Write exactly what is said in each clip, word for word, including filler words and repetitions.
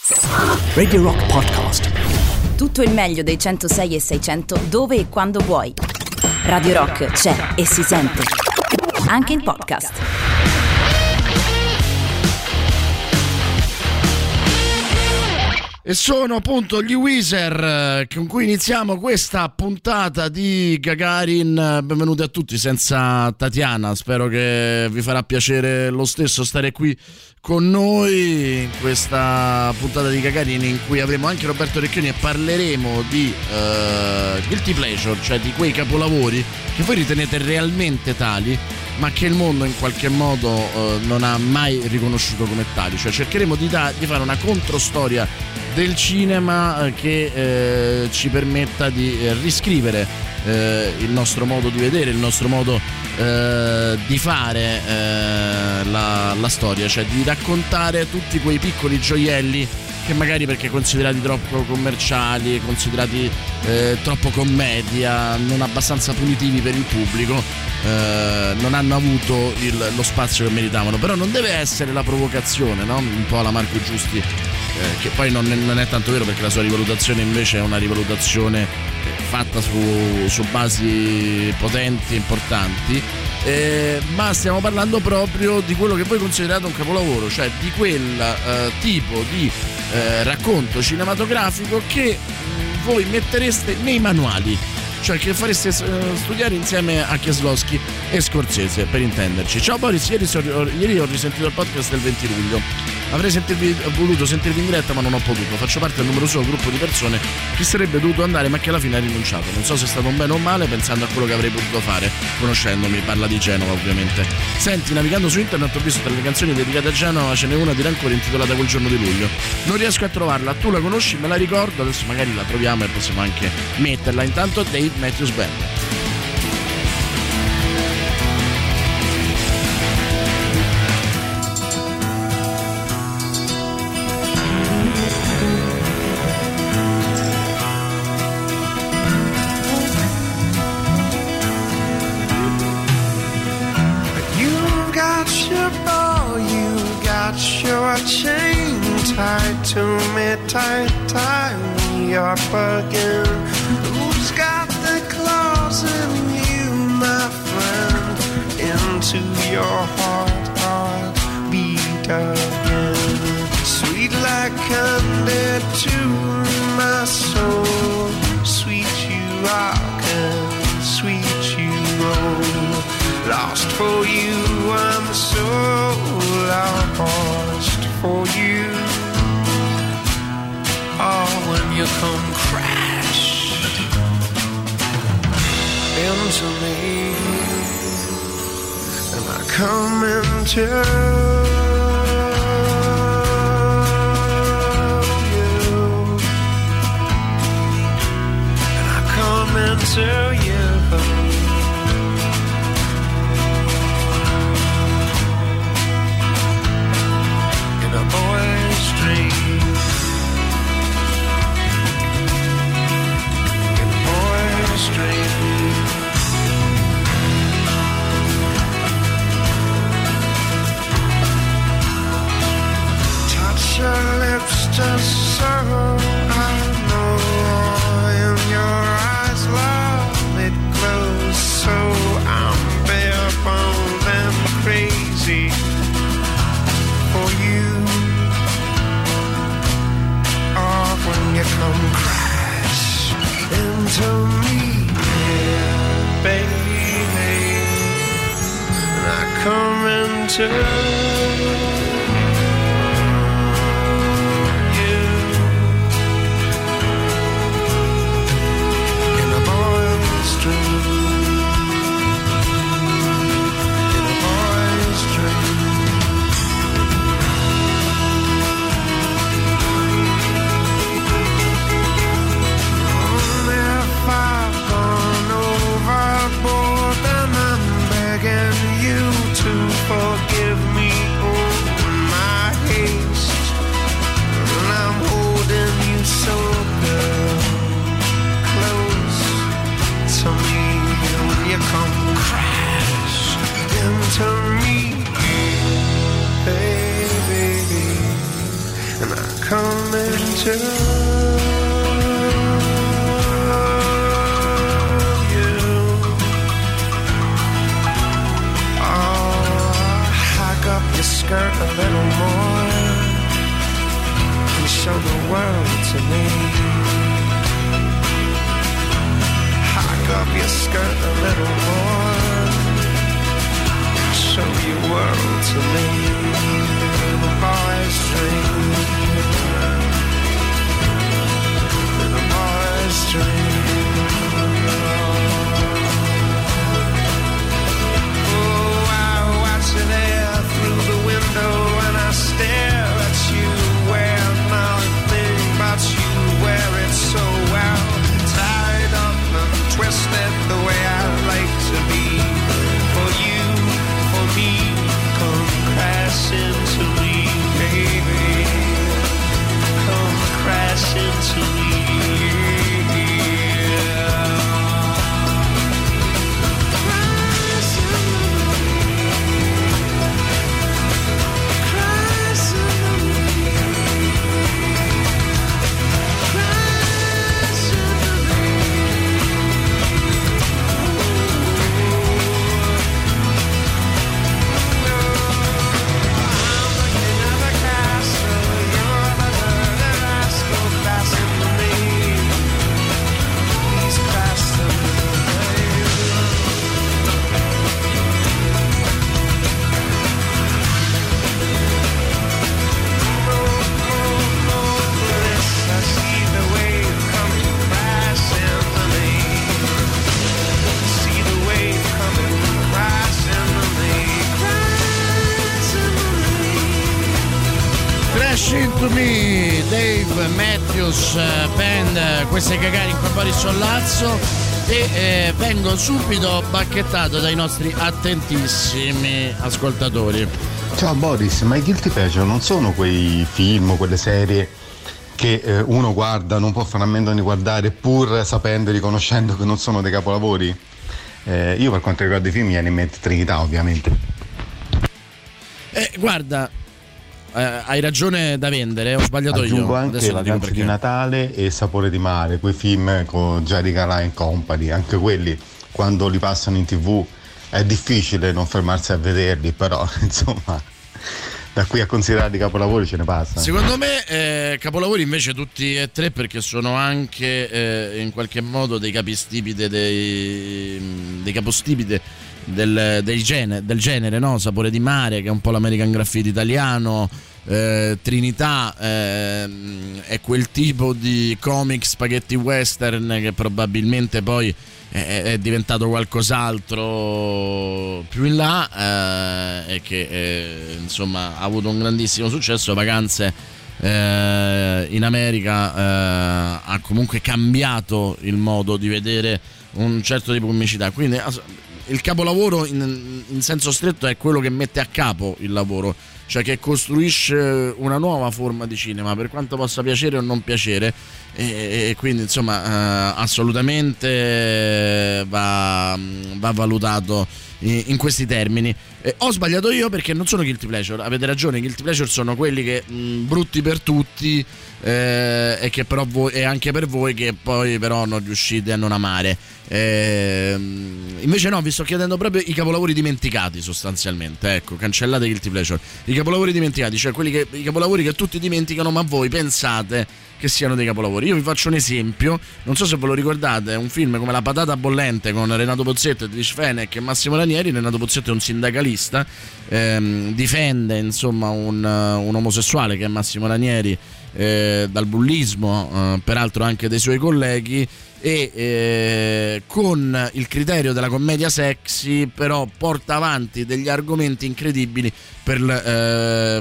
Radio Rock Podcast. Tutto il meglio dei centosei e seicento dove e quando vuoi. Radio Rock c'è e si sente anche in podcast. E sono appunto gli Weezer con cui iniziamo questa puntata di Gagarin. Benvenuti a tutti, senza Tatiana. Spero che vi farà piacere lo stesso stare qui con noi in questa puntata di Gagarin, in cui avremo anche Roberto Recchioni e parleremo di uh, guilty pleasure, cioè di quei capolavori che voi ritenete realmente tali ma che il mondo in qualche modo uh, non ha mai riconosciuto come tali. Cioè cercheremo di, da- di fare una controstoria del cinema che eh, ci permetta di eh, riscrivere eh, il nostro modo di vedere, il nostro modo eh, di fare eh, la, la storia, cioè di raccontare tutti quei piccoli gioielli che magari, perché considerati troppo commerciali, considerati eh, troppo commedia, non abbastanza punitivi per il pubblico, eh, non hanno avuto il, lo spazio che meritavano. Però non deve essere la provocazione, no? Un po' alla Marco Giusti, eh, che poi non è, non è tanto vero, perché la sua rivalutazione invece è una rivalutazione fatta su, su basi potenti e importanti. Eh, ma stiamo parlando proprio di quello che voi considerate un capolavoro, cioè di quel eh, tipo di eh, racconto cinematografico che mh, voi mettereste nei manuali, cioè che fareste uh, studiare insieme a Kieslowski e Scorsese, per intenderci. Ciao Boris, ieri, so, ieri ho risentito il podcast del venti luglio. Avrei sentirvi, voluto sentirvi in diretta ma non ho potuto. Faccio parte del numeroso gruppo di persone che sarebbe dovuto andare ma che alla fine ha rinunciato. Non so se è stato un bene o un male, pensando a quello che avrei potuto fare, conoscendomi. Parla di Genova, ovviamente. Senti, navigando su internet ho visto tra le canzoni dedicate a Genova ce n'è una di Rancore intitolata Quel giorno di luglio. Non riesco a trovarla, tu la conosci, me la ricordo, adesso magari la troviamo e possiamo anche metterla. Intanto Dave Matthews Band. Chain tied to me, tight, tight, we are bugging. Who's got the claws in you, my friend? Into your heart, heart, beat again. Sweet like candy to my soul. Sweet you rock and sweet you roll. Lost for you, I'm so lost for you. Oh, when you come crash into me, and I come into you, and I come into you. Boy's dream, in a boy's dream. Touch your lips just so I know. In your eyes, love, it glows so. I'm bare-boned and crazy for you. When you come crash into me, yeah, baby, and I come into you in a boy's dream, in a boy's dream. You to forgive me. to you. Oh, hike up your skirt a little more and show the world to me. Hike up your skirt a little more, show your world to me. Little boy's dream, little boy's dream. Oh, I watch you there through the window and I stare at you, where nothing but you wear it so well, tied up and twisted the way I like to be. For you, for me, come crash into me, baby. Come crash into me. To Me, Dave Matthews Band, queste cagare in qua Sollazzo, e eh, vengo subito bacchettato dai nostri attentissimi ascoltatori. Ciao Boris, ma i guilty pleasure non sono quei film, quelle serie che eh, uno guarda, non può fare a meno di guardare pur sapendo e riconoscendo che non sono dei capolavori? Eh, io per quanto riguarda i film mi viene in mente Trinità, ovviamente. Eh, guarda, Eh, hai ragione da vendere, ho sbagliato Aggiungo io. anche Vacanze di Natale e Sapore di mare, quei film con Jerry Ryan Company, anche quelli quando li passano in tv è difficile non fermarsi a vederli, però insomma da qui a considerarli capolavori ce ne passa. Secondo me eh, capolavori invece tutti e tre, perché sono anche eh, in qualche modo dei capostipite dei, dei capostipite del, del, genere, del genere, no? Sapore di mare, che è un po' l'American Graffiti italiano. eh, Trinità eh, è quel tipo di comic spaghetti western che probabilmente poi è, è diventato qualcos'altro più in là, eh, e che eh, insomma ha avuto un grandissimo successo. Vacanze eh, in America eh, ha comunque cambiato il modo di vedere un certo tipo di comicità, quindi il capolavoro in, in senso stretto è quello che mette a capo il lavoro, cioè che costruisce una nuova forma di cinema, per quanto possa piacere o non piacere, e, e quindi insomma eh, assolutamente va, va valutato in, in questi termini. Eh, ho sbagliato io perché non sono guilty pleasure, avete ragione, guilty pleasure sono quelli che mh, brutti per tutti, eh, e che però voi, e anche per voi, che poi però non riuscite a non amare. Eh, invece no, vi sto chiedendo proprio i capolavori dimenticati, sostanzialmente, ecco, cancellate guilty pleasure, i capolavori dimenticati, cioè quelli che, i capolavori che tutti dimenticano ma voi pensate che siano dei capolavori. Io vi faccio un esempio, non so se ve lo ricordate, un film come La patata bollente con Renato Pozzetto, Edwige Fenech e Massimo Ranieri. Renato Pozzetto è un sindacalista, ehm, difende insomma un, un omosessuale che è Massimo Ranieri eh, dal bullismo, eh, peraltro anche dei suoi colleghi, e eh, con il criterio della commedia sexy però porta avanti degli argomenti incredibili per, eh,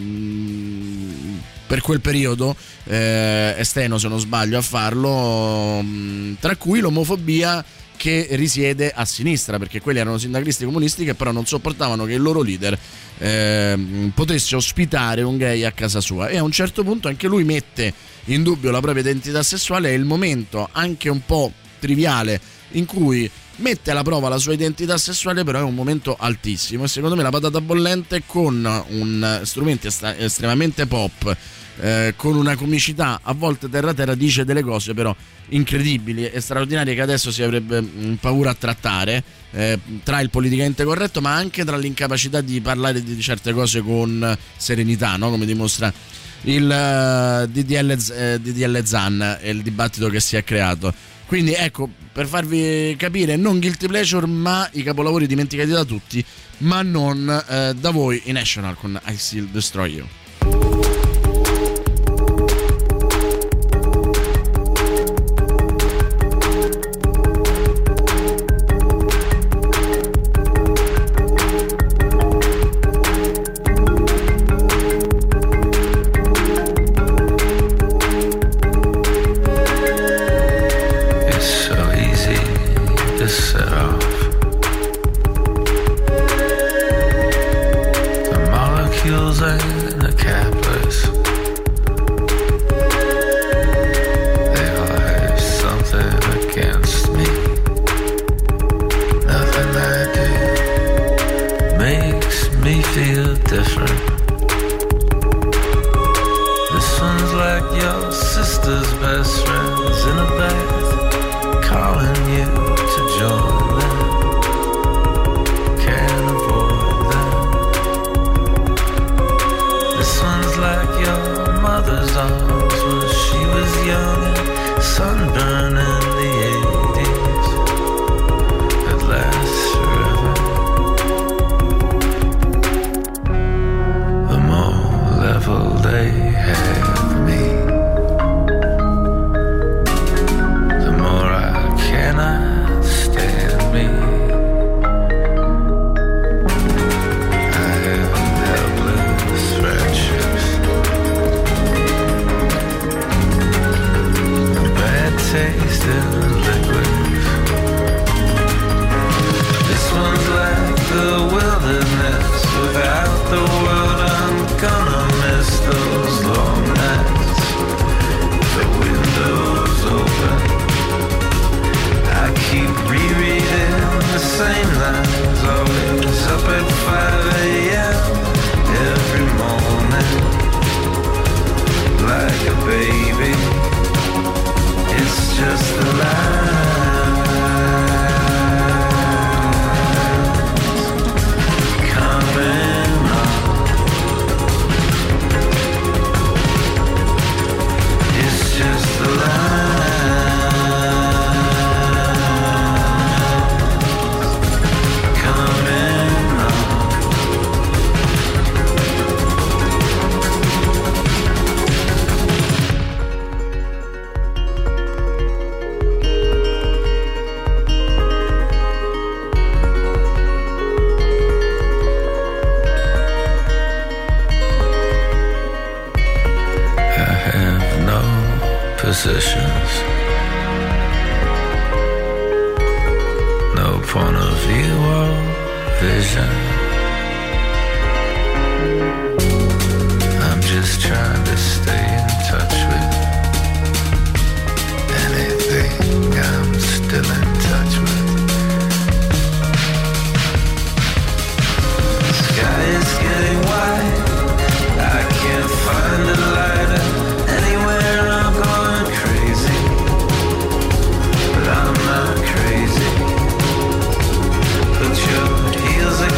per quel periodo, eh, è Steno se non sbaglio a farlo, tra cui l'omofobia che risiede a sinistra, perché quelli erano sindacalisti comunisti che però non sopportavano che il loro leader eh, potesse ospitare un gay a casa sua, e a un certo punto anche lui mette in dubbio la propria identità sessuale. È il momento anche un po' triviale in cui mette alla prova la sua identità sessuale, però è un momento altissimo, e secondo me La patata bollente, con un strumenti est- estremamente pop, eh, con una comicità a volte terra terra, dice delle cose però incredibili e straordinarie che adesso si avrebbe mh, paura a trattare, eh, tra il politicamente corretto ma anche tra l'incapacità di parlare di certe cose con serenità, no? Come dimostra il uh, D D L, uh, D D L Zan e il dibattito che si è creato. Quindi ecco, per farvi capire, non guilty pleasure ma i capolavori dimenticati da tutti, ma non uh, da voi, i National con I Still Destroy You.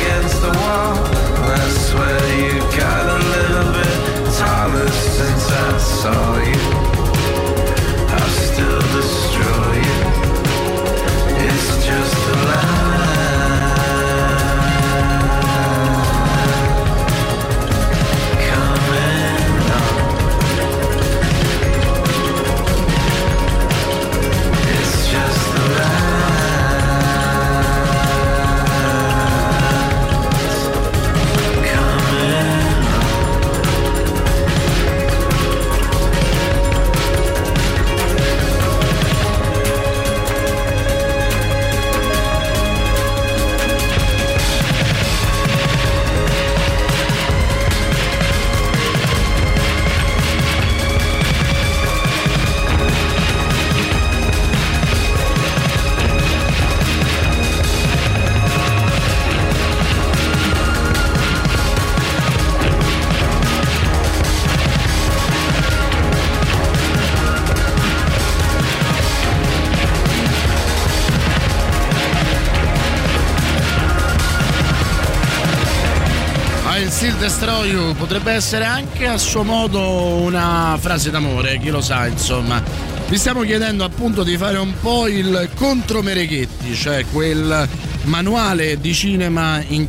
Since I Destroy You potrebbe essere anche a suo modo una frase d'amore, chi lo sa, insomma. Vi stiamo chiedendo appunto di fare un po' il contro Mereghetti, cioè quel manuale di cinema in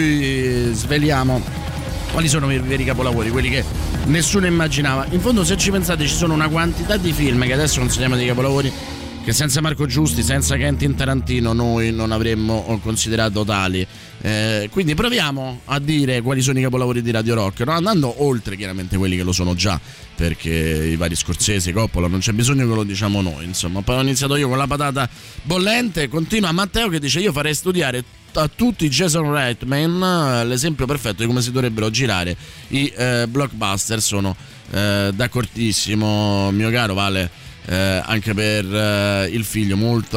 cui sveliamo quali sono i veri capolavori, quelli che nessuno immaginava. In fondo, se ci pensate, ci sono una quantità di film che adesso consideriamo dei capolavori che senza Marco Giusti, senza Quentin Tarantino noi non avremmo considerato tali. Eh, quindi proviamo a dire quali sono i capolavori di Radio Rock, no? Andando oltre chiaramente quelli che lo sono già, perché i vari Scorsese, Coppola, non c'è bisogno che lo diciamo noi, insomma. Poi ho iniziato io con la patata bollente, continua Matteo che dice: io farei studiare a tutti Jason Reitman l'esempio perfetto di come si dovrebbero girare i eh, blockbuster. Sono eh, d'accordissimo, mio caro Vale. Eh, anche per eh, il figlio molto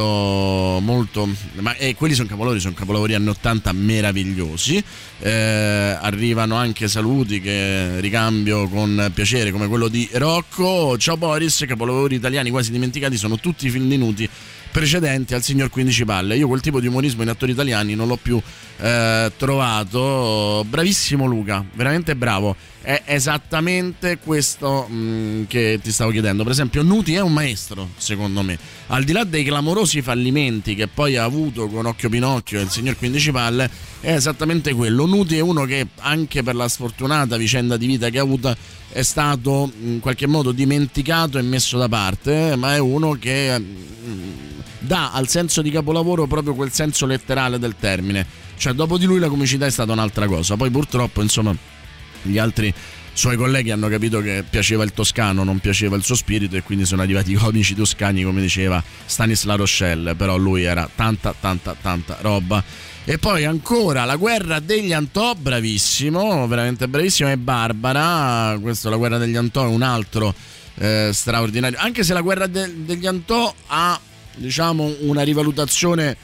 molto ma eh, quelli sono capolavori, sono capolavori anni ottanta meravigliosi. Eh, arrivano anche saluti che ricambio con piacere, come quello di Rocco. Ciao Boris, capolavori italiani quasi dimenticati sono tutti i film di Nuti precedenti al signor quindici palle. Io quel tipo di umorismo in attori italiani non l'ho più eh, trovato. Bravissimo Luca, veramente bravo. È esattamente questo mh, che ti stavo chiedendo. Per esempio Nuti è un maestro, secondo me, al di là dei clamorosi fallimenti che poi ha avuto con Occhio Pinocchio e il signor quindici palle. È esattamente quello. Nuti è uno che, anche per la sfortunata vicenda di vita che ha avuto, è stato in qualche modo dimenticato e messo da parte, ma è uno che mh, dà al senso di capolavoro proprio quel senso letterale del termine. Cioè, dopo di lui la comicità è stata un'altra cosa. Poi purtroppo, insomma, gli altri suoi colleghi hanno capito che piaceva il toscano, non piaceva il suo spirito, e quindi sono arrivati i comici toscani, come diceva Stanisla Rochelle. Però lui era tanta tanta tanta roba. E poi ancora La guerra degli Antò, bravissimo, veramente bravissimo. E Barbara, questo La guerra degli Antò è un altro eh, straordinario, anche se La guerra de- degli Antò ha, diciamo, una rivalutazione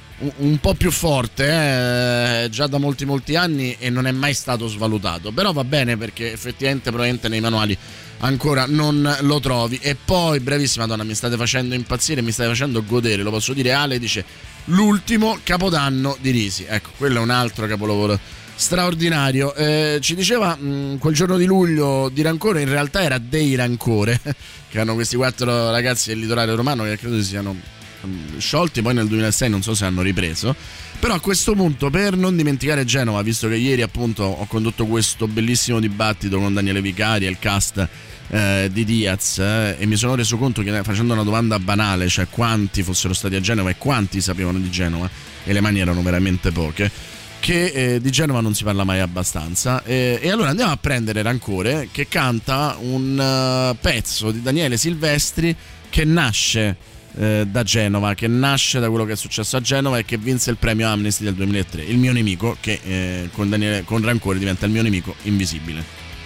un po' più forte eh, già da molti molti anni, e non è mai stato svalutato. Però va bene, perché effettivamente probabilmente nei manuali ancora non lo trovi. E poi, bravissima donna, mi state facendo impazzire, mi state facendo godere, lo posso dire. Ale dice L'ultimo Capodanno di Risi, ecco, quello è un altro capolavoro straordinario. Eh, ci diceva mh, quel giorno di luglio di Rancore, in realtà era dei Rancore che hanno questi quattro ragazzi del litorale romano che credo si siano sciolti poi nel duemilasei, non so se hanno ripreso. Però a questo punto, per non dimenticare Genova, visto che ieri appunto ho condotto questo bellissimo dibattito con Daniele Vicari e il cast eh, di Diaz, eh, e mi sono reso conto che, facendo una domanda banale, cioè quanti fossero stati a Genova e quanti sapevano di Genova, e le mani erano veramente poche, che eh, di Genova non si parla mai abbastanza. E, e allora andiamo a prendere Rancore, che canta un uh, pezzo di Daniele Silvestri che nasce Eh, da Genova, che nasce da quello che è successo a Genova e che vinse il premio Amnesty del duemilatré, Il mio nemico, che eh, con, Daniele, con Rancore diventa il mio nemico invisibile.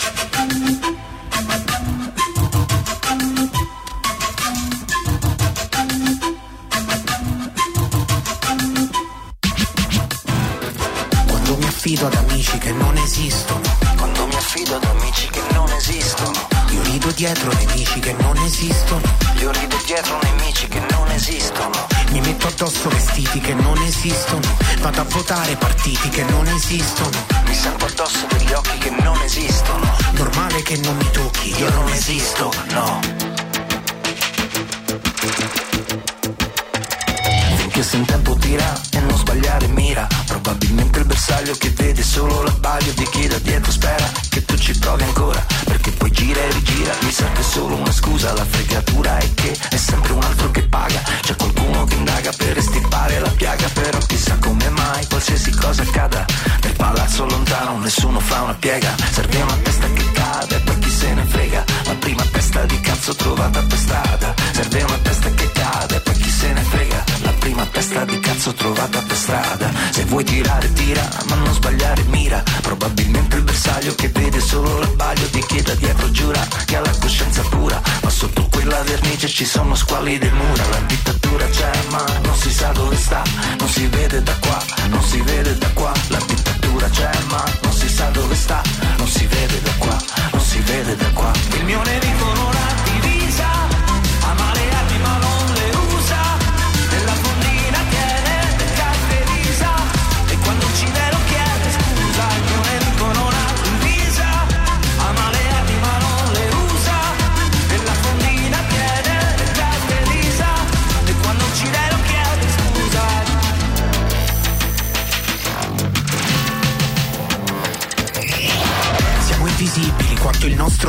Quando mi affido ad amici che non esistono, quando mi affido ad amici che non esistono, io rido dietro nemici che non esistono, io rido dietro nemici che non esistono, mi metto addosso vestiti che non esistono, vado a votare partiti che non esistono, mi sento addosso degli occhi che non esistono, normale che non mi tocchi, io non esisto, no. Finché se in tempo tira e non sbagliare mira, probabilmente il bersaglio che vede solo l'abbaglio di chi da dietro spera che tu ci provi ancora, perché poi gira e rigira, mi serve solo una scusa, la fregatura è che è sempre un altro che paga, c'è qualcuno che indaga per estirpare la piaga, però chissà come mai qualsiasi cosa accada, nel palazzo lontano nessuno fa una piega, serve una testa che cade e poi chi se ne frega, la prima testa di cazzo trovata per strada, serve una testa che cade e poi chi se ne frega, la prima testa di cazzo trovata per strada, se vuoi tirare tira ma non sbagliare mira, probabilmente il bersaglio che vede solo l'abbaglio di chi da dietro giura che ha la coscienza pura, ma sotto quella vernice ci sono squali del mura, la dittatura c'è ma non si sa dove sta, non si vede da qua, non si vede da qua, la dittatura c'è ma non si sa dove sta, non si vede da qua, non si vede da qua. Il mio nemico non ha divisa, ama le armi ma non le usa, nella fondina tiene del caffè risa, e quando uccide lo chiede scusa, il mio nemico non ha divisa.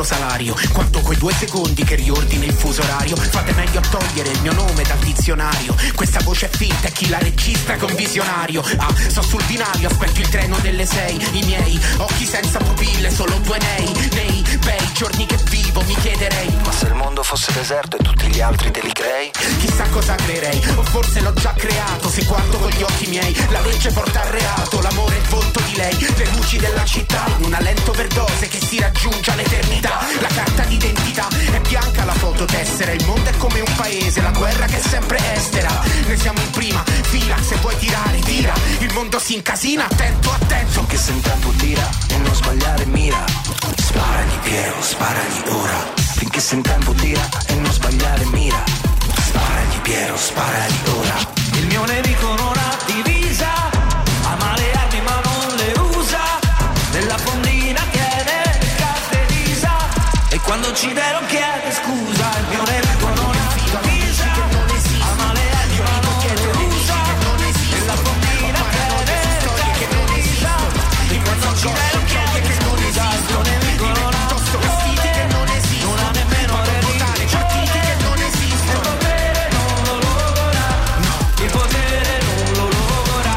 salario, quanto quei due secondi che riordini il fuso orario. Fate meglio a togliere il mio nome dal dizionario, questa voce è finta e chi la registra con visionario. Ah, sto sul binario, aspetto il treno delle sei, i miei occhi senza pupille, solo due nei, nei bei giorni che vivo mi chiederei: ma se il mondo fosse deserto e tutti gli altri te li crei? Chissà cosa creerei, o forse l'ho già creato, se guardo con gli occhi miei la legge porta al reato, l'amore è il volto di lei, le luci della città, in una lenta overdose che si raggiunge all'eternità. La carta d'identità è bianca, la fototessera, il mondo è come un paese, la guerra che è sempre estera, ne siamo in prima fila, se vuoi tirare tira, il mondo si incasina, attento attento. Finché se in tempo tira e non sbagliare mira, sparagli Piero, sparagli ora. Finché se in tempo tira e non sbagliare mira, sparagli Piero, sparagli ora. Il mio nemico non ha divisa, ama le armi ma non le usa, nella fondina tiene caratterizza e quando ci non chiede scusa. Il mio nemico non ha divisa, ama le armi ma non le usa, nella fondina tiene caratterizza e quando ci non chiede scusa. Il mio nemico non ha vestiti che non esistono, non ha nemmeno votare partiti che non esistono. Il potere non lo logora, no, il potere non lo logora.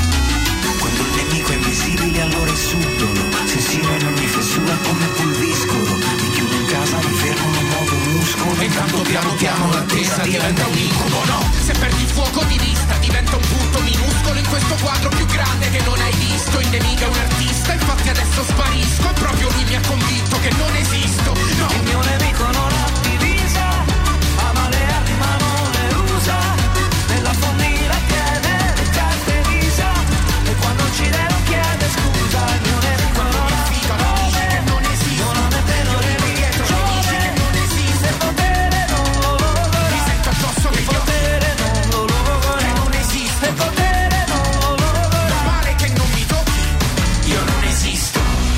Quando il nemico è invisibile allora è subdolo, sensibile in ogni fessura come pulviscolo. Mi chiudo in casa, mi fermo, non muovo un muscolo. E intanto piano piano la testa diventa un incubo, no? Se perdi il fuoco di vista diventa un punto minuscolo in questo quadro più grande che non hai visto. Il nemico è un artista, infatti adesso sparisco, e proprio lui mi ha convinto che non esisto, no. Il mio nemico non ha divisa, ama le armi ma non le usa, nella fondina tiene le caratterizza e quando ci non chiede scusa. Il mio nemico non ha nome, non esiste, non ha nemmeno religione, non esiste. Il potere non lo logora, Mi sento addosso che il potere non lo logora, non esiste. il potere non lo logora. Male che non mi tocchi, io non esisto.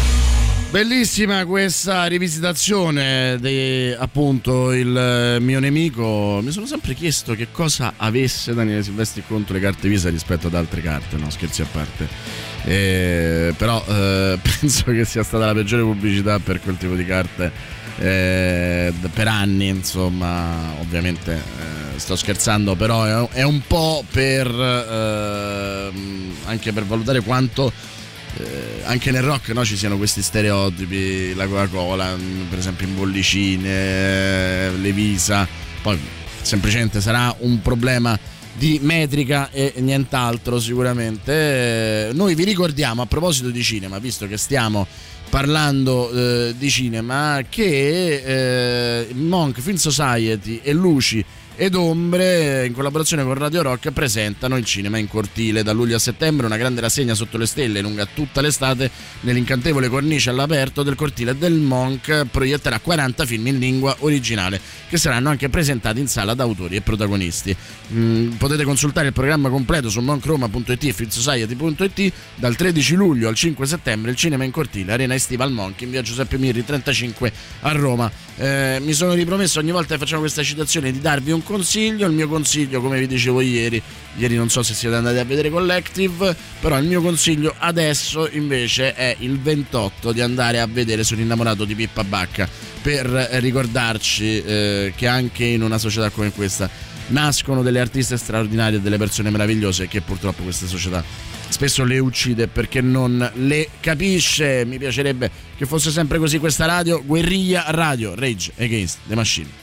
Bellissima questa rivisitazione di appunto Il mio nemico. Mi sono sempre chiesto che cosa avesse Daniele Silvestri contro le carte Visa rispetto ad altre carte, no, scherzi a parte. Eh, però eh, penso che sia stata la peggiore pubblicità per quel tipo di carte eh, per anni, insomma. Ovviamente eh, sto scherzando, però è, è un po' per eh, anche per valutare quanto Eh, anche nel rock, no, ci siano questi stereotipi, la Coca-Cola per esempio in bollicine, le Visa. Poi semplicemente sarà un problema di metrica e nient'altro sicuramente. Eh, noi vi ricordiamo, a proposito di cinema, visto che stiamo parlando eh, di cinema, che eh, Monk Film Society e Luci ed Ombre, in collaborazione con Radio Rock, presentano Il cinema in cortile. Da luglio a settembre una grande rassegna sotto le stelle lunga tutta l'estate nell'incantevole cornice all'aperto del cortile del Monk proietterà quaranta film in lingua originale che saranno anche presentati in sala da autori e protagonisti. Mm, potete consultare il programma completo su monkroma punto it e filmsociety punto it. Dal tredici luglio al cinque settembre Il cinema in cortile, arena estiva al Monk in via Giuseppe Mirri trentacinque a Roma. Eh, mi sono ripromesso ogni volta che facciamo questa citazione di darvi un consiglio. Il mio consiglio, come vi dicevo ieri, ieri non so se siete andati a vedere Collective, però il mio consiglio adesso invece è il ventotto di andare a vedere Sull'innamorato di Pippa Bacca, per ricordarci eh, che anche in una società come questa nascono delle artiste straordinarie e delle persone meravigliose, che purtroppo questa società spesso le uccide perché non le capisce. Mi piacerebbe che fosse sempre così questa radio. Guerriglia Radio, Rage Against the Machine.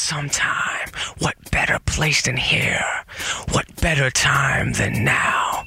sometime. What better place than here? What better time than now?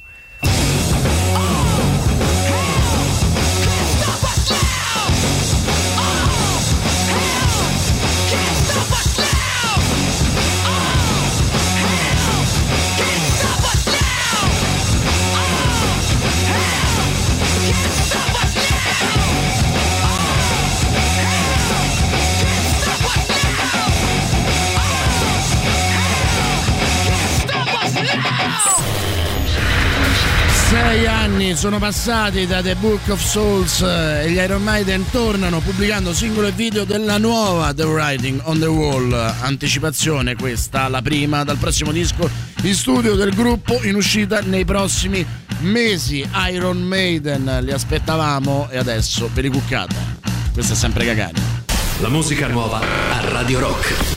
Sei anni sono passati da The Book of Souls e gli Iron Maiden tornano pubblicando singolo e video della nuova The Writing on the Wall. Anticipazione questa, la prima dal prossimo disco in studio del gruppo, in uscita nei prossimi mesi. Iron Maiden li aspettavamo e adesso per i cuccata. Questo è sempre Gagarin. La musica nuova a Radio Rock.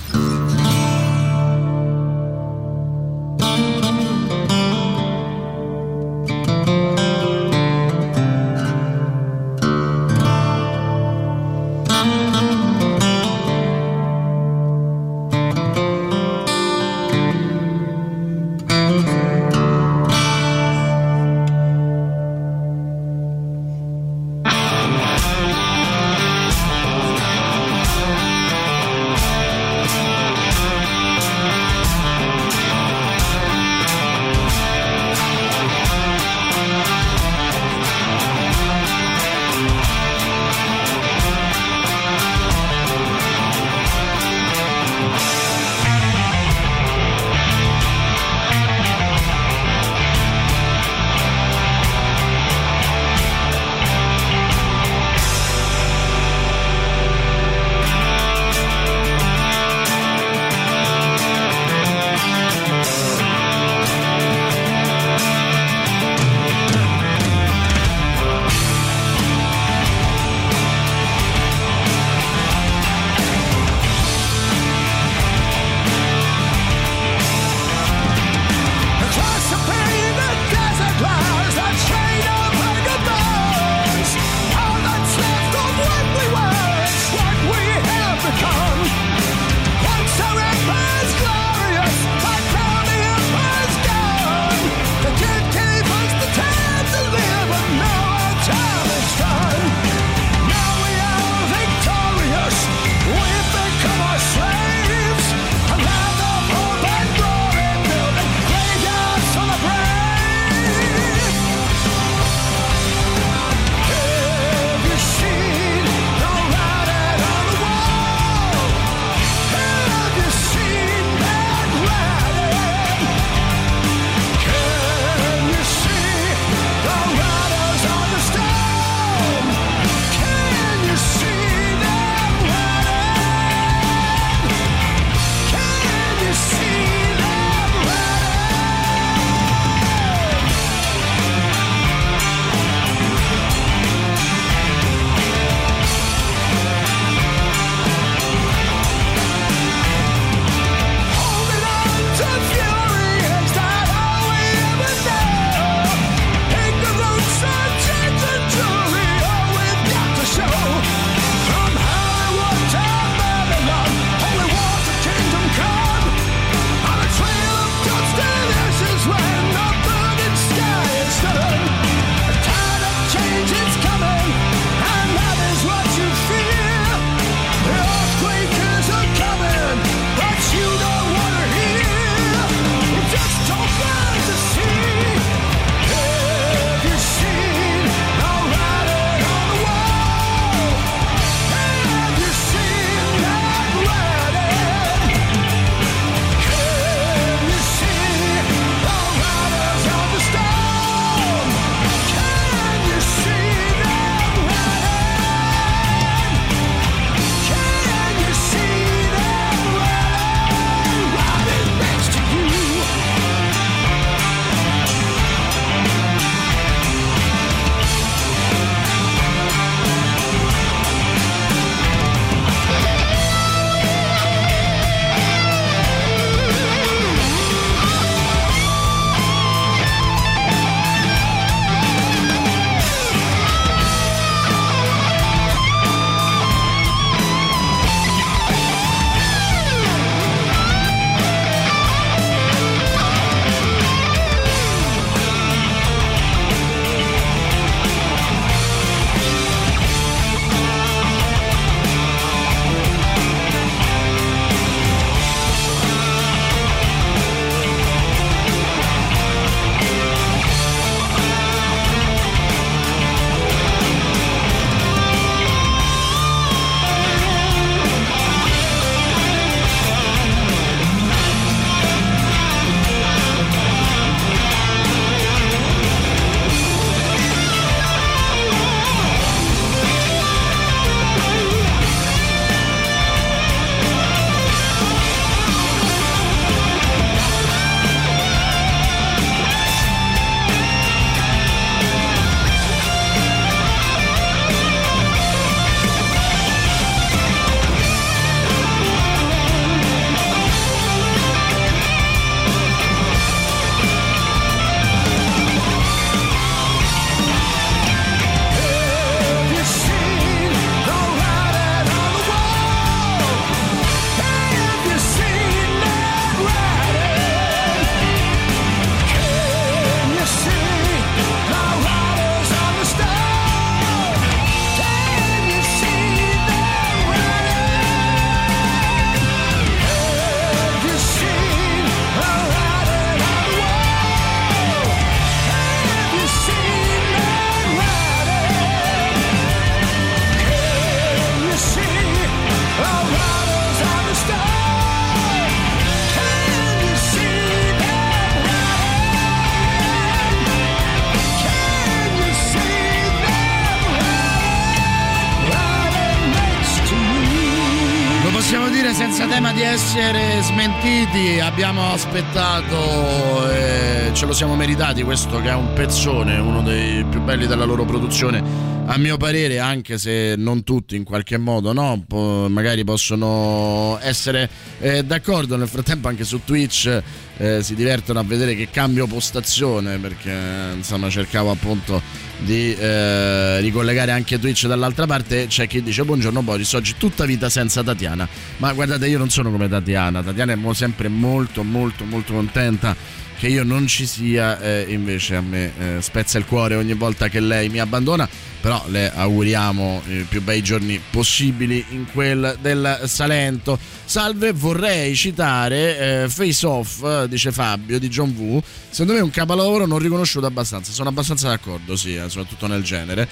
essere, senza tema di essere smentiti. Abbiamo aspettato e ce lo siamo meritati questo, che è un pezzone, uno dei più belli della loro produzione, a mio parere, anche se non tutti in qualche modo, no? Po- magari possono essere eh, d'accordo. Nel frattempo anche su Twitch eh, si divertono a vedere che cambio postazione, perché insomma cercavo appunto di eh, ricollegare anche Twitch dall'altra parte. C'è chi dice: buongiorno Boris, oggi tutta vita senza Tatiana. Ma guardate, io non sono come Tatiana. Tatiana è mo- sempre molto molto molto contenta che io non ci sia, eh, invece a me eh, spezza il cuore ogni volta che lei mi abbandona, però le auguriamo i più bei giorni possibili in quel del Salento. Salve, vorrei citare eh, Face Off, dice Fabio, di John Woo. Secondo me è un capolavoro non riconosciuto abbastanza, sono abbastanza d'accordo, sì, eh, soprattutto nel genere.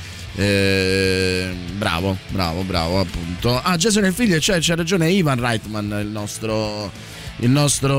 Eh, bravo, bravo, bravo, appunto. Ah, Jason e il figlio, c'è, c'è ragione Ivan Reitman, il nostro... il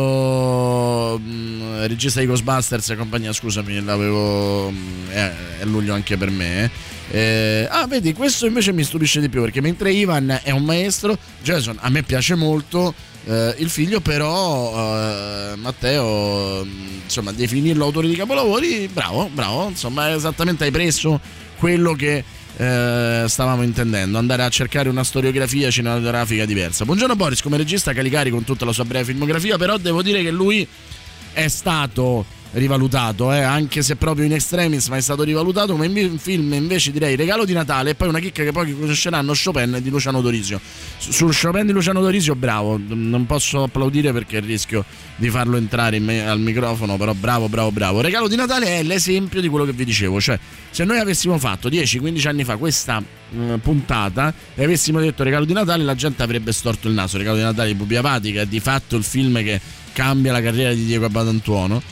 nostro mh, regista di Ghostbusters e compagnia, scusami, l'avevo è, è luglio anche per me. Eh, ah, vedi, questo invece mi stupisce di più, perché mentre Ivan è un maestro, Jason a me piace molto, eh, il figlio però eh, Matteo, insomma, definirlo autore di capolavori, bravo, bravo, insomma, esattamente hai preso quello che Eh, stavamo intendendo, andare a cercare una storiografia cinematografica diversa. Buongiorno Boris, come regista Calicari con tutta la sua breve filmografia, però devo dire che lui è stato rivalutato, eh, anche se proprio in extremis, ma è stato rivalutato come in film invece direi Regalo di Natale, e poi una chicca che pochi conosceranno, Chopin di Luciano Dorisio. Sul Chopin di Luciano Dorisio, bravo, non posso applaudire perché rischio di farlo entrare in me, al microfono, però bravo, bravo, bravo. Regalo di Natale è l'esempio di quello che vi dicevo, cioè se noi avessimo fatto dieci quindici anni fa questa mh, puntata e avessimo detto Regalo di Natale, la gente avrebbe storto il naso. Regalo di Natale di Pupi Avati, che è di fatto il film che cambia la carriera di Diego Abadantuono.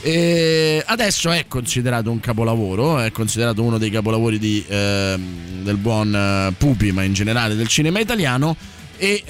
E adesso è considerato un capolavoro, è considerato uno dei capolavori di, eh, del buon eh, Pupi, ma in generale del cinema italiano. E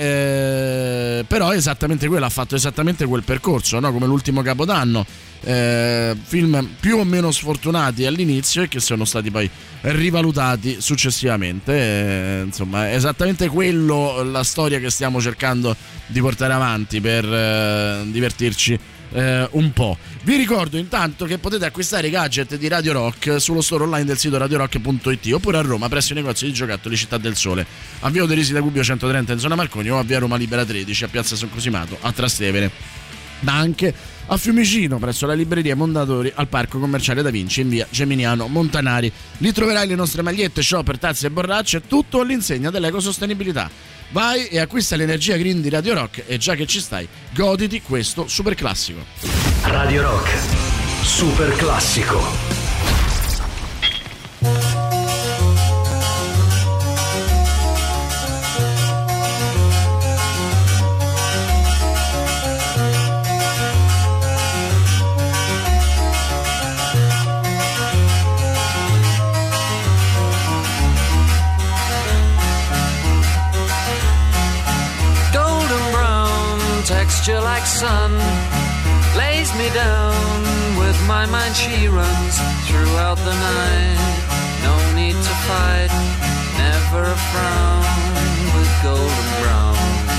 eh, però è esattamente quello, ha fatto esattamente quel percorso, no? Come l'ultimo Capodanno, eh, film più o meno sfortunati all'inizio e che sono stati poi rivalutati successivamente, eh, insomma è esattamente quello la storia che stiamo cercando di portare avanti per eh, divertirci Eh, un po'. Vi ricordo intanto che potete acquistare i gadget di Radio Rock sullo store online del sito radio rock punto it, oppure a Roma presso i negozi di giocattoli Città del Sole, a via Oderisi da Gubbio centotrenta in zona Marconi, o a via Roma Libera tredici a piazza San Cosimato a Trastevere, ma anche a Fiumicino presso la libreria Mondadori al parco commerciale Da Vinci in via Geminiano Montanari. Lì troverai le nostre magliette, shopper, tazze e borracce, tutto all'insegna dell'ecosostenibilità. Vai e acquista l'energia green di Radio Rock e già che ci stai, goditi questo super classico. Radio Rock, super classico. Texture like sun lays me down. With my mind she runs throughout the night. No need to fight, never a frown. With golden brown,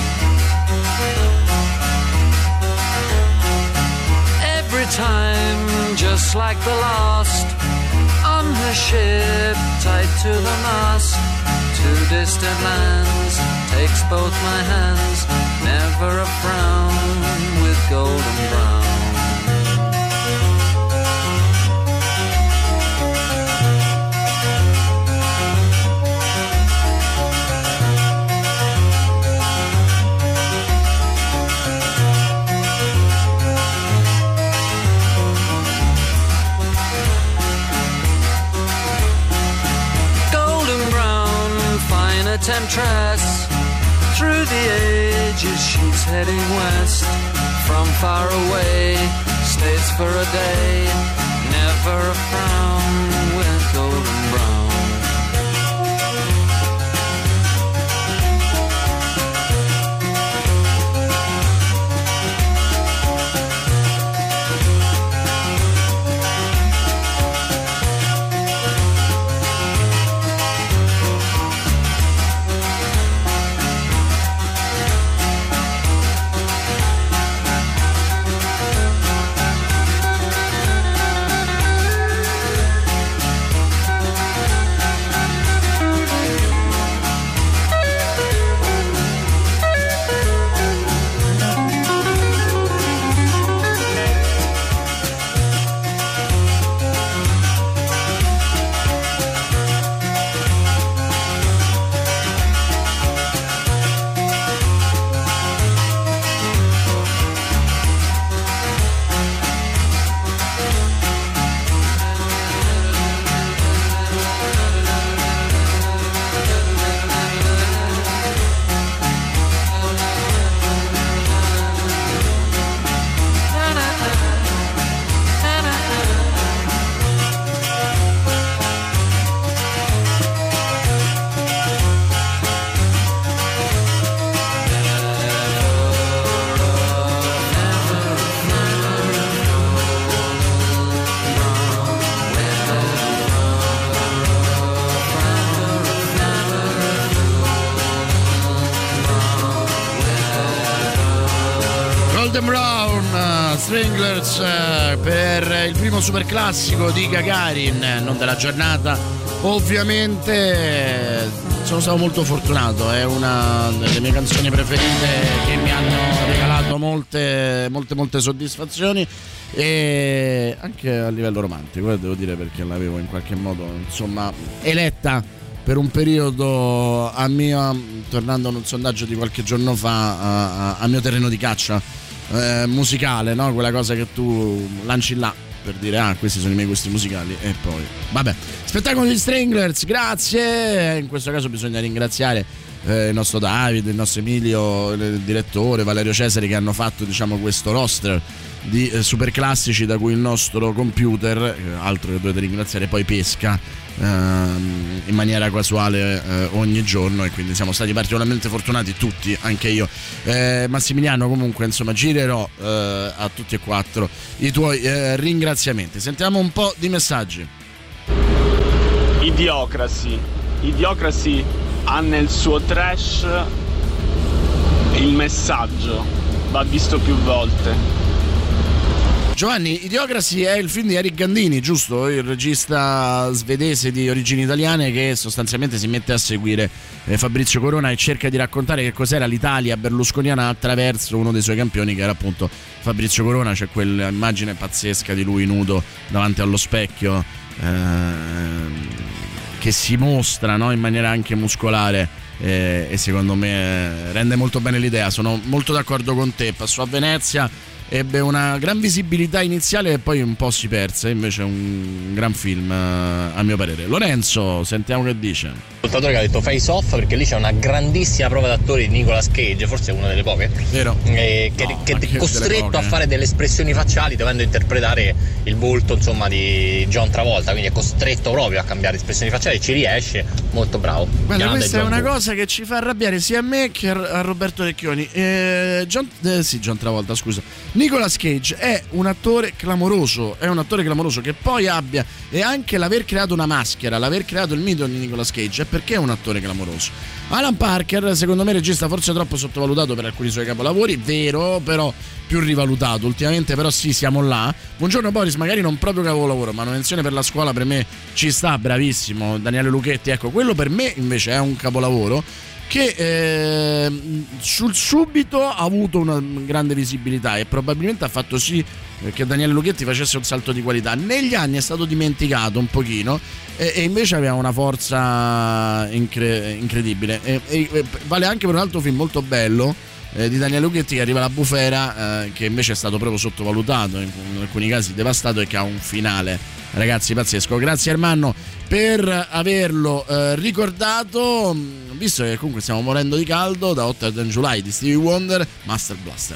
every time just like the last. On her ship tied to the mast, to distant lands takes both my hands. Never a frown with golden brown. Golden brown, fine a temptress. Through the ages she's heading west. From far away, stays for a day. Never a frown with golden brown. Golden Brown, uh, Stranglers, uh, per il primo super classico di Gagarin, non della giornata ovviamente. Sono stato molto fortunato, è una delle mie canzoni preferite che mi hanno regalato molte molte molte soddisfazioni, e anche a livello romantico, eh, devo dire, perché l'avevo in qualche modo, insomma, eletta per un periodo a mio, tornando a un sondaggio di qualche giorno fa, a, a mio terreno di caccia eh, musicale, no? Quella cosa che tu lanci là per dire ah, questi sono i miei gusti musicali, e poi vabbè, spettacolo di Stranglers, grazie. In questo caso bisogna ringraziare eh, il nostro Davide, il nostro Emilio, il direttore Valerio Cesari, che hanno fatto, diciamo, questo roster di eh, super classici da cui il nostro computer, eh, altro che dovete ringraziare, poi pesca ehm, in maniera casuale eh, ogni giorno, e quindi siamo stati particolarmente fortunati tutti, anche io. eh, Massimiliano, comunque, insomma, girerò eh, a tutti e quattro i tuoi eh, ringraziamenti. Sentiamo un po' di messaggi. Idiocracy Idiocracy ha nel suo trash il messaggio, va visto più volte. Giovanni, Idiocracy è il film di Eric Gandini, giusto? Il regista svedese di origini italiane, che sostanzialmente si mette a seguire eh, Fabrizio Corona e cerca di raccontare che cos'era l'Italia berlusconiana attraverso uno dei suoi campioni, che era appunto Fabrizio Corona. C'è quell'immagine pazzesca di lui nudo davanti allo specchio, ehm, che si mostra, no, in maniera anche muscolare, eh, e secondo me rende molto bene l'idea. Sono molto d'accordo con te. Passò a Venezia, ebbe una gran visibilità iniziale e poi un po' si perse. Invece è un gran film, a mio parere. Lorenzo, sentiamo che dice. Ascoltatore che ha detto Face Off, perché lì c'è una grandissima prova d'attori di Nicolas Cage, forse una delle poche, vero? Eh, che, No, che è costretto poche, a fare delle espressioni facciali dovendo interpretare il volto, insomma, di John Travolta, quindi è costretto proprio a cambiare espressioni facciali, ci riesce, molto bravo. Guarda, Grande questa è John una Woo. cosa che ci fa arrabbiare sia a me che a Roberto Recchioni. eh, John, eh, sì, John Travolta, scusa. Nicolas Cage è un attore clamoroso, è un attore clamoroso, che poi abbia, e anche l'aver creato una maschera, l'aver creato il mito di Nicolas Cage, è perché è un attore clamoroso. Alan Parker, secondo me, regista forse troppo sottovalutato per alcuni suoi capolavori, vero, però più rivalutato ultimamente, però sì, siamo là. Buongiorno Boris, magari non proprio capolavoro, ma una menzione per La scuola per me ci sta, bravissimo. Daniele Lucchetti, ecco, quello per me invece è un capolavoro che eh, sul subito ha avuto una grande visibilità e probabilmente ha fatto sì che Daniele Lucchetti facesse un salto di qualità. Negli anni è stato dimenticato un pochino, e, e invece aveva una forza incre- incredibile. E, e, e vale anche per un altro film molto bello eh, di Daniele Lucchetti, che arriva alla bufera, eh, che invece è stato proprio sottovalutato, in, in alcuni casi devastato, e che ha un finale, ragazzi, pazzesco. Grazie Armando per averlo eh, ricordato, visto che comunque stiamo morendo di caldo. Da Hotter Than July di Stevie Wonder, Master Blaster.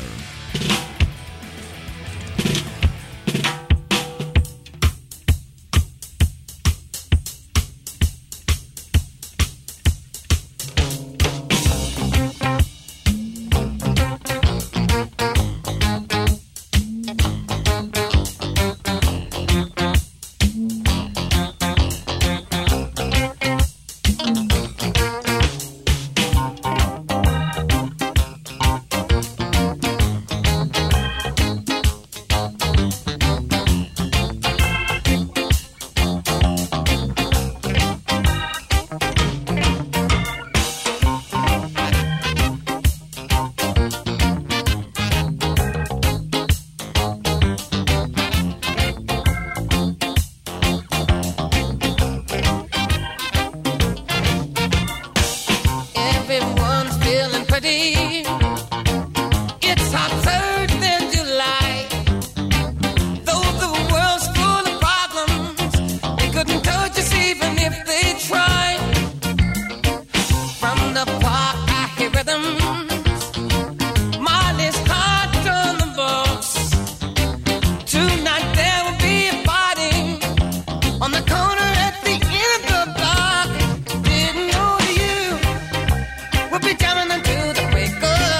We'll be jamming until the break of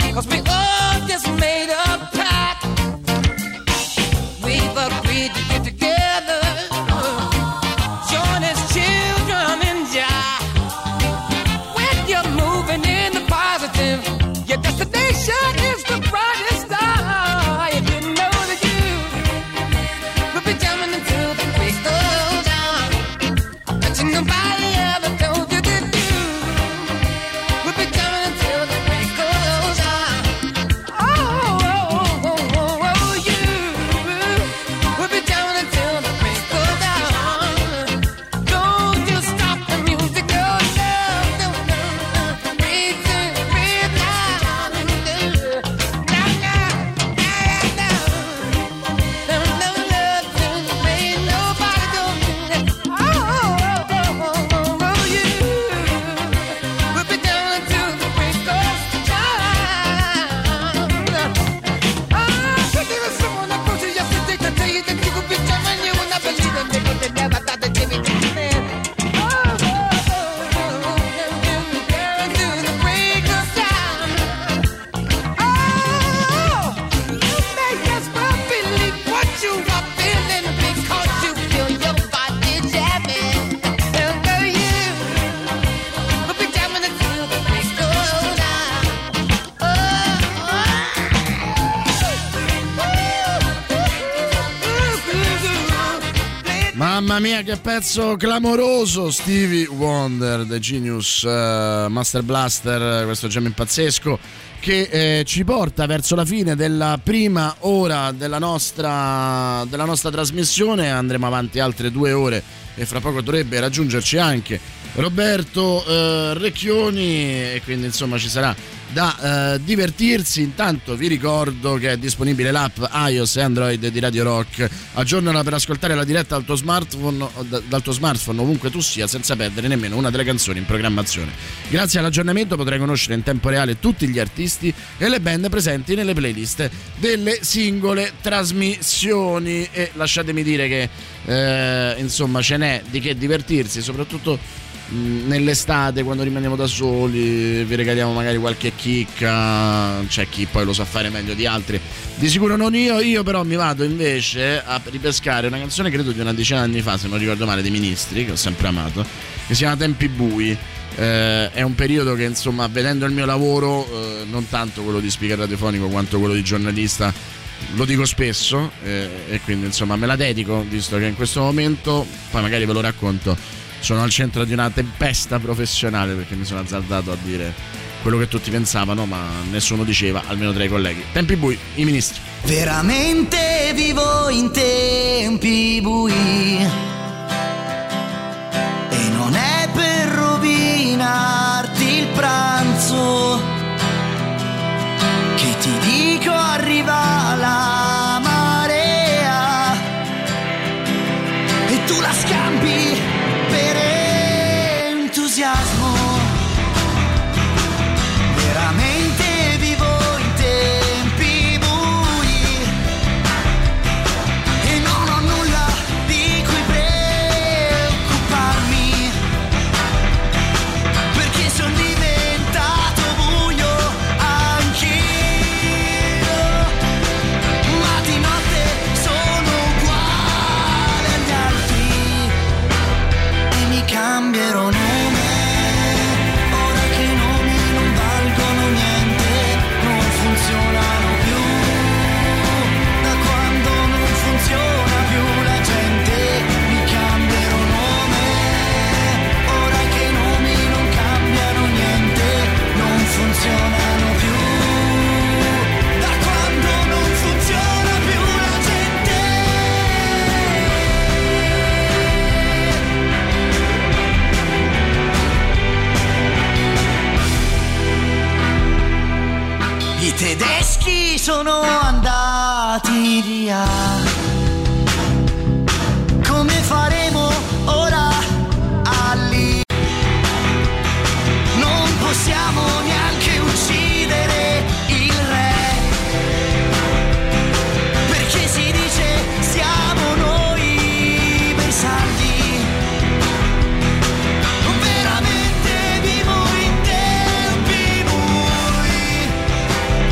'cause we all just made a pact. We've agreed to get together, join as children in Jah. When you're moving in the positive, your destination is the brightest star. You didn't know that you would be jumping into the break of dawn. But nobody ever told you that you would be jumping into the break of dawn. Oh, oh, oh, oh, oh, you would be jumping into the break of dawn. Don't you stop the music, no, no, no, no. Breathe in, breathe out. No, no, no, no, no, no, no, ain't nobody gonna do that. Oh, oh, oh, oh, oh, you would be down until the break of dawn. Ah, but there was someone that called you yesterday to tell you that you could be jumping. You would not believe them, they would never thought that you'd be jumping. Oh, oh, oh, oh, down until the break of dawn. Oh, you make us believe what you are feeling because you feel your body jamming. And girl, you will be jamming until the break of dawn. Mamma mia, che pezzo clamoroso! Stevie Wonder, The Genius uh, Master Blaster, questo jamming pazzesco che eh, ci porta verso la fine della prima ora della nostra, della nostra trasmissione. Andremo avanti altre due ore e fra poco dovrebbe raggiungerci anche Roberto eh, Recchioni e quindi insomma ci sarà da eh, divertirsi. Intanto vi ricordo che è disponibile l'app iOS e Android di Radio Rock. Aggiornala per ascoltare la diretta dal tuo smartphone, dal tuo smartphone ovunque tu sia, senza perdere nemmeno una delle canzoni in programmazione. Grazie all'aggiornamento potrai conoscere in tempo reale tutti gli artisti e le band presenti nelle playlist delle singole trasmissioni. E lasciatemi dire che eh, insomma ce n'è di che divertirsi, soprattutto nell'estate quando rimaniamo da soli, vi regaliamo magari qualche chicca, c'è chi poi lo sa fare meglio di altri, di sicuro non io. Io però mi vado invece a ripescare una canzone credo di una decina di anni fa, se non ricordo male, dei Ministri, che ho sempre amato, che si chiama Tempi Bui. Eh, è un periodo che insomma, vedendo il mio lavoro, eh, non tanto quello di speaker radiofonico quanto quello di giornalista, lo dico spesso, eh, e quindi insomma me la dedico, visto che in questo momento, poi magari ve lo racconto, sono al centro di una tempesta professionale perché mi sono azzardato a dire quello che tutti pensavano ma nessuno diceva, almeno tra i colleghi. Tempi bui, i Ministri. Veramente vivo in tempi bui e non è per rovinarti il pranzo che ti dico arriva la marea e tu la scambi per entusiasmo. Veramente vivo in tempi bui e non ho nulla di cui preoccuparmi, perché sono diventato buio anch'io, ma di notte sono uguale agli altri e mi cambierò nome. Ora che i nomi non valgono niente, non funzionano più. Da quando non funziona più la gente, mi cambierò nome. Ora che i nomi non cambiano niente, non funzionano più. Da quando non funziona più la gente. I tedeschi sono andati via. Come faremo ora a lì? Non possiamo neanche uccidere il re, perché si dice siamo noi bersaglio. Veramente vivo in tempi bui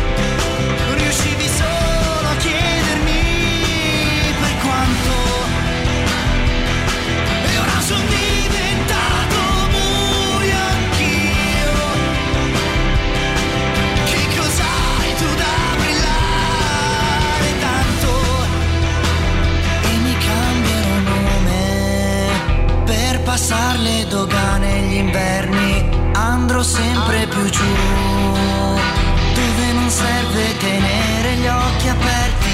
giù, dove non serve tenere gli occhi aperti.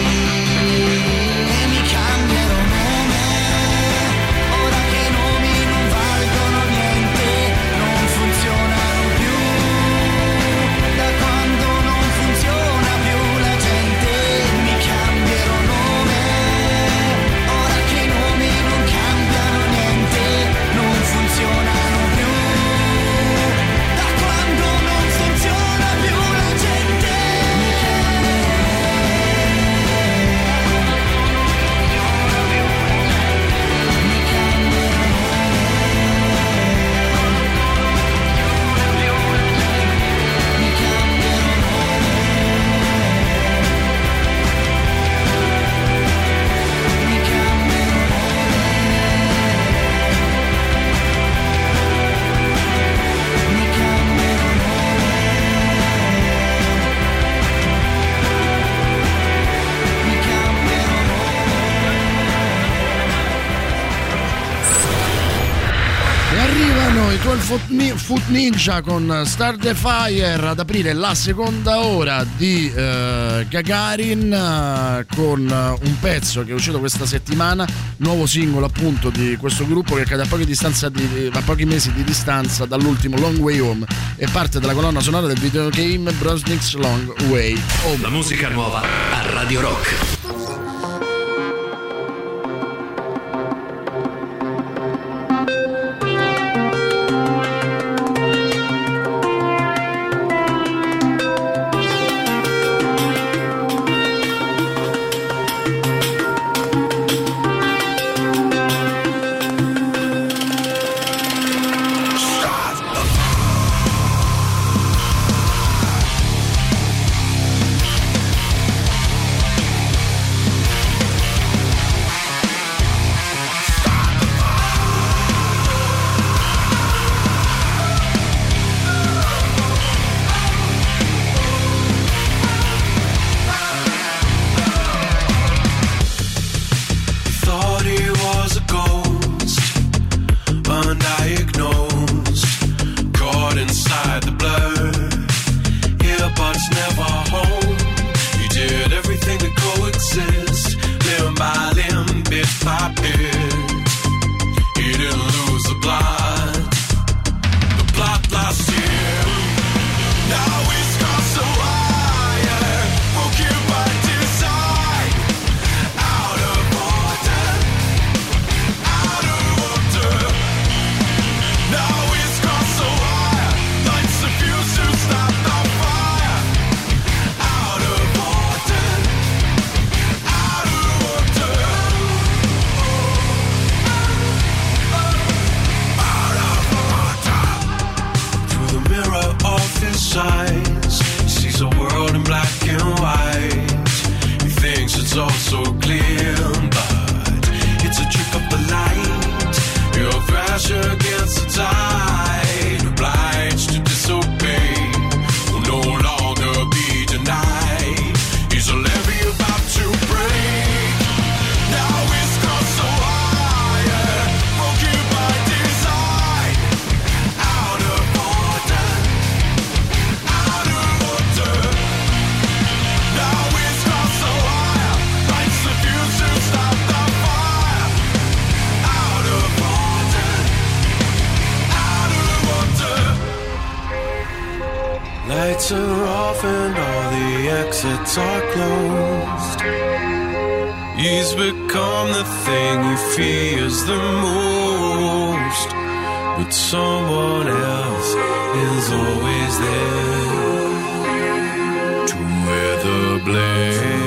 E mi cambierò nome, ora che i nomi non valgono niente, non funzionano più, da quando non funziona più la gente. Mi cambierò nome, ora che i nomi non cambiano niente, non funzionano più, da quando non funziona più la gente. Mi Arrivano i dodici Foot Ni- Foot Ninja con Start the Fire ad aprire la seconda ora di eh, Gagarin, eh, con un pezzo che è uscito questa settimana, nuovo singolo appunto di questo gruppo che cade a pochi, distanza di, a pochi mesi di distanza dall'ultimo Long Way Home e parte della colonna sonora del videogame Brosnick's Long Way Home. La musica nuova a Radio Rock. Lights are off and all the exits are closed. He's become the thing he fears the most, but someone else is always there to wear the blame.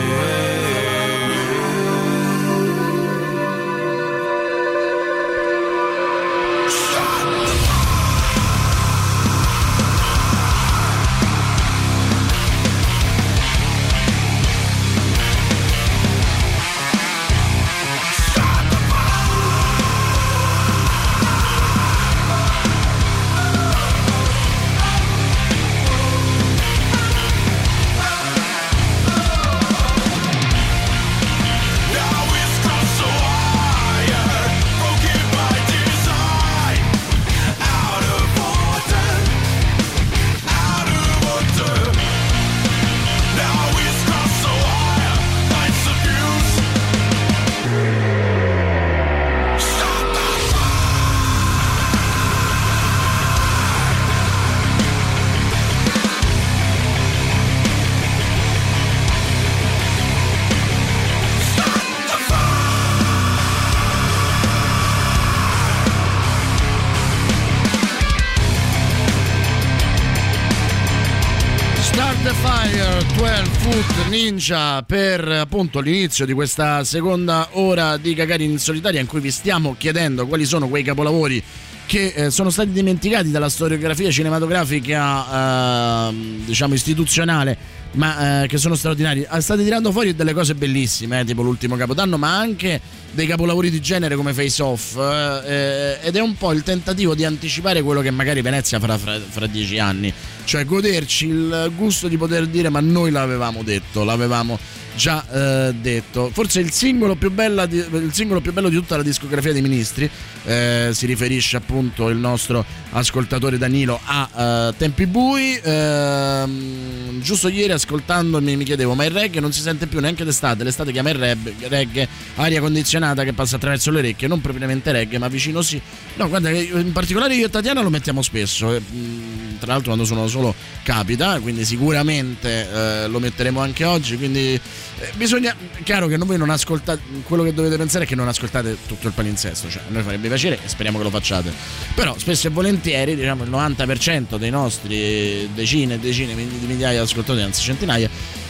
Fire, dodici Foot Ninja per appunto l'inizio di questa seconda ora di Gagarin in solitaria, in cui vi stiamo chiedendo quali sono quei capolavori che eh, sono stati dimenticati dalla storiografia cinematografica eh, diciamo istituzionale, ma eh, che sono straordinari. State tirando fuori delle cose bellissime, eh, tipo l'ultimo Capodanno, ma anche dei capolavori di genere come Face Off, eh, ed è un po' il tentativo di anticipare quello che magari Venezia farà fra, fra dieci anni, cioè goderci il gusto di poter dire ma noi l'avevamo detto, l'avevamo già eh, detto. Forse il singolo più bella di, il singolo più bello di tutta la discografia dei Ministri, eh, si riferisce appunto il nostro ascoltatore Danilo a uh, Tempi Bui. Eh, giusto ieri ascoltandomi mi chiedevo, ma il reggae non si sente più neanche d'estate? L'estate chiama il reggae, reggae aria condizionata che passa attraverso le orecchie, non propriamente reggae ma vicino sì. No, guarda, in particolare io e Tatiana lo mettiamo spesso, eh, tra l'altro quando sono solo capita, quindi sicuramente eh, lo metteremo anche oggi, quindi eh, bisogna, chiaro che voi non ascoltate, quello che dovete pensare è che non ascoltate tutto il palinsesto, cioè a noi farebbe piacere e speriamo che lo facciate, però spesso e volentieri, diciamo il novanta per cento dei nostri decine e decine di migliaia di ascoltatori, anzi centinaia,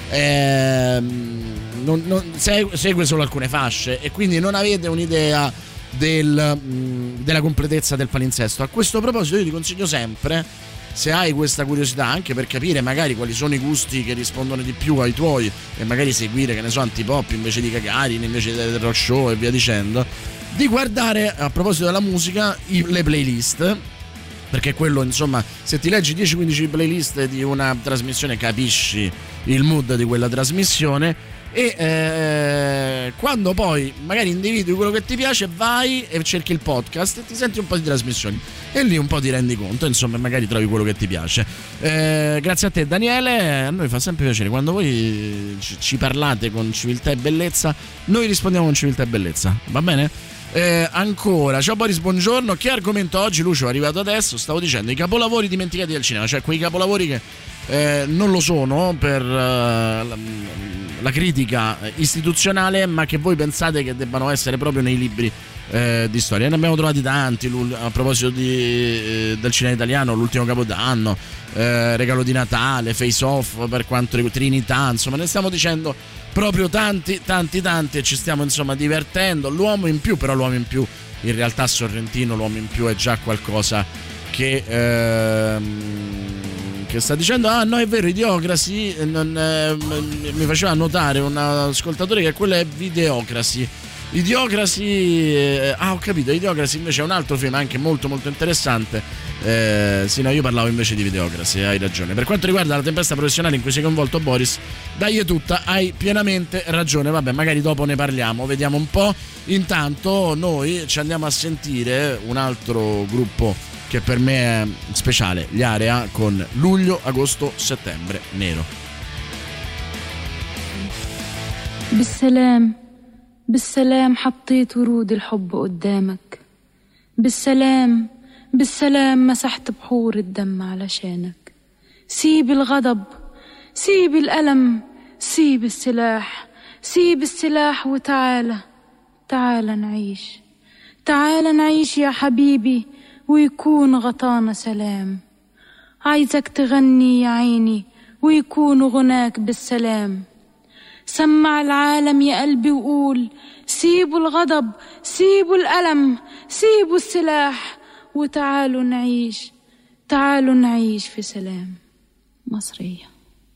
eh, non, non, segue solo alcune fasce e quindi non avete un'idea del, della completezza del palinsesto. A questo proposito io ti consiglio sempre, se hai questa curiosità, anche per capire magari quali sono i gusti che rispondono di più ai tuoi e magari seguire, che ne so, Antipop invece di Gagarin, invece del rock show e via dicendo, di guardare, a proposito della musica, i, le playlist, perché quello, insomma, se ti leggi dieci quindici playlist di una trasmissione capisci il mood di quella trasmissione, e eh, quando poi magari individui quello che ti piace, vai e cerchi il podcast e ti senti un po' di trasmissioni e lì un po' ti rendi conto, insomma, magari trovi quello che ti piace. Eh, grazie a te Daniele, a noi fa sempre piacere quando voi ci, ci parlate con civiltà e bellezza, noi rispondiamo con civiltà e bellezza, va bene? Eh, ancora, ciao Boris, buongiorno. Che argomento oggi, Lucio? È arrivato adesso. Stavo dicendo i capolavori dimenticati del cinema, cioè quei capolavori che eh, non lo sono per uh, la, la critica istituzionale, ma che voi pensate che debbano essere proprio nei libri eh, di storia. Ne abbiamo trovati tanti. A proposito di, eh, del cinema italiano, l'ultimo Capodanno, eh, Regalo di Natale, Face Off, per quanto riguarda Trinità, insomma, ne stiamo dicendo proprio tanti, tanti, tanti, e ci stiamo insomma divertendo. L'uomo in più, però l'uomo in più in realtà Sorrentino, l'uomo in più è già qualcosa che ehm, che sta dicendo, ah no è vero, Idiocracy, non, eh, mi faceva notare un ascoltatore che quello è Videocracy. Idiocracy, eh, ah ho capito, Idiocracy invece è un altro film anche molto molto interessante. Eh, sì, no, io parlavo invece di Videocracy, hai ragione. Per quanto riguarda la tempesta professionale in cui si è coinvolto Boris, dai è tutta, hai pienamente ragione. Vabbè, magari dopo ne parliamo, vediamo un po'. Intanto noi ci andiamo a sentire un altro gruppo che per me è speciale, gli Area, con Luglio, Agosto, Settembre Nero. بالسلام بالسلام حطيت ورود الحب قدامك، بالسلام بالسلام مسحت بحور الدم علشانك. سيب الغضب، سيب الألم، سيب السلاح، سيب السلاح وتعالى تعالى نعيش، تعالى نعيش يا حبيبي ويكون غطانا سلام. عايزك تغني يا عيني ويكون غناك بالسلام. سمع العالم يا قلبي وقول سيبوا الغضب، سيبوا الألم، سيبوا السلاح وتعالوا نعيش، تعالوا نعيش في سلام. مصرية.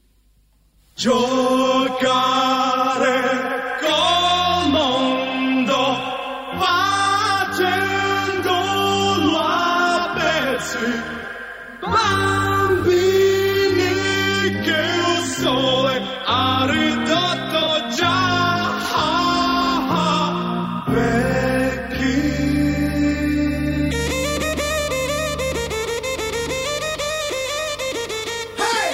Giocare col mondo facendolo a pezzi, bambini che il sole ha ridotto già vecchi. Hey!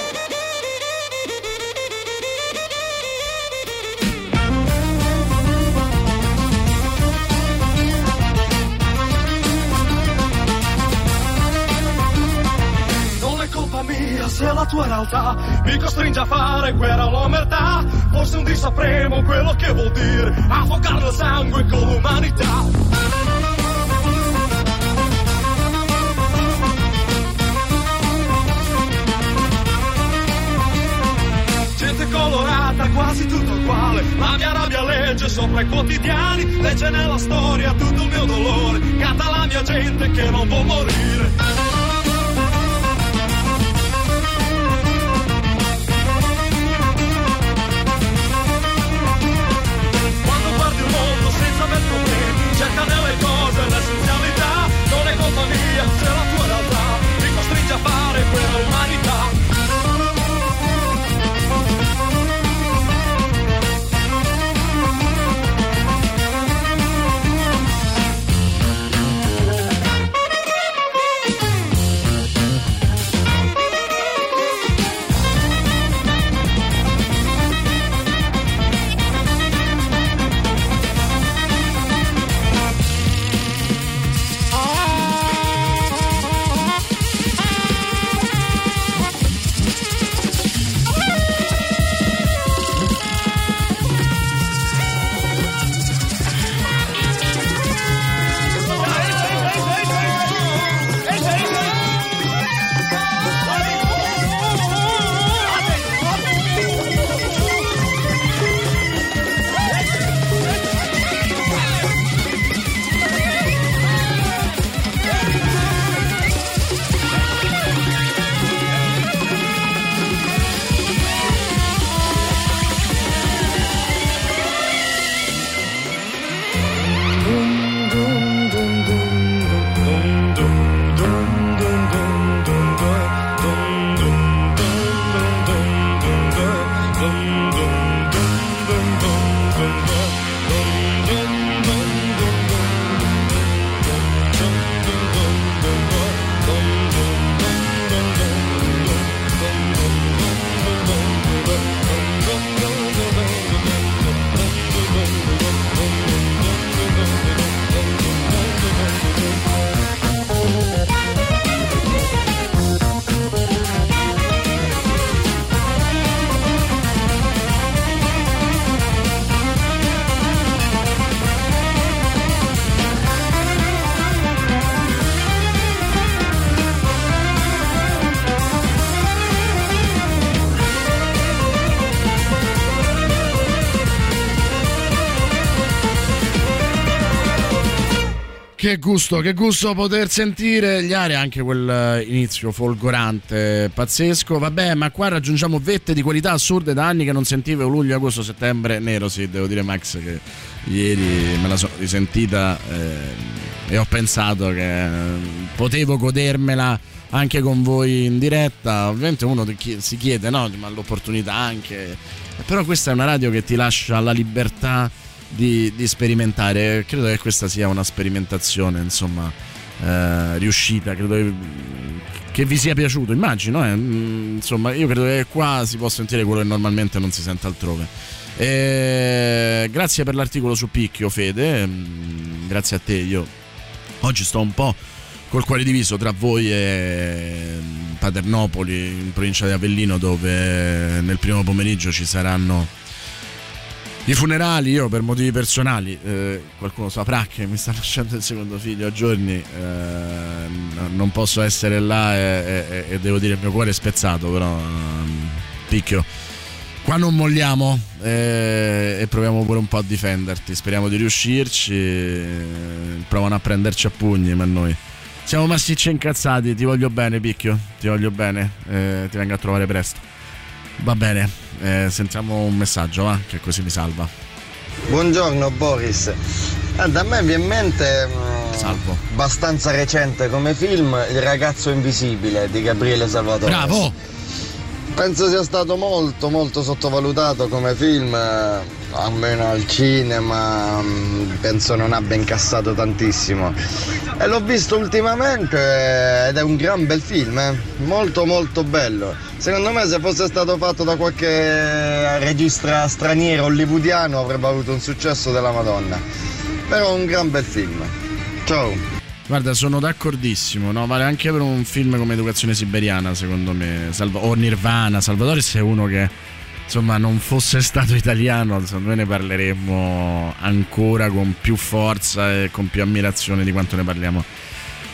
Non è colpa mia se la tua realtà mi costringe a fare guerra all'omertà. Forse un dì sapremo quello che vuol dire affogare il sangue con l'umanità. male, la mia rabbia legge sopra i quotidiani, legge nella storia tutto il mio dolore, canta la mia gente che non può morire. Cerca nelle cose l'essenzialità, non è colpa mia se la tua realtà mi costringe a fare quella umanità. Che gusto, che gusto poter sentire gli Aria, anche quel inizio folgorante, pazzesco. Vabbè, ma qua raggiungiamo vette di qualità assurde da anni che non sentivo. Luglio, agosto, settembre, nero. Sì, devo dire, Max, che ieri me la sono risentita eh, e ho pensato che potevo godermela anche con voi in diretta. Ovviamente uno si chiede, no, ma l'opportunità anche, però questa è una radio che ti lascia la libertà Di, di sperimentare. Credo che questa sia una sperimentazione, insomma, eh, riuscita. Credo che, che vi sia piaciuto, immagino, eh. Insomma, io credo che qua si può sentire quello che normalmente non si sente altrove. E grazie per l'articolo su Picchio, Fede, grazie a te. Io oggi sto un po' col cuore diviso tra voi e Paternopoli, in provincia di Avellino, dove nel primo pomeriggio ci saranno i funerali. Io per motivi personali, eh, qualcuno saprà che mi sta nascendo il secondo figlio a giorni, eh, non posso essere là e, e, e devo dire il mio cuore è spezzato, però Picchio, qua non molliamo eh, e proviamo pure un po' a difenderti, speriamo di riuscirci, eh, provano a prenderci a pugni, ma noi siamo massicci e incazzati. Ti voglio bene, Picchio, ti voglio bene, eh, ti vengo a trovare presto. Va bene, eh, sentiamo un messaggio, va, che così mi salva. Buongiorno Boris. Guarda, a me viene in mente mh, Salvo. abbastanza recente come film Il ragazzo invisibile di Gabriele Salvatore. Bravo! Penso sia stato molto molto sottovalutato come film, almeno al cinema, penso non abbia incassato tantissimo. E l'ho visto ultimamente ed è un gran bel film, eh? molto molto bello. Secondo me se fosse stato fatto da qualche regista straniero hollywoodiano avrebbe avuto un successo della Madonna. Però un gran bel film. Ciao. Guarda, sono d'accordissimo, no? Vale anche per un film come Educazione Siberiana, secondo me, Salva- o Nirvana. Salvatore, se è uno che, insomma, non fosse stato italiano, secondo me ne parleremmo ancora con più forza e con più ammirazione di quanto ne parliamo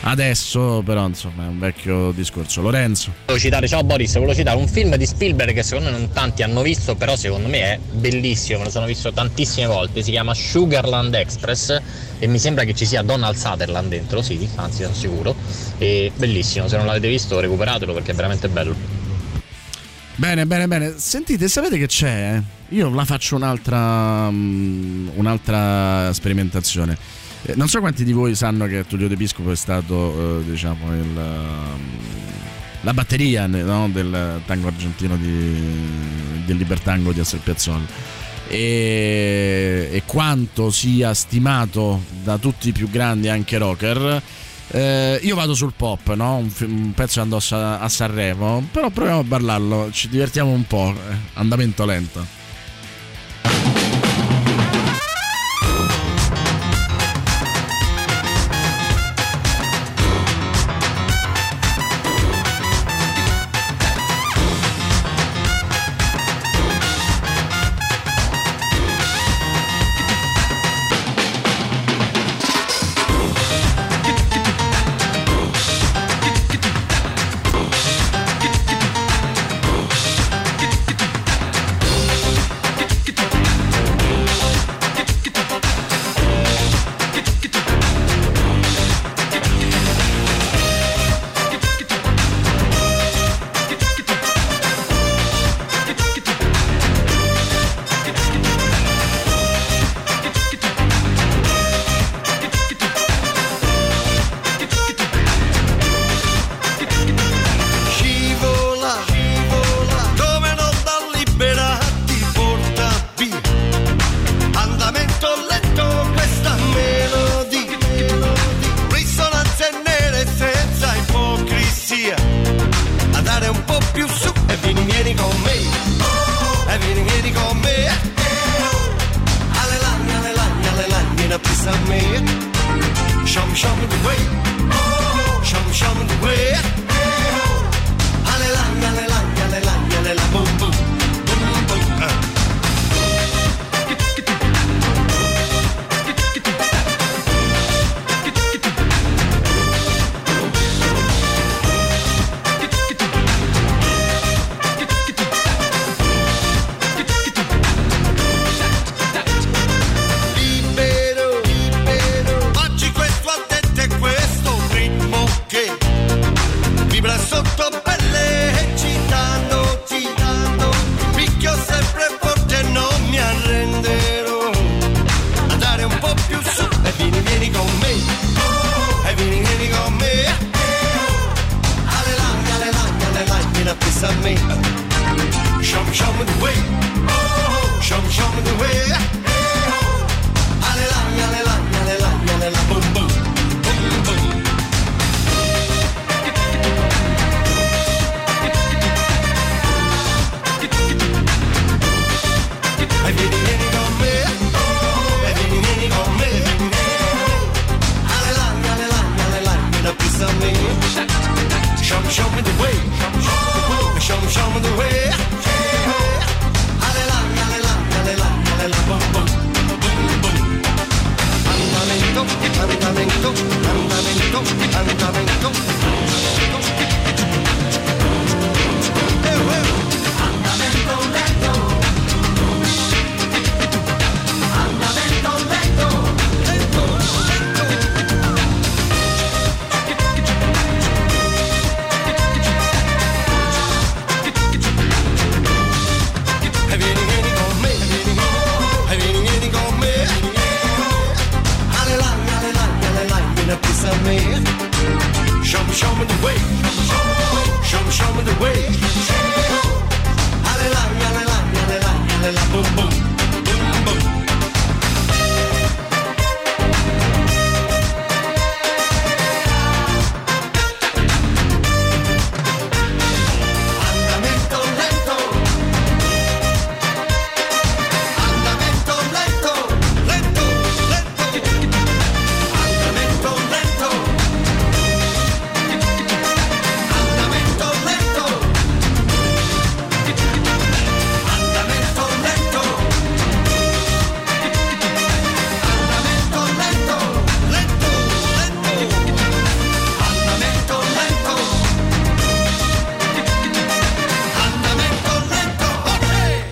adesso, però insomma è un vecchio discorso. Lorenzo. Volevo citare, ciao Boris, volevo citare un film di Spielberg che secondo me non tanti hanno visto, però secondo me è bellissimo, me lo sono visto tantissime volte, si chiama Sugarland Express e mi sembra che ci sia Donald Sutherland dentro, sì, anzi sono sicuro, e bellissimo, se non l'avete visto recuperatelo perché è veramente bello. Bene, bene, bene. Sentite, sapete che c'è? Io la faccio un'altra un'altra sperimentazione. Eh, non so quanti di voi sanno che Tullio De Piscopo è stato, eh, diciamo, il, la batteria, no, del tango argentino di, del Libertango di Astor Piazzolla. E, e quanto sia stimato da tutti i più grandi, anche rocker. Eh, io vado sul pop, no? Un, un pezzo andò a, a Sanremo, però proviamo a ballarlo, ci divertiamo un po', eh. Andamento lento.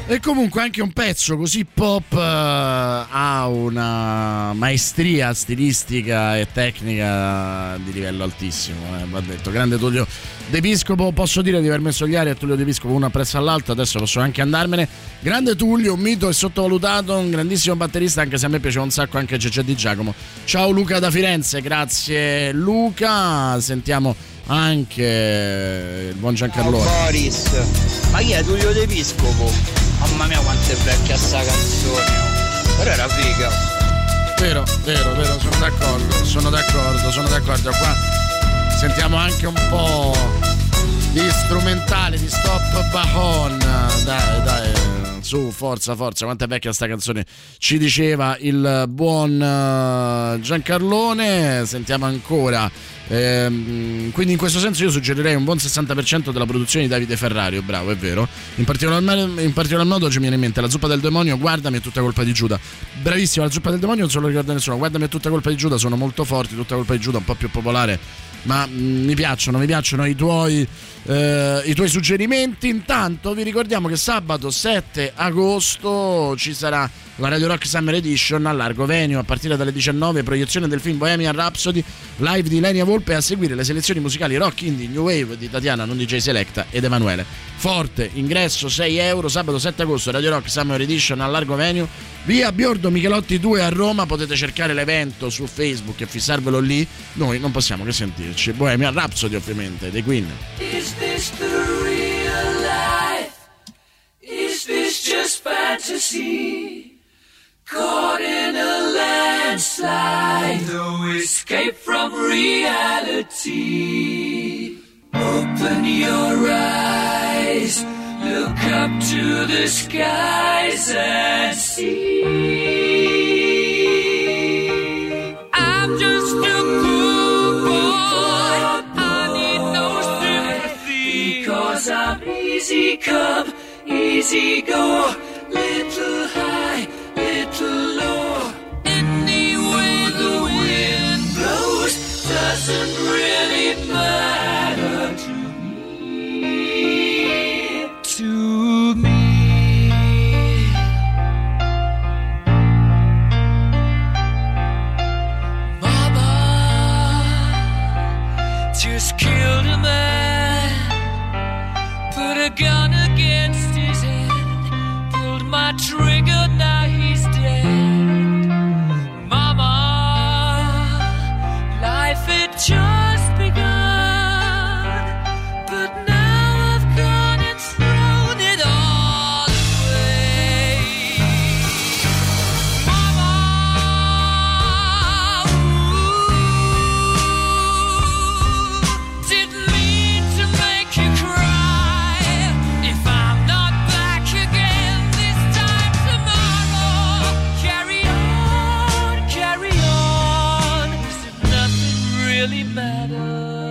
E comunque anche un pezzo così pop uh, ha una maestria stilistica e tecnica di livello altissimo, eh, va detto. Grande Tullio De Piscopo, posso dire di aver messo gli ari a Tullio De Piscopo uno appresso all'altro, adesso posso anche andarmene. Grande Tullio, un mito e sottovalutato, un grandissimo batterista, anche se a me piaceva un sacco anche Cecè Di Giacomo. Ciao Luca da Firenze, grazie Luca. Sentiamo anche il buon Giancarlo. Ciao Boris, ma chi è Tullio De Piscopo? Mamma mia quanto è vecchia sta canzone, però era figa. Vero, vero, vero, sono d'accordo, sono d'accordo, sono d'accordo. Qua sentiamo anche un po' di strumentale, di Stop Bahon. Dai, dai, su, forza, forza, quanto è vecchia sta canzone, ci diceva il buon Giancarlone. Sentiamo ancora. Ehm, quindi in questo senso io suggerirei un buon sessanta per cento della produzione di Davide Ferrario, bravo, è vero. In particolar, in particolar modo ci viene in mente La zuppa del demonio, Guardami è tutta colpa di Giuda. Bravissima, La zuppa del demonio non se lo ricorda nessuno. Guardami è tutta colpa di Giuda, sono molto forti. Tutta colpa di Giuda un po' più popolare, ma mh, mi piacciono, mi piacciono i tuoi eh, i tuoi suggerimenti. Intanto vi ricordiamo che sabato sette agosto ci sarà la Radio Rock Summer Edition a Largo Venio a partire dalle diciannove, proiezione del film Bohemian Rhapsody, live di Lenia Volpe, a seguire le selezioni musicali rock, indie, new wave di Tatiana Non D J Selecta ed Emanuele Forte. Ingresso sei euro, sabato sette agosto, Radio Rock Summer Edition a Largo Venio, via Biordo Michelotti due a Roma. Potete cercare l'evento su Facebook e fissarvelo lì. Noi non possiamo che sentirci. Bohemian Rhapsody ovviamente dei Queen. Is this the real life? Is this just fantasy? Caught in a landslide, no escape from reality. Open your eyes, look up to the skies and see. I'm just a poor boy, I need no sympathy, because I'm easy come, easy go, little high, little low. Any way the wind blows doesn't really matter to me. To me. Mama just killed a man, put a gun against his head, pulled my trigger, now he's dead. Mama, life had just begun, but now I've gone and thrown it all away. Mama, ooh, didn't mean to make you cry. If I'm not back again this time tomorrow, carry on, carry on, as if nothing really matters.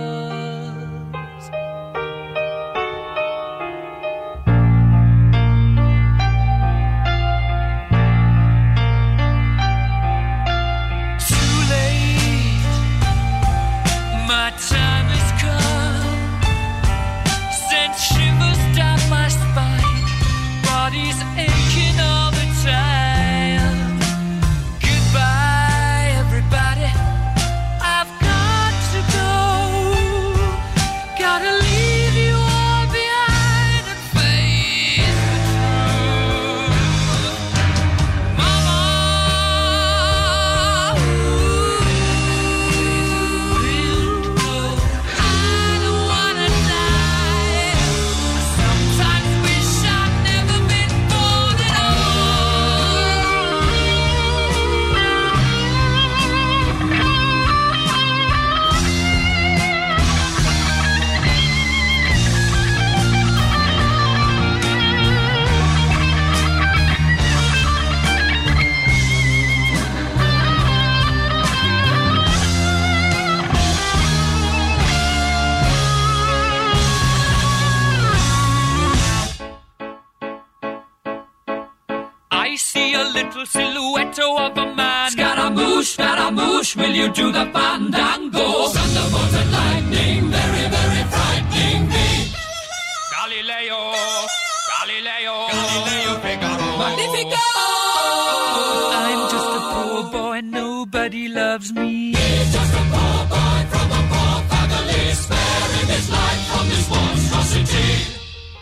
Too late, my time has come, sent shivers down my spine, body's aching all the time. Goodbye, everybody, I've got to go, gotta leave you all behind and face the truth. Mama, ooh, I don't wanna die. I sometimes wish I'd never been born at I see a little silhouette of a man. Scaramouche, Scaramouche, will you do the fandango? Thunderbolt and lightning, very, very frightening me. Galileo, Galileo, Galileo Figaro. Magnifico! I'm just a poor boy, nobody loves me. He's just a poor boy from a poor family, sparing his life from this monstrosity.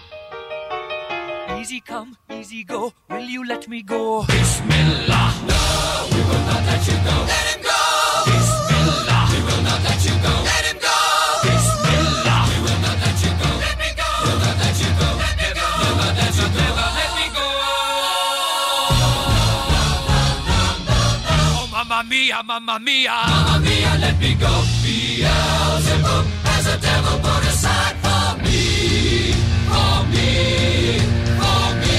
Easy come, easy go, will you let me go? Bismillah, no, we will not let you go. Let him go! Bismillah, we will not let you go. Let him go! Bismillah, we will not let you go. Let me go! We'll not let you go. Let me go! We'll not let you go. Never let me go. Oh, mamma mia, mamma mia. Mamma mia, let me go. Beelzebub has a devil put aside for me, for me, for me.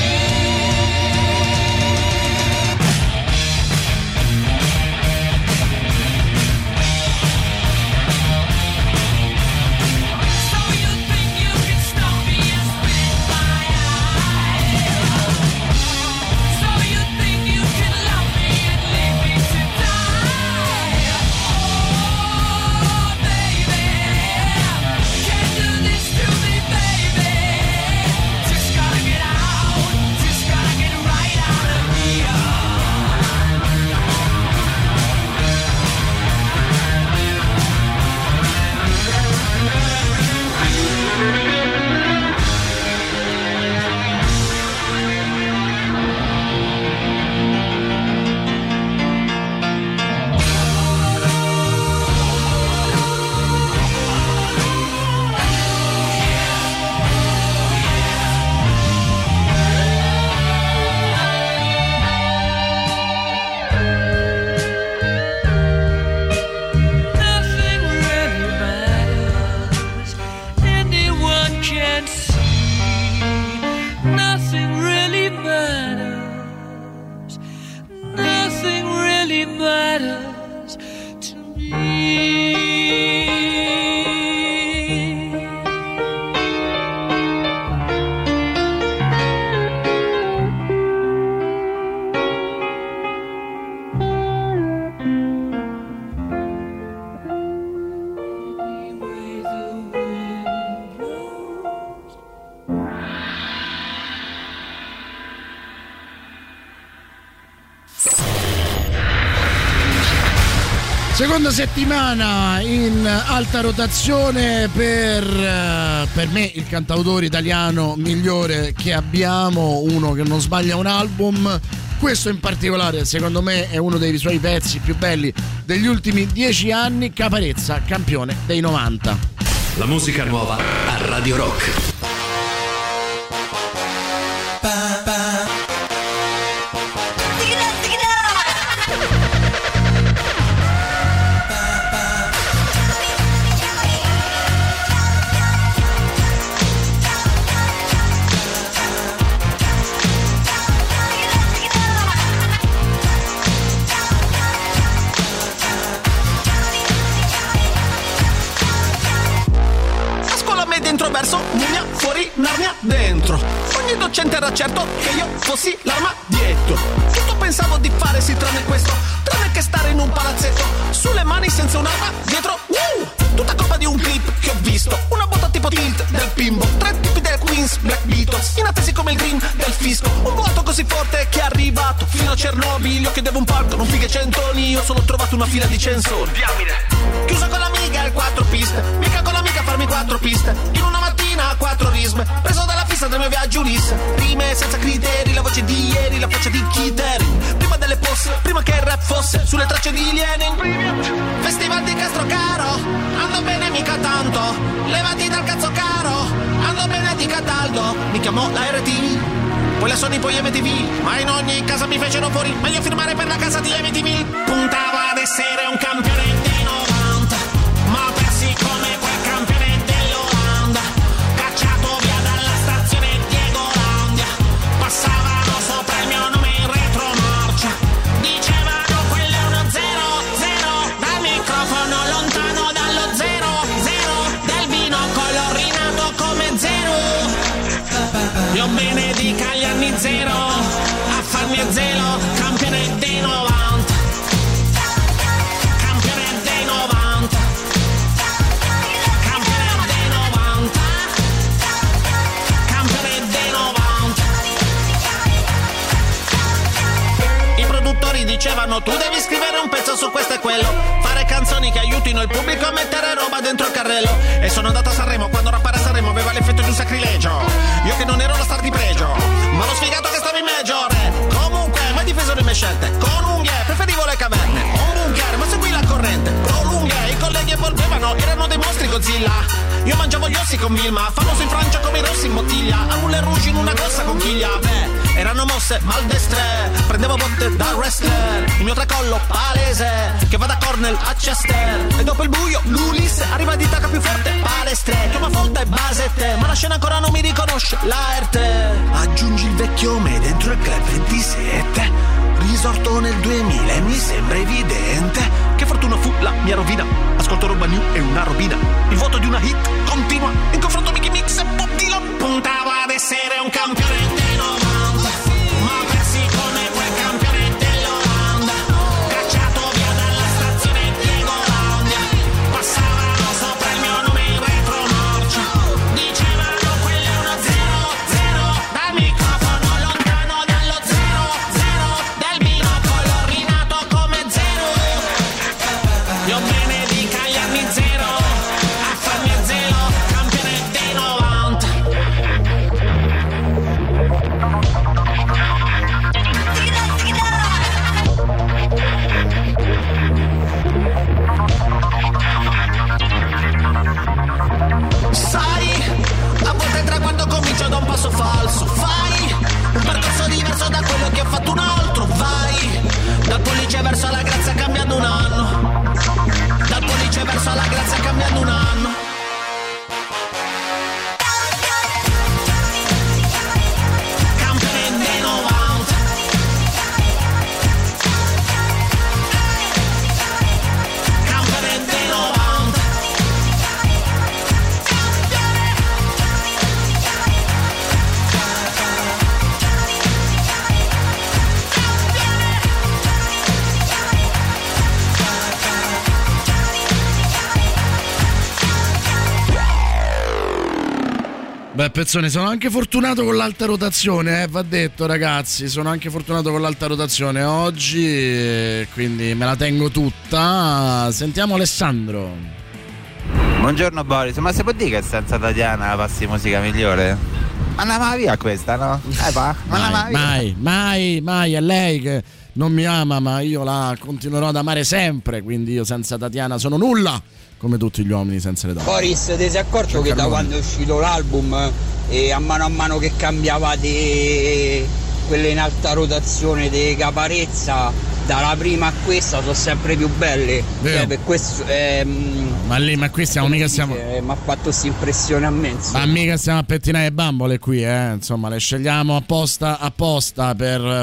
Seconda settimana in alta rotazione per, per me il cantautore italiano migliore che abbiamo, uno che non sbaglia un album. Questo in particolare secondo me è uno dei suoi pezzi più belli degli ultimi dieci anni, Caparezza, campione dei novanta. La musica nuova a Radio Rock. Verso Mugna, fuori Narnia, dentro. Ogni docente era certo che io fossi l'arma dietro. Tutto pensavo di fare sì tranne questo, tranne che stare in un palazzetto sulle mani senza un'arma dietro. uh! Tutta colpa di un clip che ho visto, una botta tipo tilt del Pimbo, tre tipi del Queens, Black Beatles, inattesi come il green del fisco. Un vuoto così forte che è arrivato fino a Cernobbio. Io chiedevo un palco, non fighe centoni, io solo ho trovato una fila di censori. Diamine. Chiuso con l'amica il quattro piste, mica con l'amica farmi quattro piste. In una mattina quattro risme, preso dalla fissa del mio viaggio Ulisse. Rime senza criteri, la voce di ieri, la faccia di Keith Haring. Prima delle posse, prima che il rap fosse sulle tracce di Lenin. Festival di Castrocaro, ando bene mica tanto, levati dal cazzo caro, ando bene di Cataldo. Mi chiamò la R T V, poi la Sony, poi M T V, ma in ogni casa mi fecero fuori, meglio firmare per la casa di M T V. Puntava ad essere un campione dei novanta, ma persi come quel campione dell'Olanda, cacciato via dalla stazione Diego Landia. Passavano sopra il mio nome in retromarcia, dicevano quello è uno zero zero, dal microfono lontano dallo zero zero, del binocolo rinato come zero. Io benedica gli anni zero, a farmi a zero, campione dei novanta, campione produttori dicevano tu devi scrivere un pezzo su questo e quello, fare canzoni che aiutino il pubblico a mettere roba dentro il carrello. E sono andato a Sanremo quando rappare a Sanremo aveva l'effetto di un sacrilegio. Io che non ero la star di pregio, ma lo sfigato che stava in major. Comunque mai difeso le mie scelte, con unghie preferivo le caverne. Un bunker ma seguì la corrente, prolunghe i colleghi evolvevano, erano dei mostri Godzilla. Io mangiavo gli ossi con Vilma, famoso in Francia come i rossi in bottiglia, a Moulin Rouge in una grossa conchiglia. Beh, erano mosse maldestre, prendevo botte da wrestler, il mio tracollo palese, che va da Cornell a Chester. E dopo il buio l'Ulisse arriva di tacca più forte, palestre, chiama folta e basette, ma la scena ancora non mi riconosce, l'arte. Aggiungi il vecchio me dentro il club ventisette, risorto nel duemila e mi sembra evidente che fortuna fu la mia rovina. Ascolto roba new e una robina, il voto di una hit continua, in confronto Mickey Mix e Bob Dylan. Puntavo ad essere un campione dei novanta, ma persi come quel campione dell'Olanda, cacciato via dalla stazione di Golandia. Passavano sopra il mio nome in retromorcia, dicevano quello è uno zero zero, dal microfono lontano dallo zero zero, del binocolo rinato come zero. Io me ne dica gli anni zero, a farmi a zero, campione dei novanta. Sai, a volte tra quando comincio da un passo falso, fai un percorso diverso da quello che ho fatto un altro, vai dal pollice verso la grazia cambiando un anno, dal pollice verso la grazia cambiando un anno. Campione dei novanta, campione dei novanta. Beh, Pezzone, sono anche fortunato con l'alta rotazione, eh, va detto, ragazzi, sono anche fortunato con l'alta rotazione oggi, eh, quindi me la tengo tutta. Sentiamo Alessandro. Buongiorno Boris, ma si può dire che senza Tatiana passi musica migliore? Ma andava via questa, no? Eh va, ma Mai, mai, mai, mai, mai, è lei che non mi ama, ma io la continuerò ad amare sempre, quindi io senza Tatiana sono nulla, come tutti gli uomini senza le donne. Boris, ti sei accorto che da quando è uscito l'album e a mano a mano che cambiavate quelle in alta rotazione di Caparezza, dalla prima a questa sono sempre più belle? Cioè, per questo ehm, Ma lì, ma qui stiamo mica stiamo. mi ha fatto questa impressione a me, insomma. Ma mica stiamo a pettinare bambole qui, eh. Insomma, le scegliamo apposta apposta per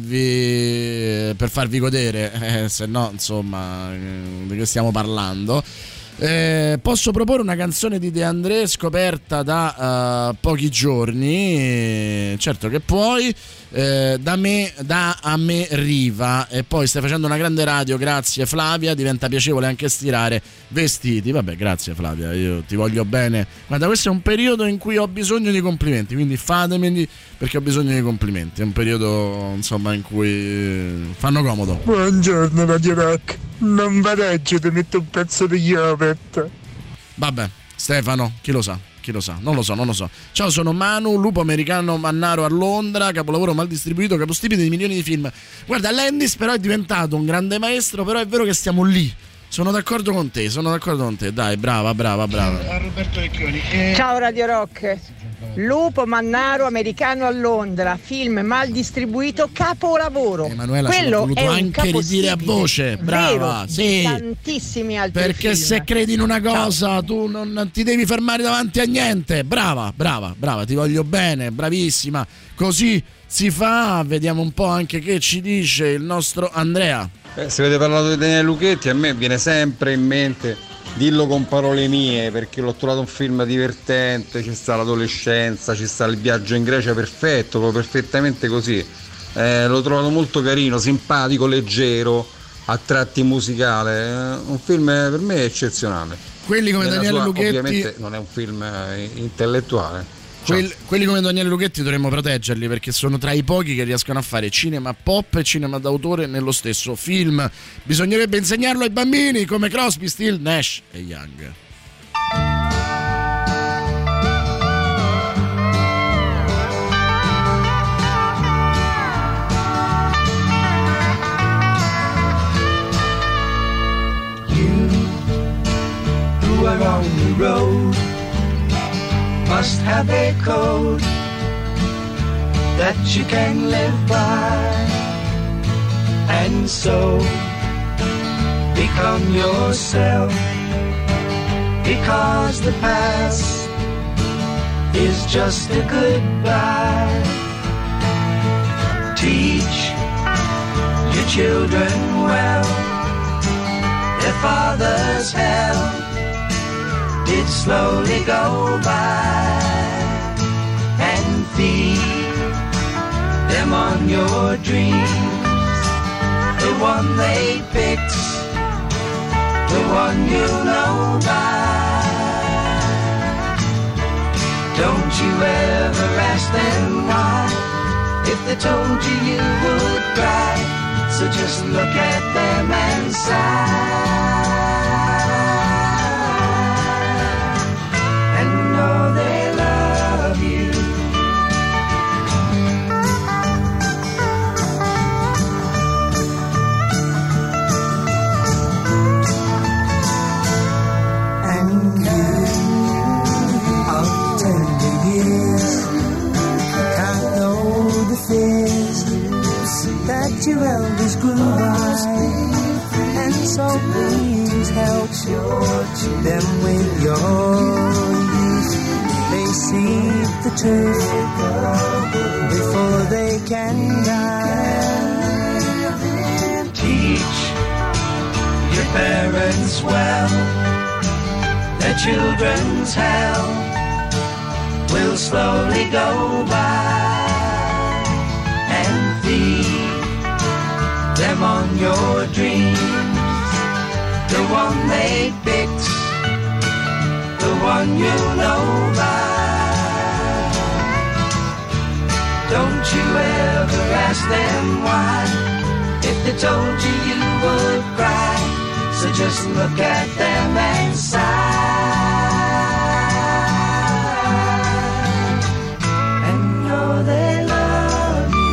farvi per farvi godere, eh, se no, insomma, di che stiamo parlando? Eh, posso proporre una canzone di De André scoperta da uh, pochi giorni, certo che puoi, eh, da me, da a me Riva, e poi stai facendo una grande radio, grazie Flavia, diventa piacevole anche stirare vestiti, vabbè, grazie Flavia, io ti voglio bene, guarda, questo è un periodo in cui ho bisogno di complimenti, quindi fatemeli perché ho bisogno di complimenti, è un periodo insomma in cui fanno comodo. Buongiorno Radio Rock, non vareggio, ti metto un pezzo di Yopet. Vabbè, Stefano, chi lo sa, chi lo sa, non lo so, non lo so. Ciao, sono Manu, lupo americano Mannaro a Londra, capolavoro mal distribuito, capostipite di milioni di film. Guarda, Landis però è diventato un grande maestro, però è vero che stiamo lì. Sono d'accordo con te, sono d'accordo con te, dai, brava, brava, brava. A Roberto Vecchioni. Ciao Radio Rock. Lupo Mannaro americano a Londra, film mal distribuito, capolavoro. Emanuela, quello sono voluto è un anche ridire a voce, brava, vero, sì. Tantissimi altri Perché film. se credi in una cosa, Ciao. tu non, non ti devi fermare davanti a niente. Brava, brava, brava, ti voglio bene, bravissima. Così si fa, vediamo un po' anche che ci dice il nostro Andrea. Eh, se avete parlato di Daniele Lucchetti, a me viene sempre in mente, dillo con parole mie, perché l'ho trovato un film divertente, ci sta l'adolescenza, ci sta il viaggio in Grecia, perfetto, proprio perfettamente così. Eh, l'ho trovato molto carino, simpatico, leggero, a tratti musicale, eh, un film per me eccezionale. Quelli come Nella Daniele sua, Lucchetti, ovviamente non è un film intellettuale, Quel, quelli come Daniele Lucchetti dovremmo proteggerli, perché sono tra i pochi che riescono a fare cinema pop e cinema d'autore nello stesso film. Bisognerebbe insegnarlo ai bambini come Crosby, Still, Nash e Young. Who are on the road must have a code that you can live by, and so become yourself, because the past is just a goodbye. Teach your children well, their father's hell did slowly go by, and feed them on your dreams, the one they picked, the one you know by. Don't you ever ask them why, if they told you you would cry, so just look at them and sigh. Know they love you. And you of tender years can't know the fears that your elders grew by, and so please help them with your they see the truth before they can die. Teach your parents well, their children's hell will slowly go by, and feed them on your dreams, the one they picked, the one you know by. Don't you ever ask them why, if they told you you would cry, so just look at them and sigh, and know they love you.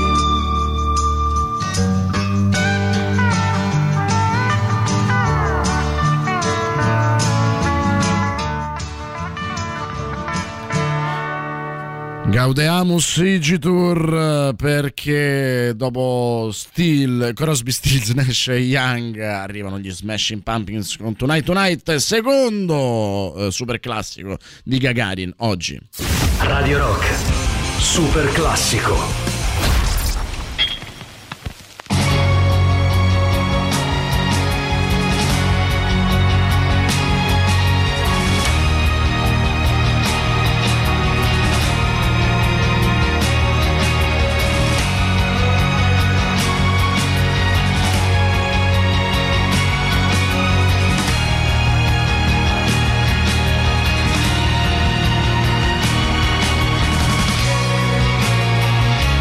Gaudeamus Igitur, perché dopo Steel, Crosby, Stills, Nash e Young arrivano gli Smashing Pumpkins con Tonight Tonight, secondo eh, super classico di Gagarin oggi. Radio Rock, super classico. Tonight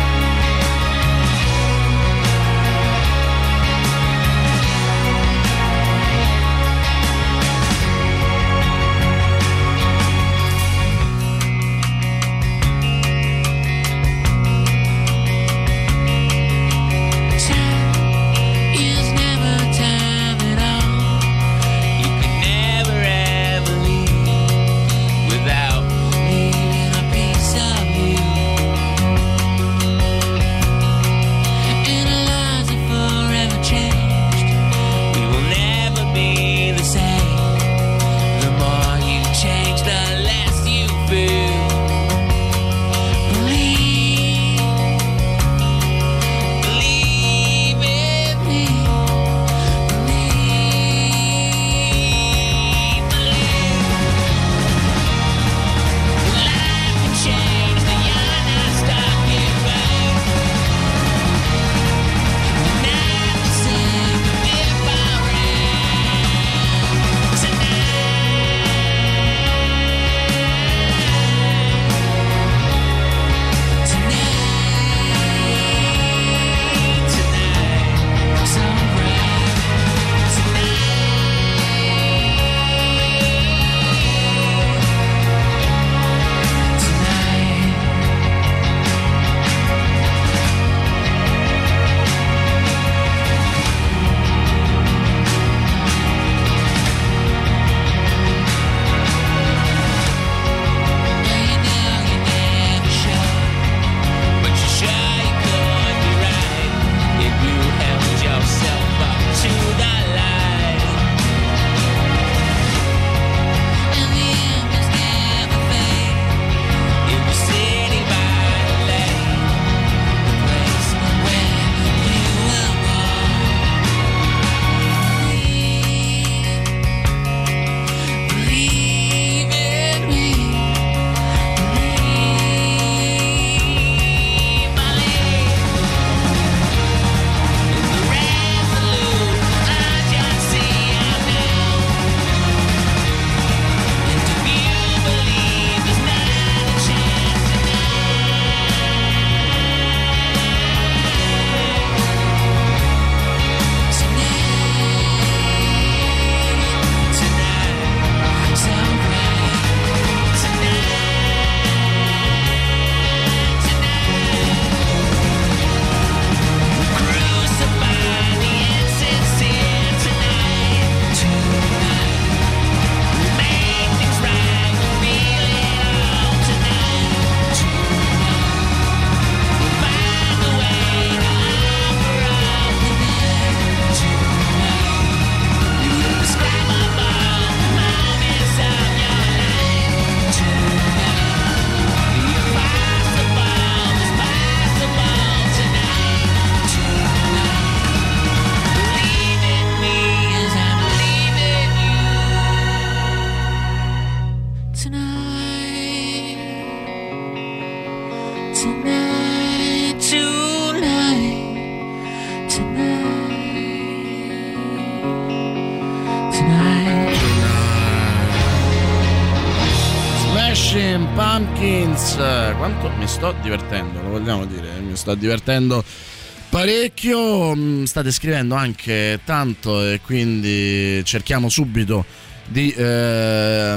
Pumpkins. Quanto mi sto divertendo, lo vogliamo dire, mi sto divertendo parecchio. State scrivendo anche tanto e quindi cerchiamo subito di eh,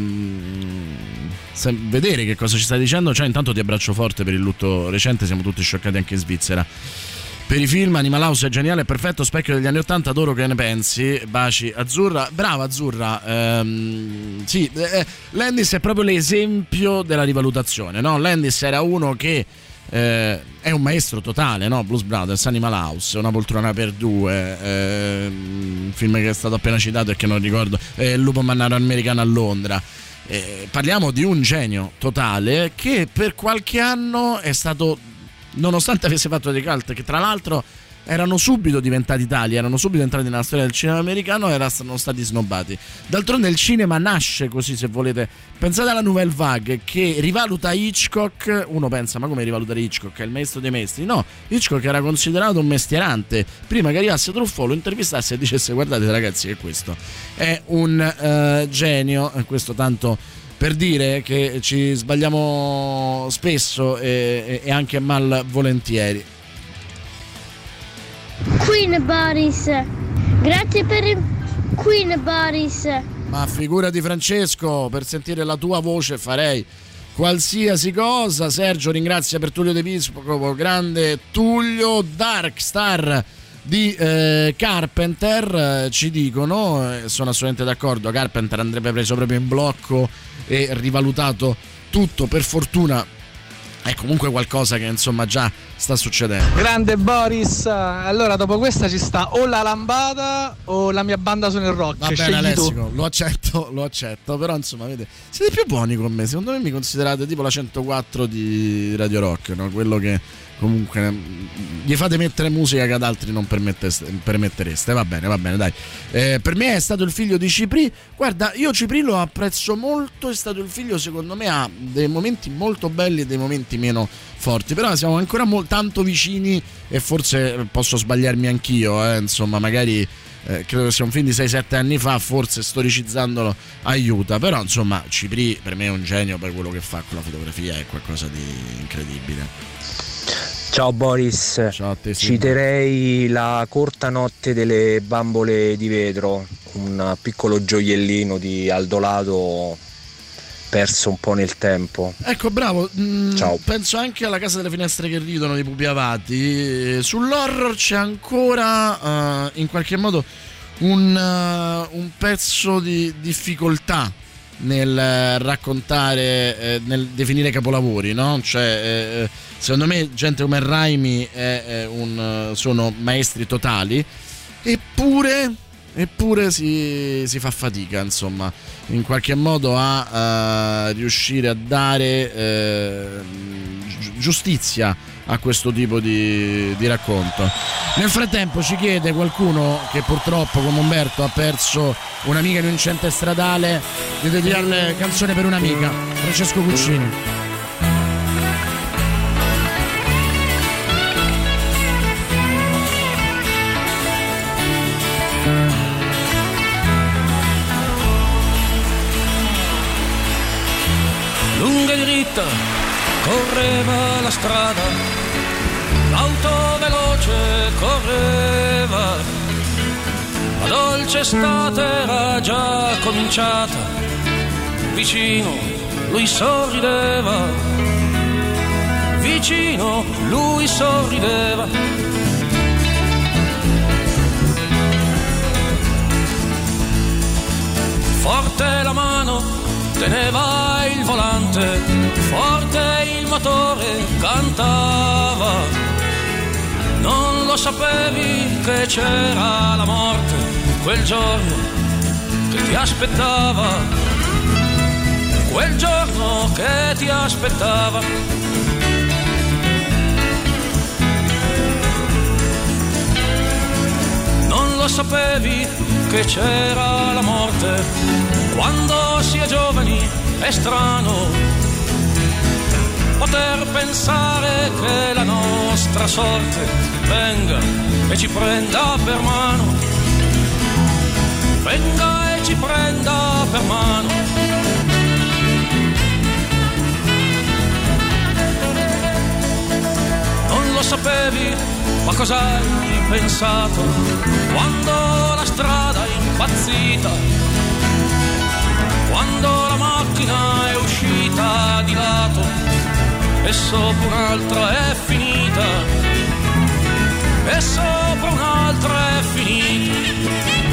vedere che cosa ci stai dicendo. Cioè, intanto ti abbraccio forte per il lutto recente, siamo tutti scioccati anche in Svizzera per i film. Animal House è geniale, è perfetto, specchio degli anni ottanta, adoro, che ne pensi? Baci Azzurra. Brava Azzurra. ehm, sì, eh, Landis è proprio l'esempio della rivalutazione, no? Landis era uno che eh, è un maestro totale, no? Blues Brothers, Animal House, Una poltrona per due, eh, un film che è stato appena citato e che non ricordo, eh, Il lupo mannaro americano a Londra. Eh, parliamo di un genio totale che per qualche anno è stato, nonostante avesse fatto dei cult che tra l'altro erano subito diventati tali, erano subito entrati nella storia del cinema americano, erano stati snobbati. D'altronde il cinema nasce così, se volete. Pensate alla Nouvelle Vague che rivaluta Hitchcock. Uno pensa, ma come rivalutare Hitchcock? È il maestro dei maestri. No, Hitchcock era considerato un mestierante. Prima che arrivasse Truffaut lo intervistasse e dicesse: guardate ragazzi che questo è un uh, genio. Questo tanto per dire che ci sbagliamo spesso e, e anche malvolentieri. Queen Boris, grazie per il Queen Boris. Ma figurati Francesco, per sentire la tua voce farei qualsiasi cosa. Sergio ringrazia per Tullio De Piscopo, grande Tullio. Darkstar di eh, Carpenter, eh, ci dicono, eh, sono assolutamente d'accordo, Carpenter andrebbe preso proprio in blocco e rivalutato tutto. Per fortuna è comunque qualcosa che insomma già sta succedendo. Grande Boris. Allora dopo questa ci sta o la lambada o la mia banda sono il rock. Va bene Alessio, lo accetto, lo accetto. Però insomma vedete, siete più buoni con me. Secondo me mi considerate tipo la centoquattro di Radio Rock, no? Quello che comunque gli fate mettere musica che ad altri non permettereste. Va bene, va bene, dai. Eh, per me è stato il figlio di Cipri. Guarda, io Cipri lo apprezzo molto. È stato il figlio, secondo me, ha dei momenti molto belli e dei momenti meno forti. Però siamo ancora mo- tanto vicini e forse posso sbagliarmi anch'io, eh. Insomma, magari eh, credo che sia un film di sei sette anni fa, forse storicizzandolo aiuta. Però insomma, Cipri per me è un genio per quello che fa con la fotografia, è qualcosa di incredibile. Ciao Boris, Ciao te, citerei La corta notte delle bambole di vetro, un piccolo gioiellino di Aldolato perso un po' nel tempo. Ecco, bravo. Mm, Ciao. Penso anche alla Casa delle finestre che ridono di Pupi Avati. Sull'horror c'è ancora uh, in qualche modo un, uh, un pezzo di difficoltà nel raccontare, eh, nel definire capolavori, no? Cioè, eh, secondo me gente come Raimi è, è un, sono maestri totali, eppure eppure si, si fa fatica, insomma, in qualche modo a uh, riuscire a dare eh, giustizia a questo tipo di, di racconto. Nel frattempo ci chiede qualcuno che purtroppo come Umberto ha perso un'amica in un incidente stradale di dedicare canzone per un'amica, Francesco Cuccini. Lunga e diritta correva la strada, l'auto veloce correva, la dolce estate era già cominciata, vicino lui sorrideva, vicino lui sorrideva. Forte la mano teneva il volante, forte il motore cantava. Non lo sapevi che c'era la morte quel giorno che ti aspettava, quel giorno che ti aspettava. Non lo sapevi che c'era la morte. Quando si è giovani è strano poter pensare che la nostra sorte venga e ci prenda per mano, venga e ci prenda per mano. sapevi, ma cosa hai pensato quando la strada è impazzita, quando la macchina è uscita di lato e sopra un'altra è finita, e sopra un'altra è finita.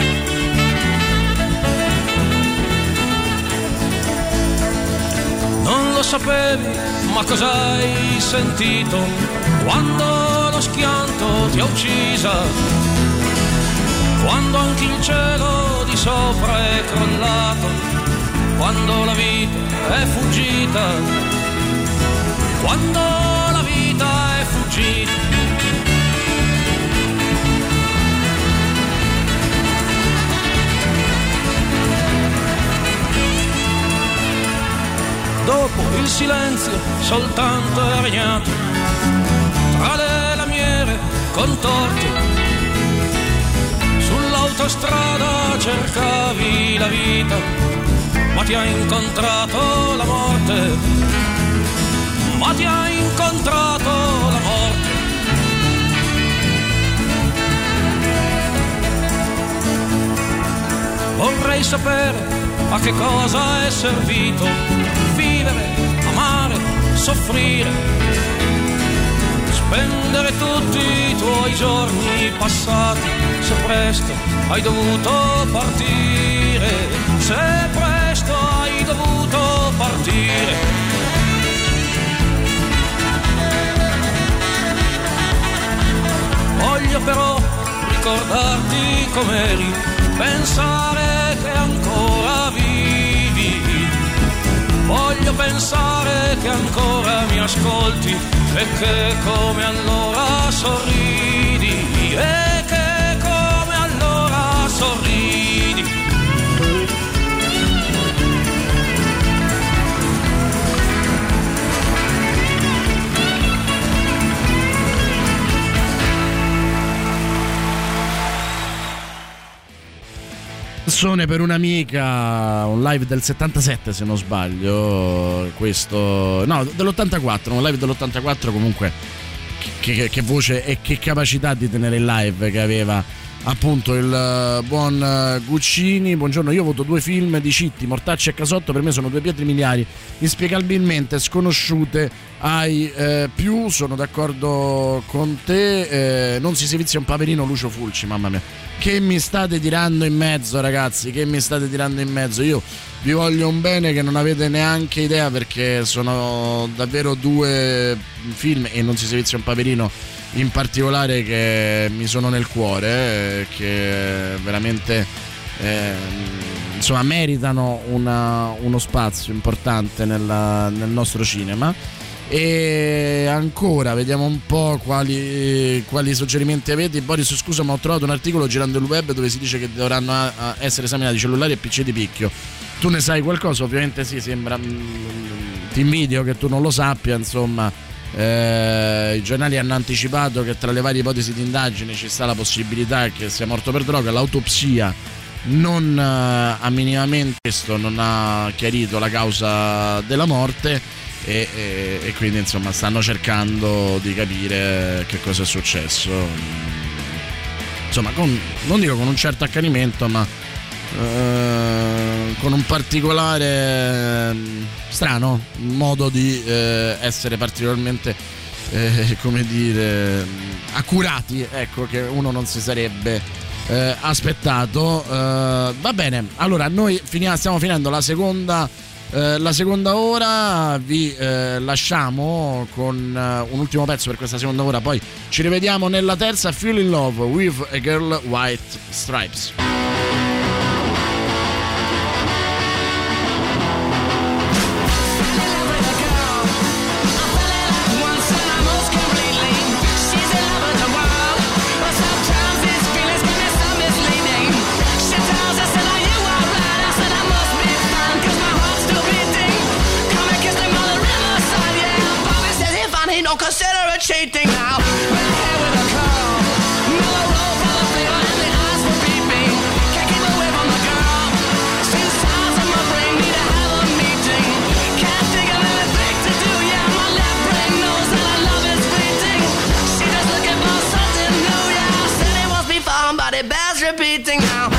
Non lo sapevi, ma cosa hai sentito quando lo schianto ti ha uccisa, quando anche il cielo di sopra è crollato, quando la vita è fuggita, quando la vita è fuggita. Dopo il silenzio soltanto è regnato tra le lamiere contorte, sull'autostrada cercavi la vita, ma ti ha incontrato la morte, ma ti ha incontrato la morte. Vorrei sapere a che cosa è servito vivere, amare, soffrire, spendere tutti i tuoi giorni passati, se presto hai dovuto partire, se presto hai dovuto partire. Voglio però ricordarti com'eri, pensare che ancora vivi, voglio pensare che ancora mi ascolti e che come allora sorridi, e che come allora sorridi. Per un'amica, un live del settantasette se non sbaglio, questo no dell'ottantaquattro, un live dell'ottantaquattro, comunque che, che, che voce e che capacità di tenere il live che aveva appunto il buon Guccini. Buongiorno, io voto due film di Citti, Mortacci e Casotto, per me sono due pietre miliari inspiegabilmente sconosciute ai eh, più, sono d'accordo con te, eh, non si sevizia un paperino, Lucio Fulci, mamma mia. Che mi state tirando in mezzo, ragazzi? Che mi state tirando in mezzo? Io vi voglio un bene che non avete neanche idea, perché sono davvero due film, e non si sevizia un paperino in particolare, che mi sono nel cuore, eh, che veramente eh, insomma meritano una, uno spazio importante nella, nel nostro cinema. E ancora vediamo un po' quali, quali suggerimenti avete. Boris, scusa, ma ho trovato un articolo girando il web dove si dice che dovranno a, a essere esaminati cellulari e P C di picchio. Tu ne sai qualcosa? Ovviamente sì, sembra, mh, ti invidio che tu non lo sappia, insomma. Eh, i giornali hanno anticipato che tra le varie ipotesi di indagine ci sta la possibilità che sia morto per droga. L'autopsia non uh, ha minimamente questo, non ha chiarito la causa della morte. E, e, e quindi insomma stanno cercando di capire che cosa è successo, insomma con, non dico con un certo accanimento, ma eh, con un particolare eh, strano modo di eh, essere particolarmente eh, come dire accurati, ecco, che uno non si sarebbe eh, aspettato. Eh, va bene, allora noi finiamo, stiamo finendo la seconda Eh, la seconda ora, vi eh, lasciamo con uh, un ultimo pezzo per questa seconda ora, poi ci rivediamo nella terza. Feel in Love with a Girl White Stripes. Don't consider it cheating now. We're here with a curl, mellow roll full of flavor, and the eyes were beeping. but it bears repeating now.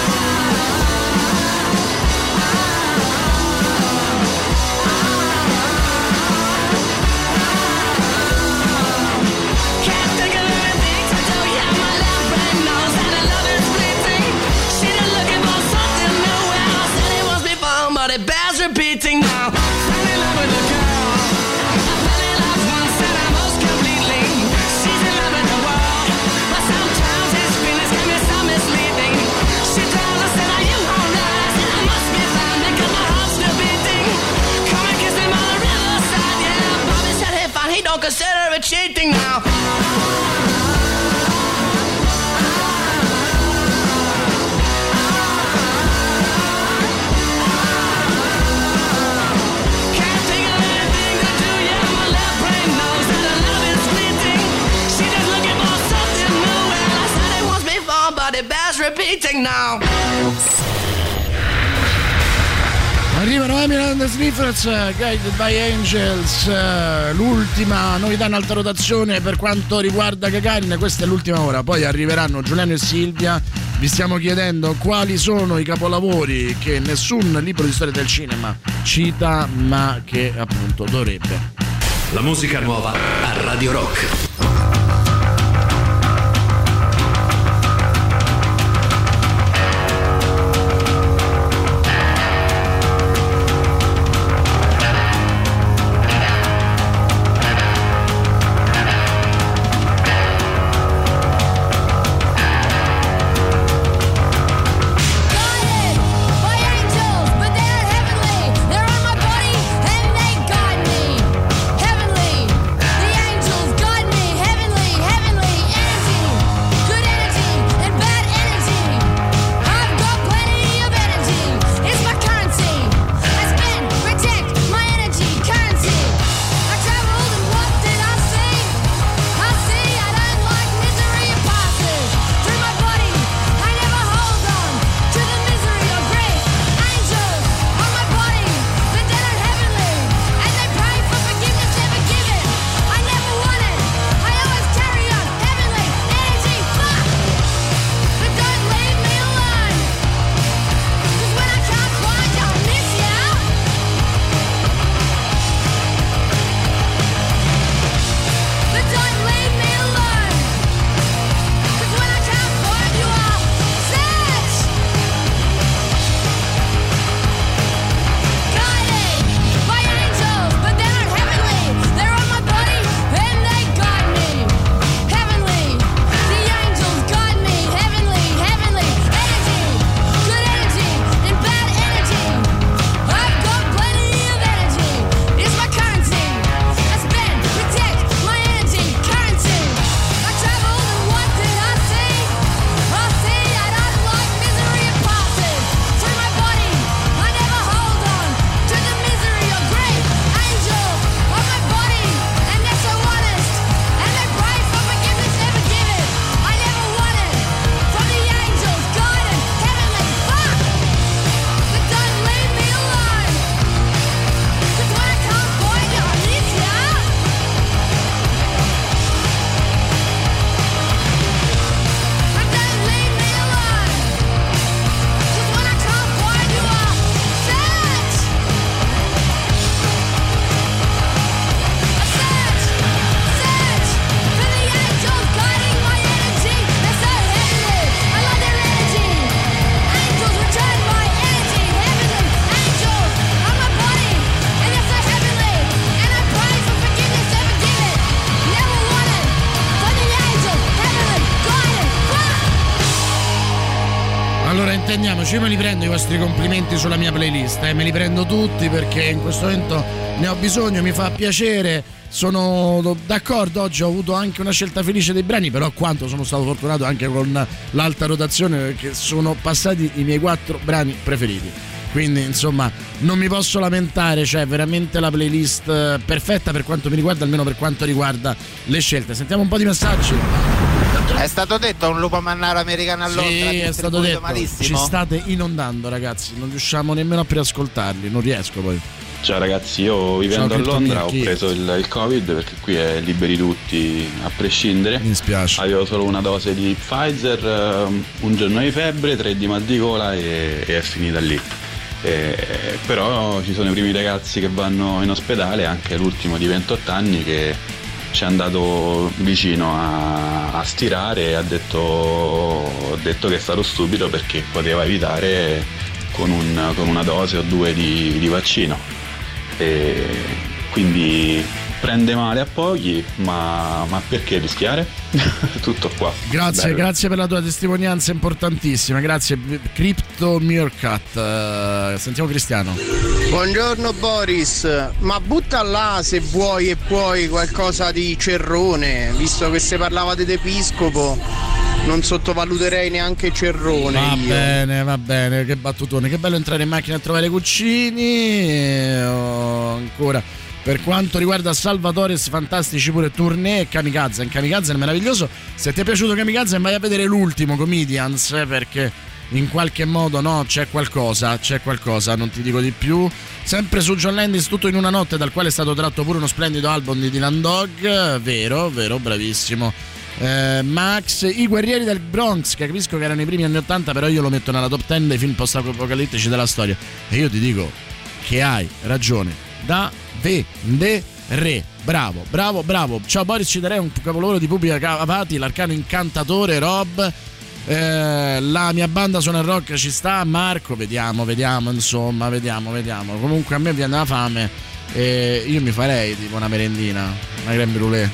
Can't think of anything to do, yeah, my left brain knows that the love is fleeting. She's just looking for something new, and I said it must be fun, but it bears repeating now. Fell in love with the girl, I fell in love once and I most completely. She's in love with the world, but sometimes his feelings can be so misleading. She tells us that are you alright, and I must be fine because my heart's still beating. Come and kiss him on the riverside, yeah. Bobby said hey fine, he don't consider it cheating now. Can't think of anything to do, yeah, my left brain knows that the love is fleeting. She just looking for something new, and I said it once before, but it bears repeating now. Arrivano Eminem and the Sniffers, Guided by Angels, l'ultima novità in alta rotazione per quanto riguarda Gagarin, questa è l'ultima ora, poi arriveranno Giuliano e Silvia. Vi stiamo chiedendo quali sono i capolavori che nessun libro di storia del cinema cita, ma che appunto dovrebbe. La musica nuova a Radio Rock. intendiamoci, io me li prendo i vostri complimenti sulla mia playlist, eh, me li prendo tutti perché in questo momento ne ho bisogno, mi fa piacere, sono d'accordo, oggi ho avuto anche una scelta felice dei brani, però quanto sono stato fortunato anche con l'alta rotazione perché sono passati i miei quattro brani preferiti. Quindi insomma non mi posso lamentare, c'è veramente la playlist perfetta per quanto mi riguarda, almeno per quanto riguarda le scelte. Sentiamo un po' di messaggi. È stato detto un lupo mannaro americano a Londra, sì, è stato detto. Malissimo. Ci state inondando, ragazzi, non riusciamo nemmeno a preascoltarli, non riesco poi. Ciao ragazzi, io vivendo Ciao, a Londra ho Kryptonite. preso il, il Covid perché qui è liberi tutti a prescindere. Mi spiace. Avevo solo una dose di Pfizer, eh, un giorno di febbre, tre di mal di gola e, e è finita lì. Eh, però ci sono i primi ragazzi che vanno in ospedale, anche l'ultimo di ventotto anni che ci è andato vicino a, a stirare e ha detto, ha detto che è stato stupido perché poteva evitare con, un, con una dose o due di, di vaccino. E quindi prende male a pochi, ma, ma perché rischiare? Tutto qua. Grazie, Bello. grazie per la tua testimonianza importantissima. Grazie Crypto Meerkat. Uh, sentiamo Cristiano. Buongiorno Boris, ma butta là se vuoi e puoi qualcosa di Cerrone, visto che se parlavate d'Episcopo non sottovaluterei neanche Cerrone. Va io. bene, va bene, che battutone. Che bello entrare in macchina a trovare Cuccini. E, oh, ancora. Per quanto riguarda Salvatore, fantastici pure Tournée e Kamikaze. In Kamikaze è meraviglioso. Se ti è piaciuto Kamikaze, vai a vedere l'ultimo Comedians, eh, perché in qualche modo no, c'è qualcosa, c'è qualcosa, non ti dico di più. Sempre su John Landis, Tutto in una notte, dal quale è stato tratto pure uno splendido album di Dylan Dog. Vero, vero, bravissimo. Eh, Max, I guerrieri del Bronx, che capisco che erano i primi anni ottanta, però io lo metto nella top dieci dei film post-apocalittici della storia. E io ti dico che hai ragione da vedere. Bravo, bravo, bravo. Ciao Boris, ci darei un capolavoro di Pupi Avati, L'arcano incantatore, Rob. Eh, la mia banda suona il rock, ci sta. Marco, vediamo, vediamo, insomma, vediamo, vediamo. Comunque a me viene la fame e io mi farei tipo una merendina, una crème brûlée.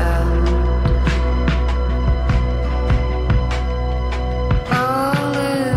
All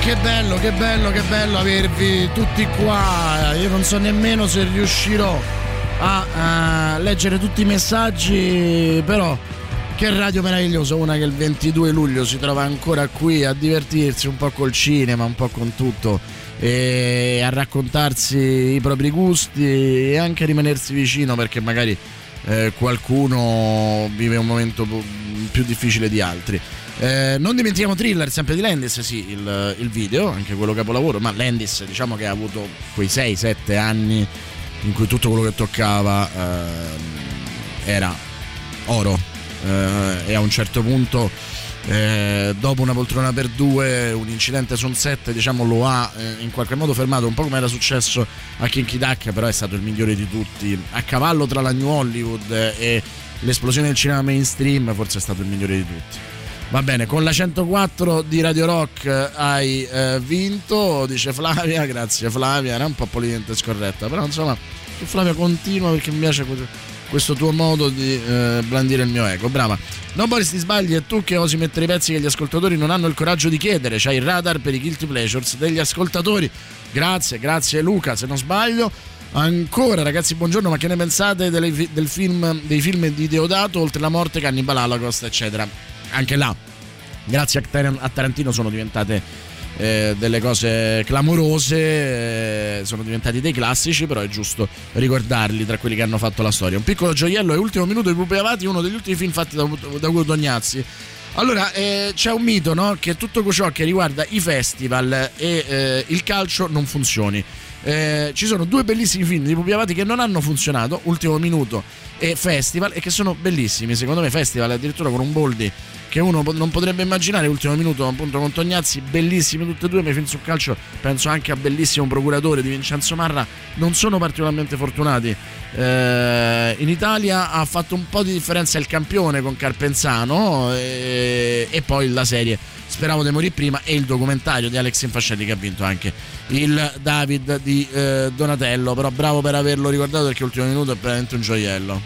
che bello, che bello, che bello avervi tutti qua. Io non so nemmeno se riuscirò a, a leggere tutti i messaggi, però che radio meraviglioso, una che il ventidue luglio si trova ancora qui a divertirsi un po' col cinema, un po' con tutto, e a raccontarsi i propri gusti e anche a rimanersi vicino, perché magari eh, qualcuno vive un momento più difficile di altri. Eh, non dimentichiamo Thriller, sempre di Landis, sì, il, il video, anche quello capolavoro, ma Landis diciamo che ha avuto quei sei sette anni in cui tutto quello che toccava eh, era oro, eh, e a un certo punto eh, dopo Una poltrona per due, un incidente su un set, diciamo, lo ha eh, in qualche modo fermato, un po' come era successo a Kinky Duck, però è stato il migliore di tutti, a cavallo tra la New Hollywood e l'esplosione del cinema mainstream, forse è stato il migliore di tutti. Va bene, con la centoquattro di Radio Rock hai eh, vinto, dice Flavia. Grazie Flavia, era un po' politicamente scorretta, però insomma Flavia continua, perché mi piace questo tuo modo di eh, blandire il mio ego. Brava. No Boris, ti sbagli, è tu che osi mettere i pezzi che gli ascoltatori non hanno il coraggio di chiedere. C'hai il radar per i guilty pleasures degli ascoltatori. Grazie, grazie Luca, se non sbaglio. Ancora ragazzi, buongiorno, ma che ne pensate delle, del film, dei film di Deodato, Oltre la morte, Cannibal Holocaust, eccetera? Anche là, grazie a Tarantino sono diventate eh, delle cose clamorose, eh, sono diventati dei classici, però è giusto ricordarli tra quelli che hanno fatto la storia. Un piccolo gioiello e Ultimo minuto di Pupi Avati, uno degli ultimi film fatti da, da Ugo Tognazzi. Allora, eh, c'è un mito, no? Che tutto ciò che riguarda i festival e eh, il calcio non funzioni. Eh, ci sono due bellissimi film di Pupi Avati che non hanno funzionato, Ultimo minuto e Festival, e che sono bellissimi. Secondo me Festival, addirittura con un Boldi che uno non potrebbe immaginare, Ultimo minuto appunto con Tognazzi, bellissimi tutti e due. Ma i film sul calcio, penso anche a Bellissimo Procuratore di Vincenzo Marra, non sono particolarmente fortunati. Eh, in Italia ha fatto un po' di differenza Il Campione con Carpenzano, e, e poi la serie Speravo di morire prima e il documentario di Alex Infascelli, che ha vinto anche il David di eh, Donatello. Però bravo per averlo ricordato, perché Ultimo minuto è veramente un gioiello.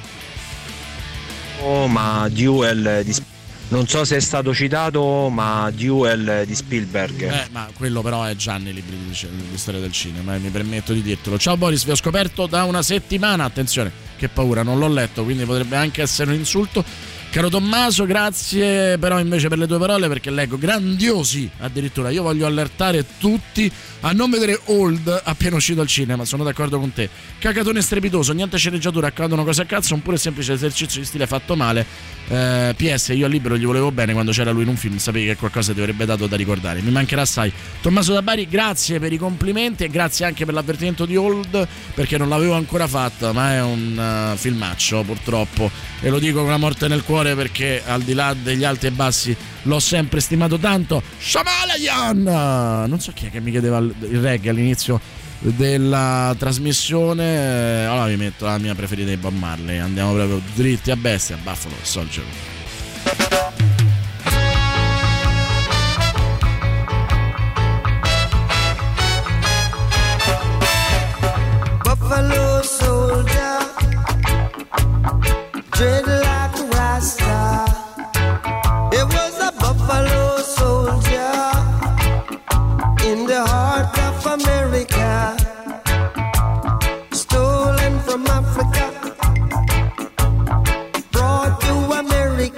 Oh, ma Duel di Sp- non so se è stato citato, ma Duel di Spielberg. Eh, ma quello però è già nei libri di, di storia del cinema, eh, mi permetto di dirtelo. Ciao Boris, vi ho scoperto da una settimana. Attenzione, che paura, non l'ho letto, quindi potrebbe anche essere un insulto. Caro Tommaso, grazie però invece per le tue parole, perché leggo grandiosi addirittura. Io voglio allertare tutti a non vedere Old appena uscito al cinema, sono d'accordo con te. Cacatone strepitoso, niente sceneggiatura, accadono cose a cazzo, un pure semplice esercizio di stile fatto male. eh, P S, io al libro gli volevo bene, quando c'era lui in un film sapevi che qualcosa ti avrebbe dato da ricordare. Mi mancherà assai. Tommaso da Bari, grazie per i complimenti e grazie anche per l'avvertimento di Old, perché non l'avevo ancora fatta, ma è un uh, filmaccio purtroppo, e lo dico con la morte nel cuore, perché al di là degli alti e bassi l'ho sempre stimato tanto. Shamalayan! Non so chi è che mi chiedeva il reggae all'inizio della trasmissione. Allora vi metto la mia preferita di Bob Marley. Andiamo proprio dritti a bestia. Buffalo Soldier. Buffalo soldier, dread like a rasta. It was a buffalo soldier in the heart of America, stolen from Africa, brought to America.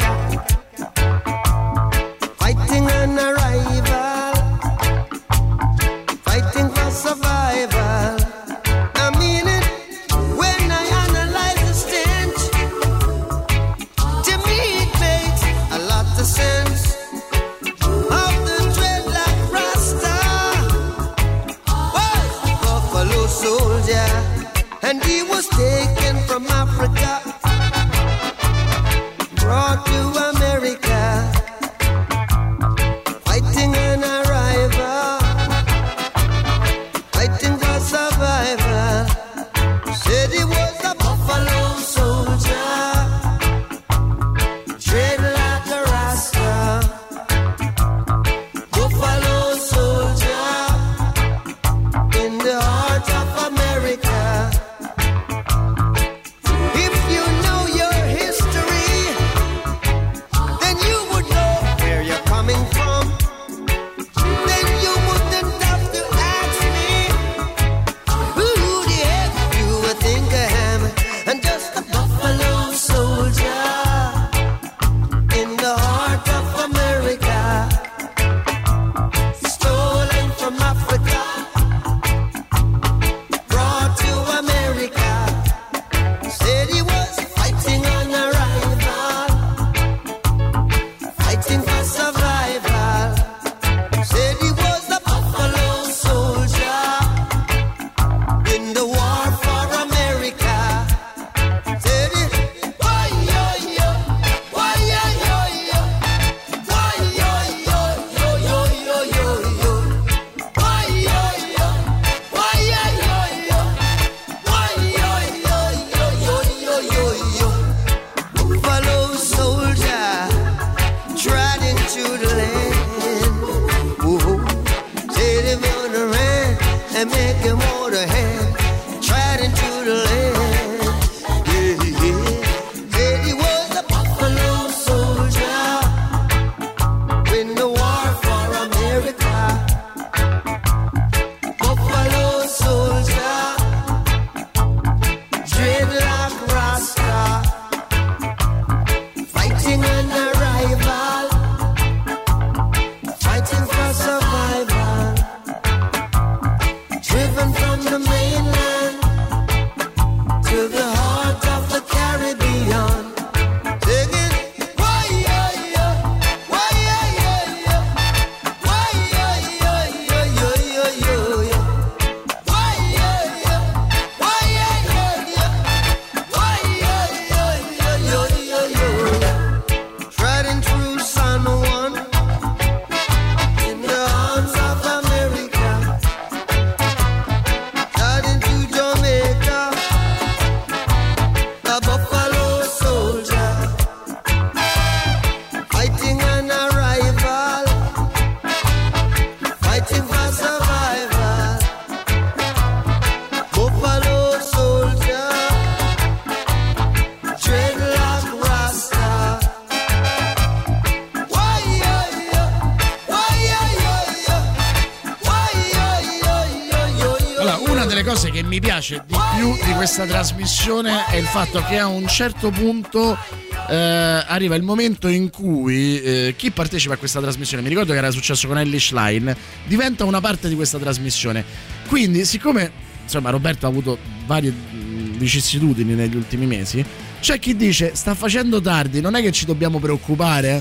cose che mi piace di più di questa trasmissione è il fatto che a un certo punto eh, arriva il momento in cui eh, chi partecipa a questa trasmissione, mi ricordo che era successo con Ellie Schlein, diventa una parte di questa trasmissione. Quindi, siccome insomma Roberto ha avuto varie mh, vicissitudini negli ultimi mesi, c'è chi dice sta facendo tardi, non è che ci dobbiamo preoccupare.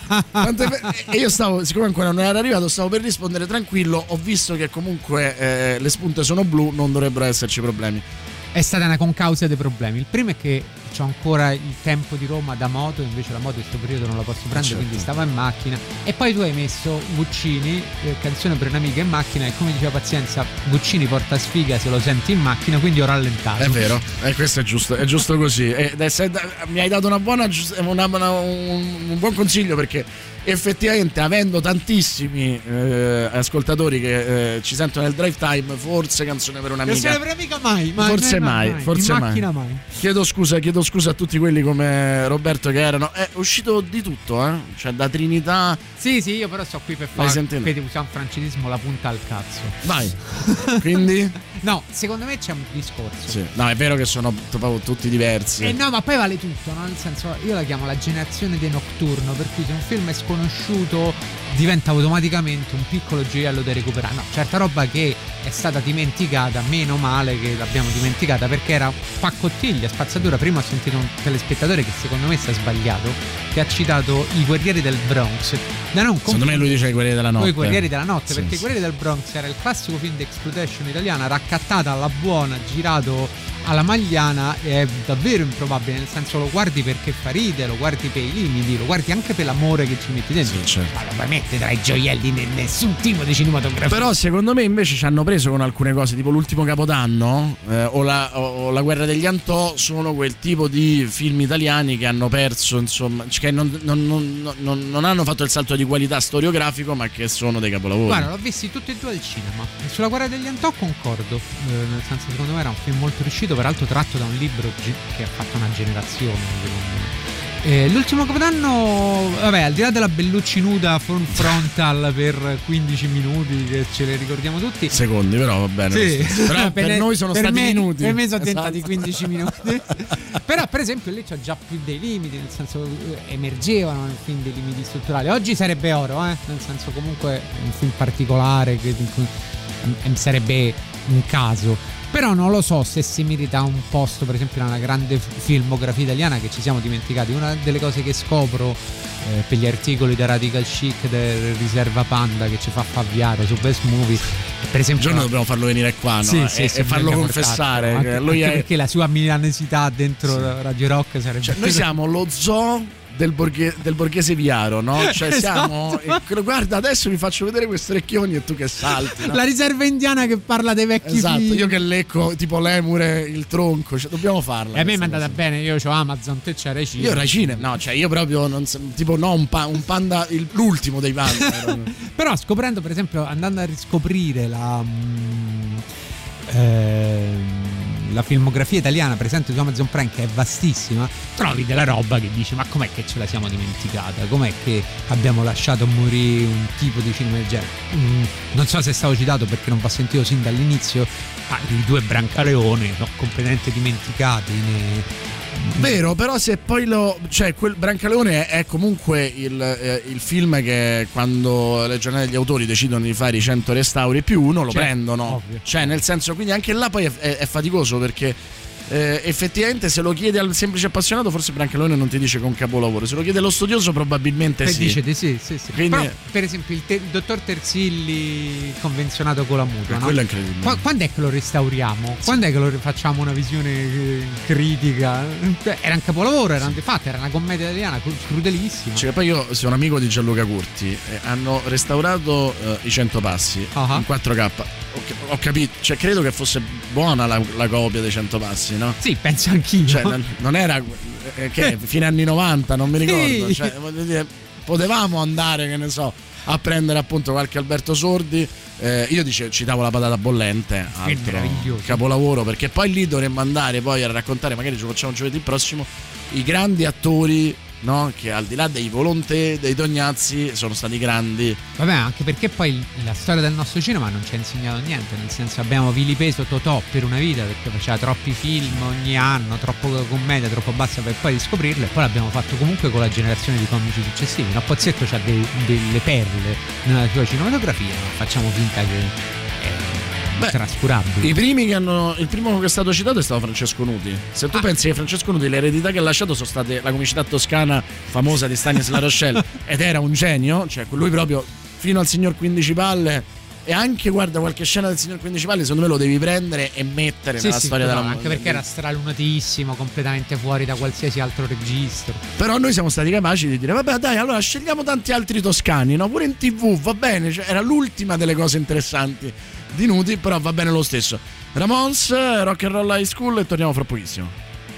E io stavo, siccome ancora non era arrivato, stavo per rispondere tranquillo, ho visto che comunque eh, le spunte sono blu, non dovrebbero esserci problemi. È stata una concausa dei problemi. Il primo è che c'ho ancora il tempo di Roma da moto, invece la moto in questo periodo non la posso prendere, certo. Quindi stavo in macchina. E poi tu hai messo Guccini, eh, canzone per un'amica in macchina, e come diceva Pazienza, Guccini porta sfiga se lo senti in macchina, quindi ho rallentato. È vero, e eh, questo è giusto, è giusto così. E, e, se, mi hai dato una buona, una, una, un, un buon consiglio, perché effettivamente, avendo tantissimi eh, ascoltatori che eh, ci sentono nel drive time, forse canzone per un'amica. Canzone per un'amica mai, mai forse mai, mai, forse in mai. macchina mai. Chiedo scusa, chiedo scusa a tutti quelli come Roberto che erano. È uscito di tutto, eh? Cioè da Trinità. Sì, sì, io però sto qui per fare, vedi, usiamo francesismo, la punta al cazzo. Vai. Quindi? No, secondo me c'è un discorso. Sì. No, è vero che sono t- tutti diversi. Eh no, ma poi vale tutto, no? Nel senso, io la chiamo la generazione dei nocturno, per cui se un film è sconosciuto diventa automaticamente un piccolo gioiello da recuperare. No, certa roba che è stata dimenticata, meno male che l'abbiamo dimenticata, perché era paccottiglia, spazzatura. Prima ho sentito un telespettatore che secondo me si è sbagliato, che ha citato I Guerrieri del Bronx. Da non secondo me lui dice I Guerrieri della Notte. I Guerrieri della Notte, sì, perché sì. I Guerrieri del Bronx era il classico film di exploitation italiana, raccattata alla buona, girato alla Magliana. È davvero improbabile, nel senso, lo guardi perché fa ride, lo guardi per i limiti, lo guardi anche per l'amore che ci metti dentro. Sì, certo. Ma non puoi mettere tra i gioielli né nessun tipo di cinematografia. Però secondo me invece ci hanno preso con alcune cose, tipo l'ultimo Capodanno eh, o, la, o la Guerra degli Antò, sono quel tipo di film italiani che hanno perso, insomma, che non, non, non, non, non hanno fatto il salto di qualità storiografico, ma che sono dei capolavori. Guarda, l'ho visti tutti e due al cinema. E sulla Guerra degli Antò concordo, eh, nel senso, secondo me era un film molto riuscito, peraltro tratto da un libro che ha fatto una generazione, secondo me. Eh, l'ultimo Capodanno, vabbè, al di là della Bellucci nuda full frontal per quindici minuti, che ce le ricordiamo tutti. Secondi, però va bene. Sì. Però per, per noi sono per stati me, minuti. Per me sono esatto. diventati quindici minuti. Però per esempio lì c'ha già più dei limiti, nel senso, emergevano nel film dei limiti strutturali. Oggi sarebbe oro, eh? Nel senso, comunque è un film particolare che sarebbe un caso. Però non lo so se si merita un posto, per esempio, nella grande filmografia italiana che ci siamo dimenticati. Una delle cose che scopro eh, per gli articoli da Radical Chic del Riserva Panda che ci fa Favviaro su Best Movie, per esempio, un giorno dobbiamo farlo venire qua, no? Sì, sì, e, sì, e farlo confessare anche, che lui anche è... perché la sua milanesità dentro sì. Radio Rock sarebbe, cioè, noi siamo lo zoo del, borghe, del borghese Viaro, no? Cioè siamo esatto. Guarda, adesso vi faccio vedere questi orecchioni e tu che salti, no? La riserva indiana che parla dei vecchi esatto, figli. Io che lecco tipo lemure il tronco, cioè, dobbiamo farla. E a me mi è andata bene, io ho Amazon, te c'è Rai Cinema. Io Rai Cinema, no, cioè io proprio non, tipo no, un, pa, un panda, il, l'ultimo dei panda. Però scoprendo, per esempio, andando a riscoprire la mm, eh, la filmografia italiana presente su Amazon Prime, che è vastissima, trovi della roba che dici: ma com'è che ce la siamo dimenticata? Com'è che abbiamo lasciato morire un tipo di cinema del genere? Mm, non so se è stato citato perché non va sentito sin dall'inizio, ma i due Brancaleone sono completamente dimenticati. Ne... Vero, però se poi lo... cioè quel Brancaleone è, è comunque il, eh, il film che quando le giornate degli autori decidono di fare i cento restauri più uno lo cioè, prendono ovvio. Cioè nel senso, quindi anche là poi è, è, è faticoso perché eh, effettivamente se lo chiede al semplice appassionato forse Brancaleone non ti dice che è un capolavoro, se lo chiede allo studioso probabilmente e sì. dice di sì, sì, sì. Quindi... Però, per esempio il, te- il dottor Terzilli convenzionato con la mutua, no? Quello è incredibile. Qu- quando è che lo restauriamo? Sì. Quando è che lo facciamo una visione eh, critica? Era un capolavoro, era, sì. Fatto, era una commedia italiana crudelissima. Cioè, poi io sono amico di Gianluca Curti, eh, hanno restaurato eh, i cento passi uh-huh. in quattro K. Ho, ho capito, cioè credo che fosse buona la, la copia dei cento passi, no? Sì, penso anch'io. Cioè, non, non era eh, che fine anni novanta, non mi ricordo. Sì. Cioè, voglio dire, potevamo andare, che ne so, a prendere appunto qualche Alberto Sordi. Eh, io dicevo, citavo La patata bollente, altro capolavoro, perché poi lì dovremmo andare poi a raccontare, magari ce lo facciamo giovedì prossimo, i grandi attori no? Che al di là dei Volonté, dei Tognazzi sono stati grandi. Vabbè, anche perché poi la storia del nostro cinema non ci ha insegnato niente, nel senso abbiamo vilipeso Totò per una vita perché faceva troppi film ogni anno, troppo commedia, troppo bassa per poi riscoprirle, e poi l'abbiamo fatto comunque con la generazione di comici successivi. No, Pozzetto c'ha dei, delle perle nella sua cinematografia, ma facciamo finta che Beh, trascurabili. I primi che hanno. Il primo che è stato citato è stato Francesco Nuti. Se tu ah. pensi che Francesco Nuti, l'eredità che ha lasciato sono state la comicità toscana famosa di Stanis La Rochelle, ed era un genio, cioè lui proprio fino al Signor Quindici Palle. E anche, guarda, qualche scena del Signor Quindici Palle secondo me lo devi prendere e mettere sì, nella sì, storia no, della anche perché era stralunatissimo, completamente fuori da qualsiasi altro registro. Però noi siamo stati capaci di dire vabbè dai, allora scegliamo tanti altri toscani, no? Pure in tv va bene, cioè, era l'ultima delle cose interessanti di Nuti, però va bene lo stesso. Ramones, Rock and Roll High School, e torniamo fra pochissimo.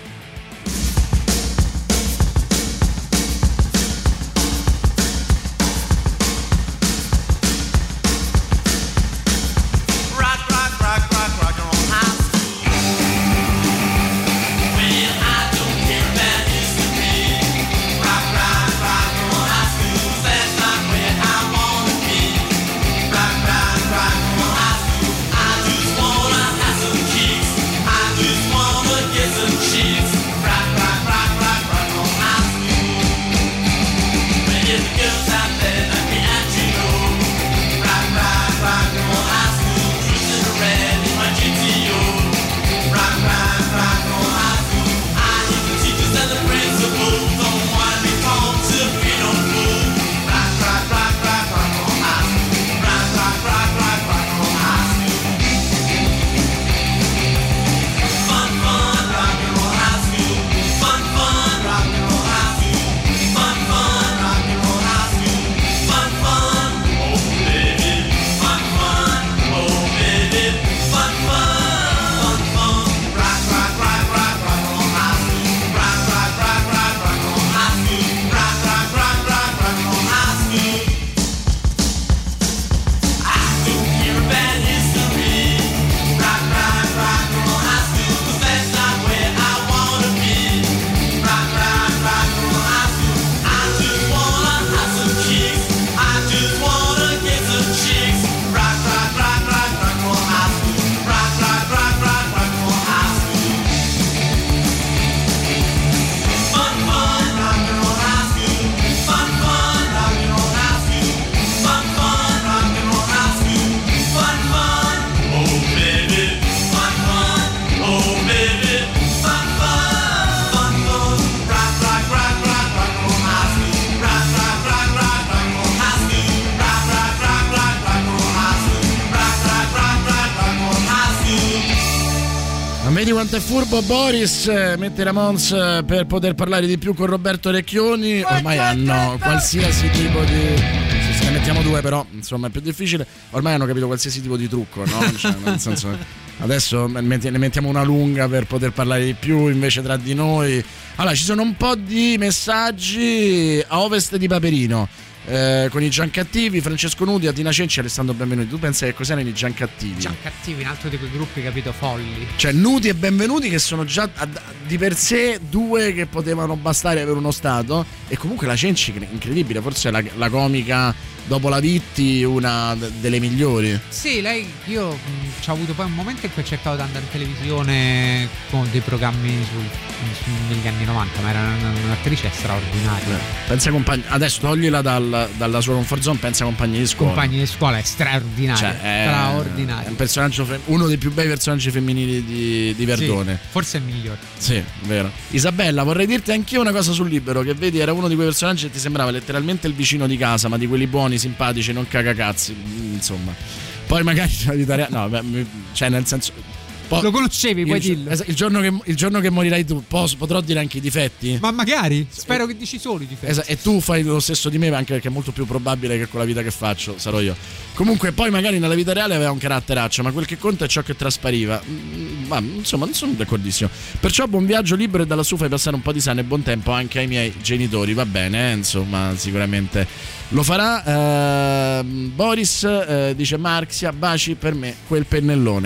Vedi quanto è furbo Boris, mette Ramones per poter parlare di più con Roberto Recchioni. Ormai hanno qualsiasi tipo di... se ne mettiamo due però insomma è più difficile. Ormai hanno capito qualsiasi tipo di trucco, no? Cioè, nel senso, adesso ne mettiamo una lunga per poter parlare di più invece tra di noi. Allora, ci sono un po' di messaggi a ovest di Paperino. Eh, con i Giancattivi, Francesco Nuti, Adina Cenci e Alessandro Benvenuti. Tu pensi che cos'erano i Giancattivi? Giancattivi, un altro di quei gruppi, capito, folli. Cioè Nuti e Benvenuti che sono già di per sé due che potevano bastare per uno stato. E comunque la Cenci, incredibile, forse è la, la comica dopo la Vitti una delle migliori. Sì, lei, io mh, c'ho avuto poi un momento in cui ho cercato di andare in televisione con dei programmi sul, su, negli anni novanta, ma era un'attrice straordinaria. Pensa compagni, adesso toglila dal, dalla sua comfort zone, pensa ai Compagni di Scuola. Compagni di Scuola è straordinaria, cioè, è, straordinaria. È un personaggio, uno dei più bei personaggi femminili di, di Verdone. Sì, forse è il migliore. Sì, vero. Isabella, vorrei dirti anch'io una cosa sul Libero, che vedi era uno di quei personaggi che ti sembrava letteralmente il vicino di casa, ma di quelli buoni, simpatici, non cagacazzi, insomma. Poi magari la vita reale, no, cioè nel senso, po- lo conoscevi, puoi dirlo. Il giorno che, il giorno che morirai tu posso, potrò dire anche i difetti? Ma magari, spero e, che dici solo i difetti. Esatto, e tu fai lo stesso di me, anche perché è molto più probabile che con la vita che faccio sarò io. Comunque poi magari nella vita reale aveva un caratteraccio, ma quel che conta è ciò che traspariva. Ma insomma non sono d'accordissimo. Perciò buon viaggio Libero e dalla su fai passare un po' di sano e buon tempo anche ai miei genitori. Va bene, eh? Insomma sicuramente lo farà. eh, Boris eh, dice Marxia, baci per me quel pennellone.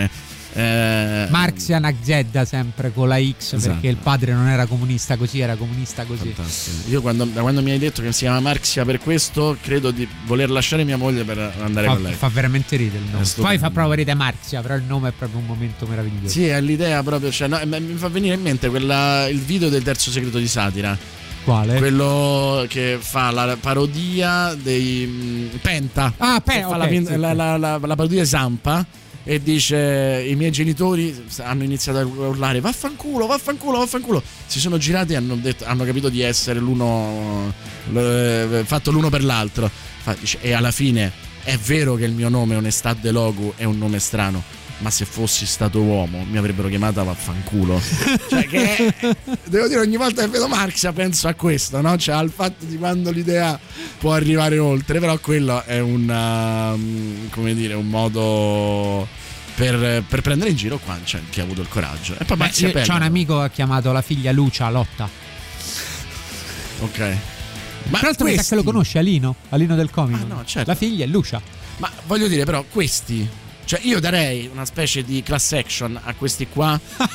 Eh, Marxia Nagzedda sempre con la X, esatto. perché il padre non era comunista così, era comunista così. Fantastico. Io quando, da quando mi hai detto che si chiama Marxia per questo, credo di voler lasciare mia moglie per andare Fa, con lei. fa veramente ridere il nome. È stupendo. Poi fa proprio ridere Marxia, però il nome è proprio un momento meraviglioso. Sì, è l'idea proprio, cioè, no, mi fa venire in mente quella, il video del Terzo Segreto di Satira. Quale? Quello che fa la parodia dei mh, Penta. Ah, Che Penta, fa okay, la, sì, la, sì. la, la, la parodia di Zampa. E dice: i miei genitori hanno iniziato a urlare vaffanculo, vaffanculo, vaffanculo. Si sono girati e hanno, detto, hanno capito di essere l'uno l- fatto l'uno per l'altro. Fa, dice, e alla fine è vero che il mio nome Onestà De Logu è un nome strano, ma se fossi stato uomo mi avrebbero chiamata vaffanculo. Cioè che è, devo dire, ogni volta che vedo Marxia penso a questo, no? Cioè al fatto di quando l'idea può arrivare oltre. Però quello è un um, come dire, un modo per, per prendere in giro qua c'è chi ha avuto il coraggio. E poi Beh, Marxia io- bella. c'è un amico che ha chiamato la figlia Lucia Lotta. Ok. Ma tra l'altro mi sa che lo conosce, Alino, Alino del Comico. Ah, no, certo. La figlia è Lucia. Ma voglio dire, però, questi, cioè io darei una specie di class action a questi qua,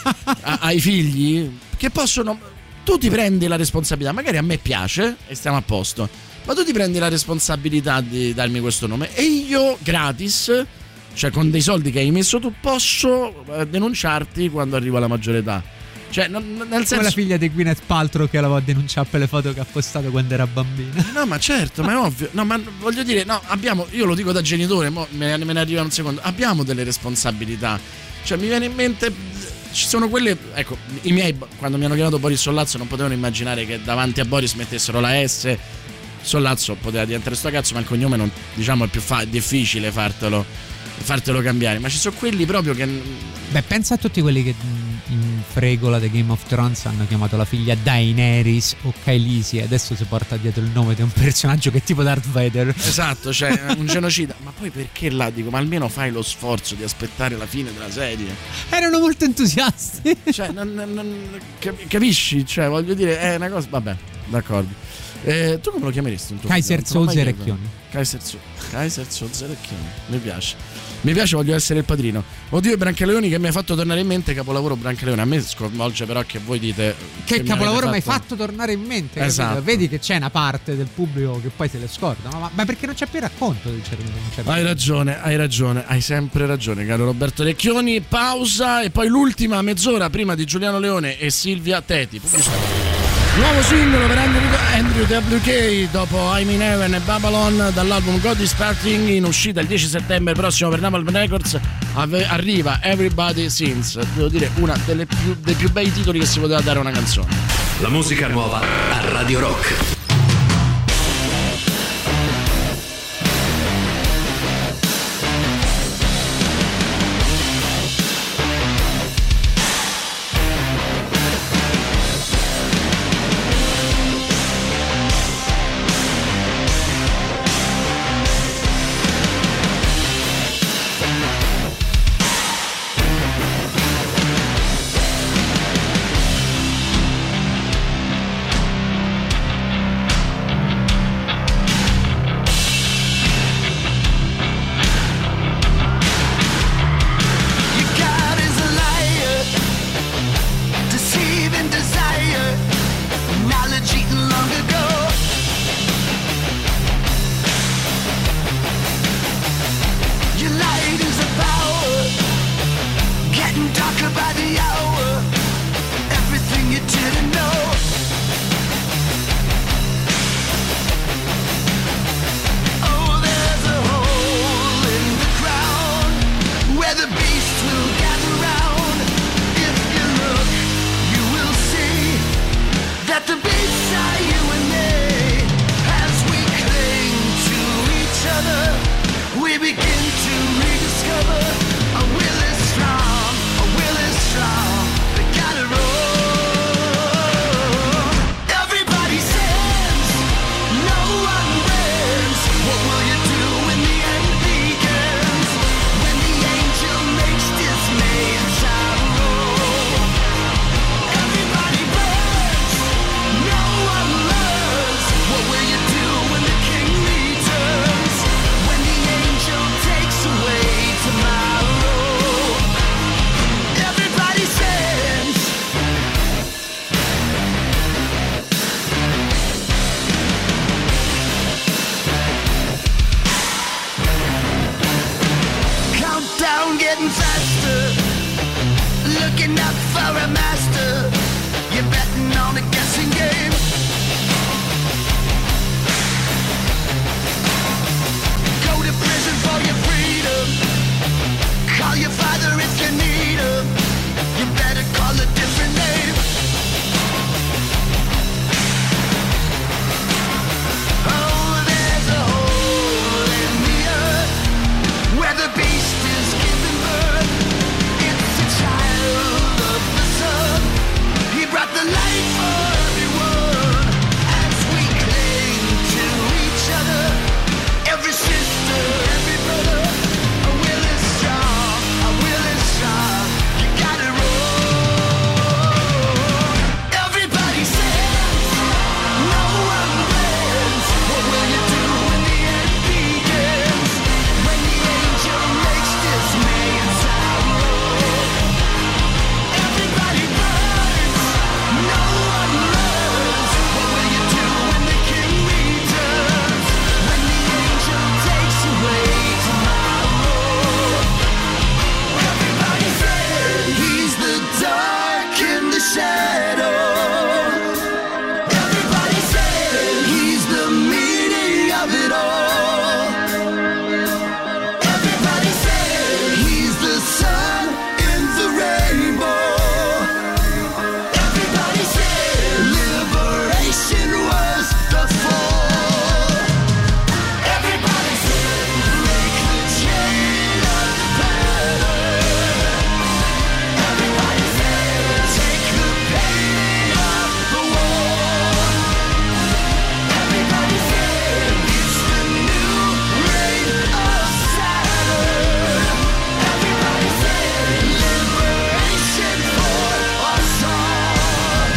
a- ai figli, che possono. Tu ti prendi la responsabilità, magari a me piace e stiamo a posto, ma tu ti prendi la responsabilità di darmi questo nome e io gratis, cioè con dei soldi che hai messo tu, posso eh, denunciarti quando arrivo alla maggiore età. Cioè, non- nel Come senso. la figlia di Gwyneth Paltrow che la va a denunciare per le foto che ha postato quando era bambina. No, ma certo, ma è ovvio. No, ma voglio dire, no, abbiamo, io lo dico da genitore, mo me, me ne arriva un secondo. Abbiamo delle responsabilità. Cioè, mi viene in mente, ci sono quelle, ecco, i miei quando mi hanno chiamato Boris Sollazzo non potevano immaginare che davanti a Boris mettessero la S. Sollazzo poteva diventare sto cazzo, ma il cognome non, diciamo, è più fa- difficile fartelo fartelo cambiare, ma ci sono quelli proprio che. Beh, pensa a tutti quelli che mh, in Fregola The Game of Thrones hanno chiamato la figlia Daenerys o Khaleesi e adesso si porta dietro il nome di un personaggio che è tipo Darth Vader. Esatto, cioè un genocida. Ma poi perché là? Dico, ma almeno fai lo sforzo di aspettare la fine della serie. Erano molto entusiasti. Cioè, non, non- non- cap- capisci? Cioè, voglio dire, è una cosa. Vabbè, d'accordo. Eh, tu come lo chiameresti un tuo Kaiser figlio? Non te l'ho mai Sozerecchioni. chiesto. Kaiser So- Kaiser Sozerecchioni. Mi piace. Mi piace, voglio essere il padrino. Oddio, i Brancaleoni che mi hai fatto tornare in mente. Capolavoro Brancaleoni. A me sconvolge però che voi dite Che mi capolavoro mi hai avete fatto tornare in mente, capito? Esatto. Vedi che c'è una parte del pubblico che poi se le scorda, no? ma, ma perché non c'è più racconto del cervello? Non c'è più. Hai ragione, hai ragione, hai sempre ragione, caro Roberto Recchioni. Pausa e poi l'ultima mezz'ora prima di Giuliano Leone e Silvia Teti. Pubblicità. Nuovo singolo per Andrew, Andrew W K dopo I'm in Heaven e Babylon dall'album God is Starting, in uscita il dieci settembre prossimo per Napalm Records. Ave- arriva Everybody Sings, devo dire una delle più, dei più bei titoli che si poteva dare a una canzone. La musica nuova a Radio Rock. looking up for a master. You're betting on a guessing game. Go to prison for your freedom. Call your father if you need him. You better call a different name. Oh, there's a hole in the earth where the beast is giving birth. It's a child of the sun. He brought the light for everyone. As we cling to each other, every sister, every brother. Our will is strong, our will is strong. You gotta roll. Everybody says no one wins. What will you do when the end begins? When the angel makes dismay and sorrow. Everybody burns. No one learns. What will you do when the king returns? When the angel takes away tomorrow. Everybody says he's the dark in the shadow. Everybody says he's the meaning of it all. Everybody says he's the sun in the rainbow. Everybody says liberation was the fall. Everybody says break the chain of pattern. Everybody says take the pain off the wall. Everybody says it's the new reign of Saturn. Everybody says liberation for us all.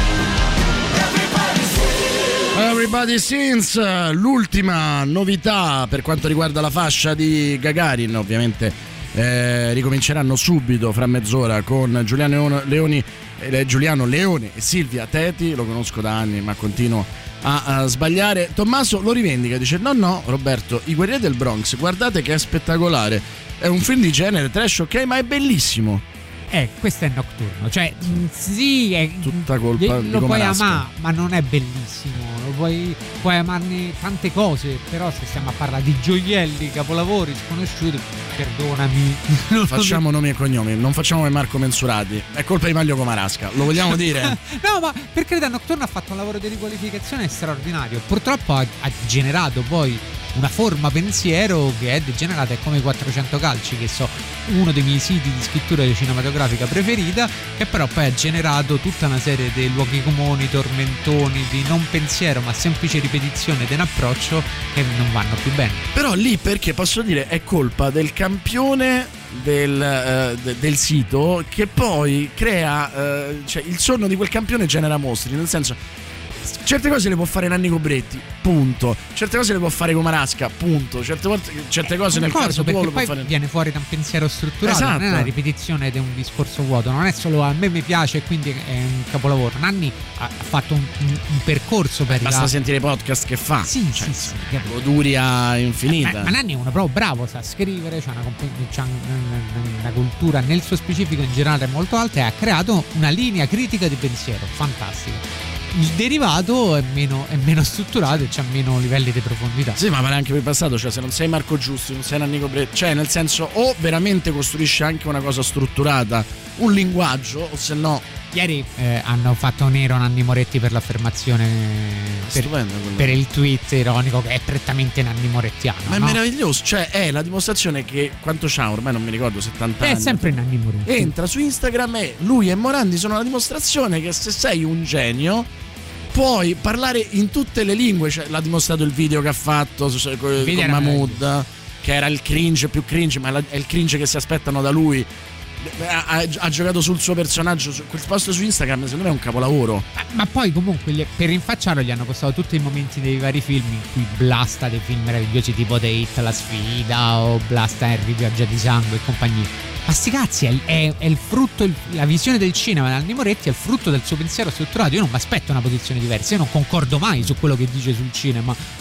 Everybody says Everybody Sings, l'ultima novità per quanto riguarda la fascia di Gagarin. Ovviamente eh, ricominceranno subito fra mezz'ora con Giuliano Leoni, eh, Giuliano Leone e Silvia Teti. Lo conosco da anni ma continuo a, a sbagliare. Tommaso lo rivendica, dice no no Roberto, I Guerrieri del Bronx, guardate che è spettacolare, è un film di genere trash, ok, ma è bellissimo. Eh, questo è notturno, cioè mh, sì, è tutta colpa di lo puoi Comarasca. amare, ma non è bellissimo. Lo puoi, puoi amarne tante cose, però se stiamo a parlare di gioielli, capolavori sconosciuti, perdonami. Non Facciamo nomi e cognomi, non facciamo come Marco Mensurati. È colpa di Maglio Comarasca, lo vogliamo dire? No, ma per carità, Nocturno ha fatto un lavoro di riqualificazione straordinario. Purtroppo ha, ha generato poi una forma pensiero che è degenerata. È come i quattrocento calci, che so, uno dei miei siti di scrittura cinematografica preferita, che però poi ha generato tutta una serie di luoghi comuni, tormentoni, di non pensiero ma semplice ripetizione di un approccio che non vanno più bene. Però lì, perché posso dire, è colpa del campione del, eh, de- del sito, che poi crea, eh, cioè il sonno di quel campione genera mostri, nel senso, certe cose le può fare Nanni Cobretti, punto. Certe cose le può fare Comarasca, punto. Certe, volte, certe cose nel caso tuo lo può poi fare. Viene fuori da un pensiero strutturato, Esatto. non è una ripetizione di un discorso vuoto, non è solo a me mi piace e quindi è un capolavoro. Nanni ha fatto un, un, un percorso per Basta la... sentire i podcast che fa. Sì, cioè, sì, sì, capito. goduria infinita. Ma, ma Nanni è uno proprio bravo, sa scrivere, c'ha una, comp- c'ha una, una cultura nel suo specifico in generale molto alta e ha creato una linea critica di pensiero fantastica. Il derivato è meno, è meno strutturato e c'ha meno livelli di profondità. Sì, ma vale anche per il passato, cioè se non sei Marco Giusti, non sei Nanni Cobretti, cioè nel senso, o veramente costruisci anche una cosa strutturata, un linguaggio, o se no... Ieri eh, hanno fatto nero Nanni Moretti per l'affermazione, per, per il tweet ironico che è prettamente Nanni Morettiano. Ma è no? meraviglioso, cioè è la dimostrazione che quanto c'ha, ormai non mi ricordo, settanta È anni. sempre Nanni Moretti. Entra su Instagram e lui e Morandi sono la dimostrazione che se sei un genio puoi parlare in tutte le lingue, cioè, l'ha dimostrato il video che ha fatto su, con, con Mahmood, che era il cringe più cringe, ma è il cringe che si aspettano da lui. Ha, ha, ha giocato sul suo personaggio, su, quel post su Instagram secondo me è un capolavoro. Ma, ma poi comunque gli, per rinfacciarlo gli hanno postato tutti i momenti dei vari film in cui blasta dei film meravigliosi tipo The Hit, La Sfida, o blasta Harry Pioggia di Sangue e compagnia. Ma sti cazzi, è, è, è il frutto, il, la visione del cinema di Nanni Moretti è il frutto del suo pensiero strutturato. Io non mi aspetto una posizione diversa, io non concordo mai su quello che dice sul cinema,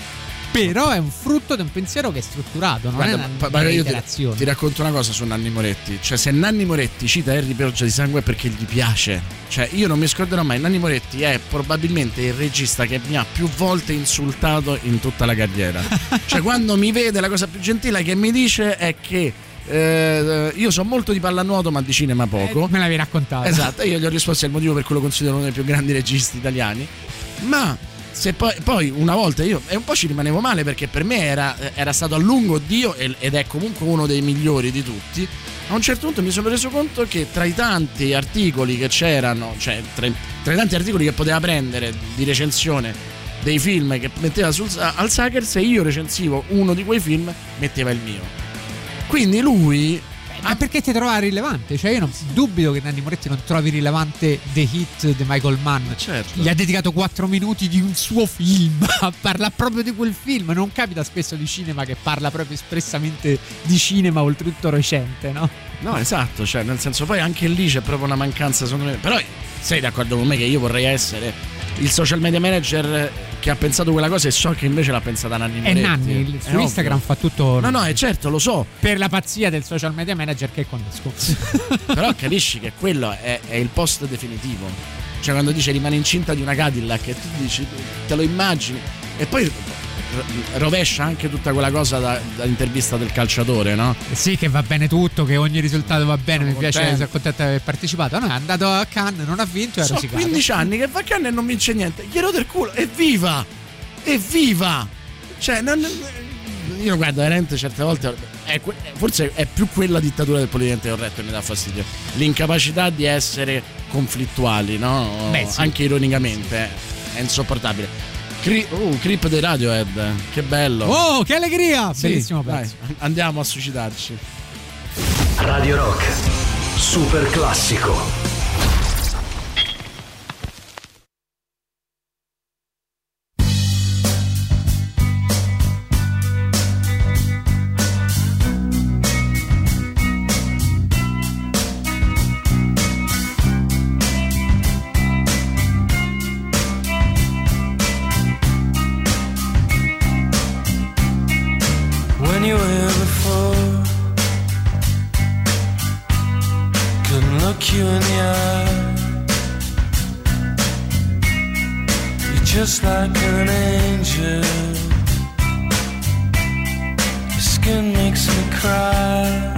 Però è un frutto di un pensiero che è strutturato, non Guarda, è una, ma- ma una io ti, iterazione. ti racconto una cosa su Nanni Moretti. Cioè, se Nanni Moretti cita Harry Pioggia di Sangue è perché gli piace. Cioè, io non mi scorderò mai. Nanni Moretti è probabilmente il regista che mi ha più volte insultato in tutta la carriera. Cioè, quando mi vede, la cosa più gentile che mi dice è che eh, io so molto di pallanuoto ma di cinema poco. Eh, me l'avevi raccontato. Esatto, io gli ho risposto, è il motivo per cui lo considero uno dei più grandi registi italiani. Ma se poi, poi una volta io e un po' ci rimanevo male, perché per me era, era stato a lungo Dio ed è comunque uno dei migliori di tutti. A un certo punto mi sono reso conto che tra i tanti articoli che c'erano, cioè tra, tra i tanti articoli che poteva prendere di recensione dei film che metteva sul, al Sacher, se io recensivo uno di quei film metteva il mio. Quindi lui... Ma perché ti trova rilevante? Cioè io non dubito che Nanni Moretti non trovi rilevante The Hit di Michael Mann. Certo. Gli ha dedicato quattro minuti di un suo film, parla proprio di quel film. Non capita spesso di cinema che parla proprio espressamente di cinema, oltretutto recente, no? No, esatto, cioè nel senso, poi anche lì c'è proprio una mancanza secondo me. Però sei d'accordo con me che io vorrei essere il social media manager che ha pensato quella cosa e so che invece l'ha pensata Nanni Moretti. E Nanni su È Instagram ovvio. fa tutto. No, no, è certo, lo so. Per la pazzia del social media manager che conosco. Però capisci che quello è, è il post definitivo. Cioè quando dice rimane incinta di una Cadillac e tu dici, te lo immagini. E poi rovescia anche tutta quella cosa da, da intervista del calciatore, no? Sì, che va bene tutto, che ogni risultato va bene. Sono mi piace, contento. sono contento di aver partecipato. No, è andato a Cannes, non ha vinto e ha Sono rosicato. quindici anni che fa Cannes e non vince niente. Gli rode il culo, evviva! Evviva! Cioè, non, io guardo veramente certe volte è, forse è più quella dittatura del politicamente corretto che mi dà fastidio. L'incapacità di essere conflittuali, no? Beh, sì. Anche ironicamente è insopportabile. Cri- uh, Creep dei Radiohead, che bello. Oh, che allegria! Sì, Bellissimo dai, pezzo. andiamo a suicidarci. Radio Rock, super classico. When you were here before, couldn't look you in the eye. You're just like an angel. Your skin makes me cry.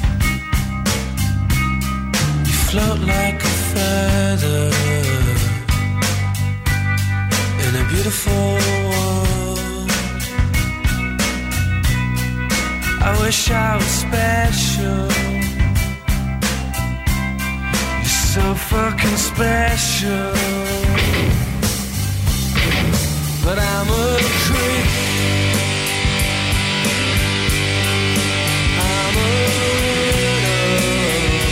You float like a feather in a beautiful world. I wish I was special. You're so fucking special. But I'm a creep. I'm a widow.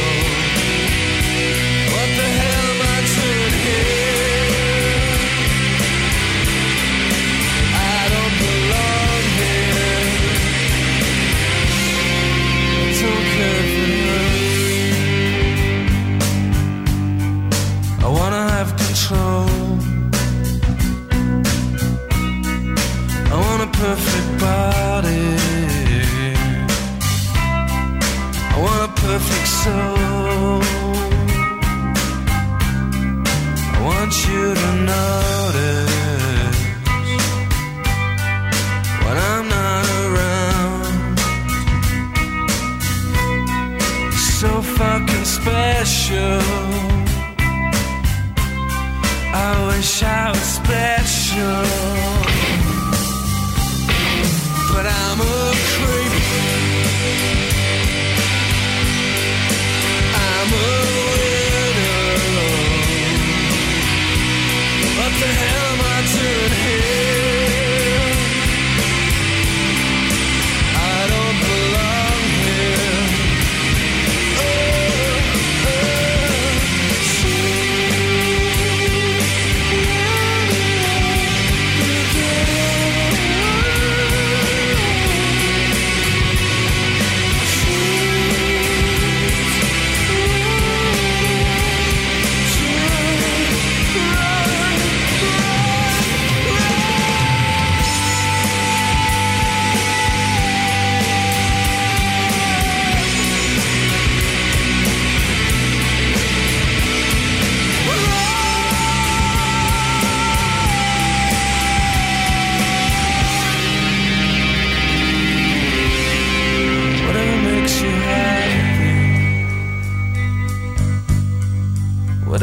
What the hell am I doing here? I don't belong here. Don't care for I wanna have control. I want a perfect body. I want a perfect soul. I want you to notice when I'm not around. You're so fucking special. I wish I was special. But I'm a creep. I'm a widow. What the hell am I doing here? I don't belong here. Oh, oh,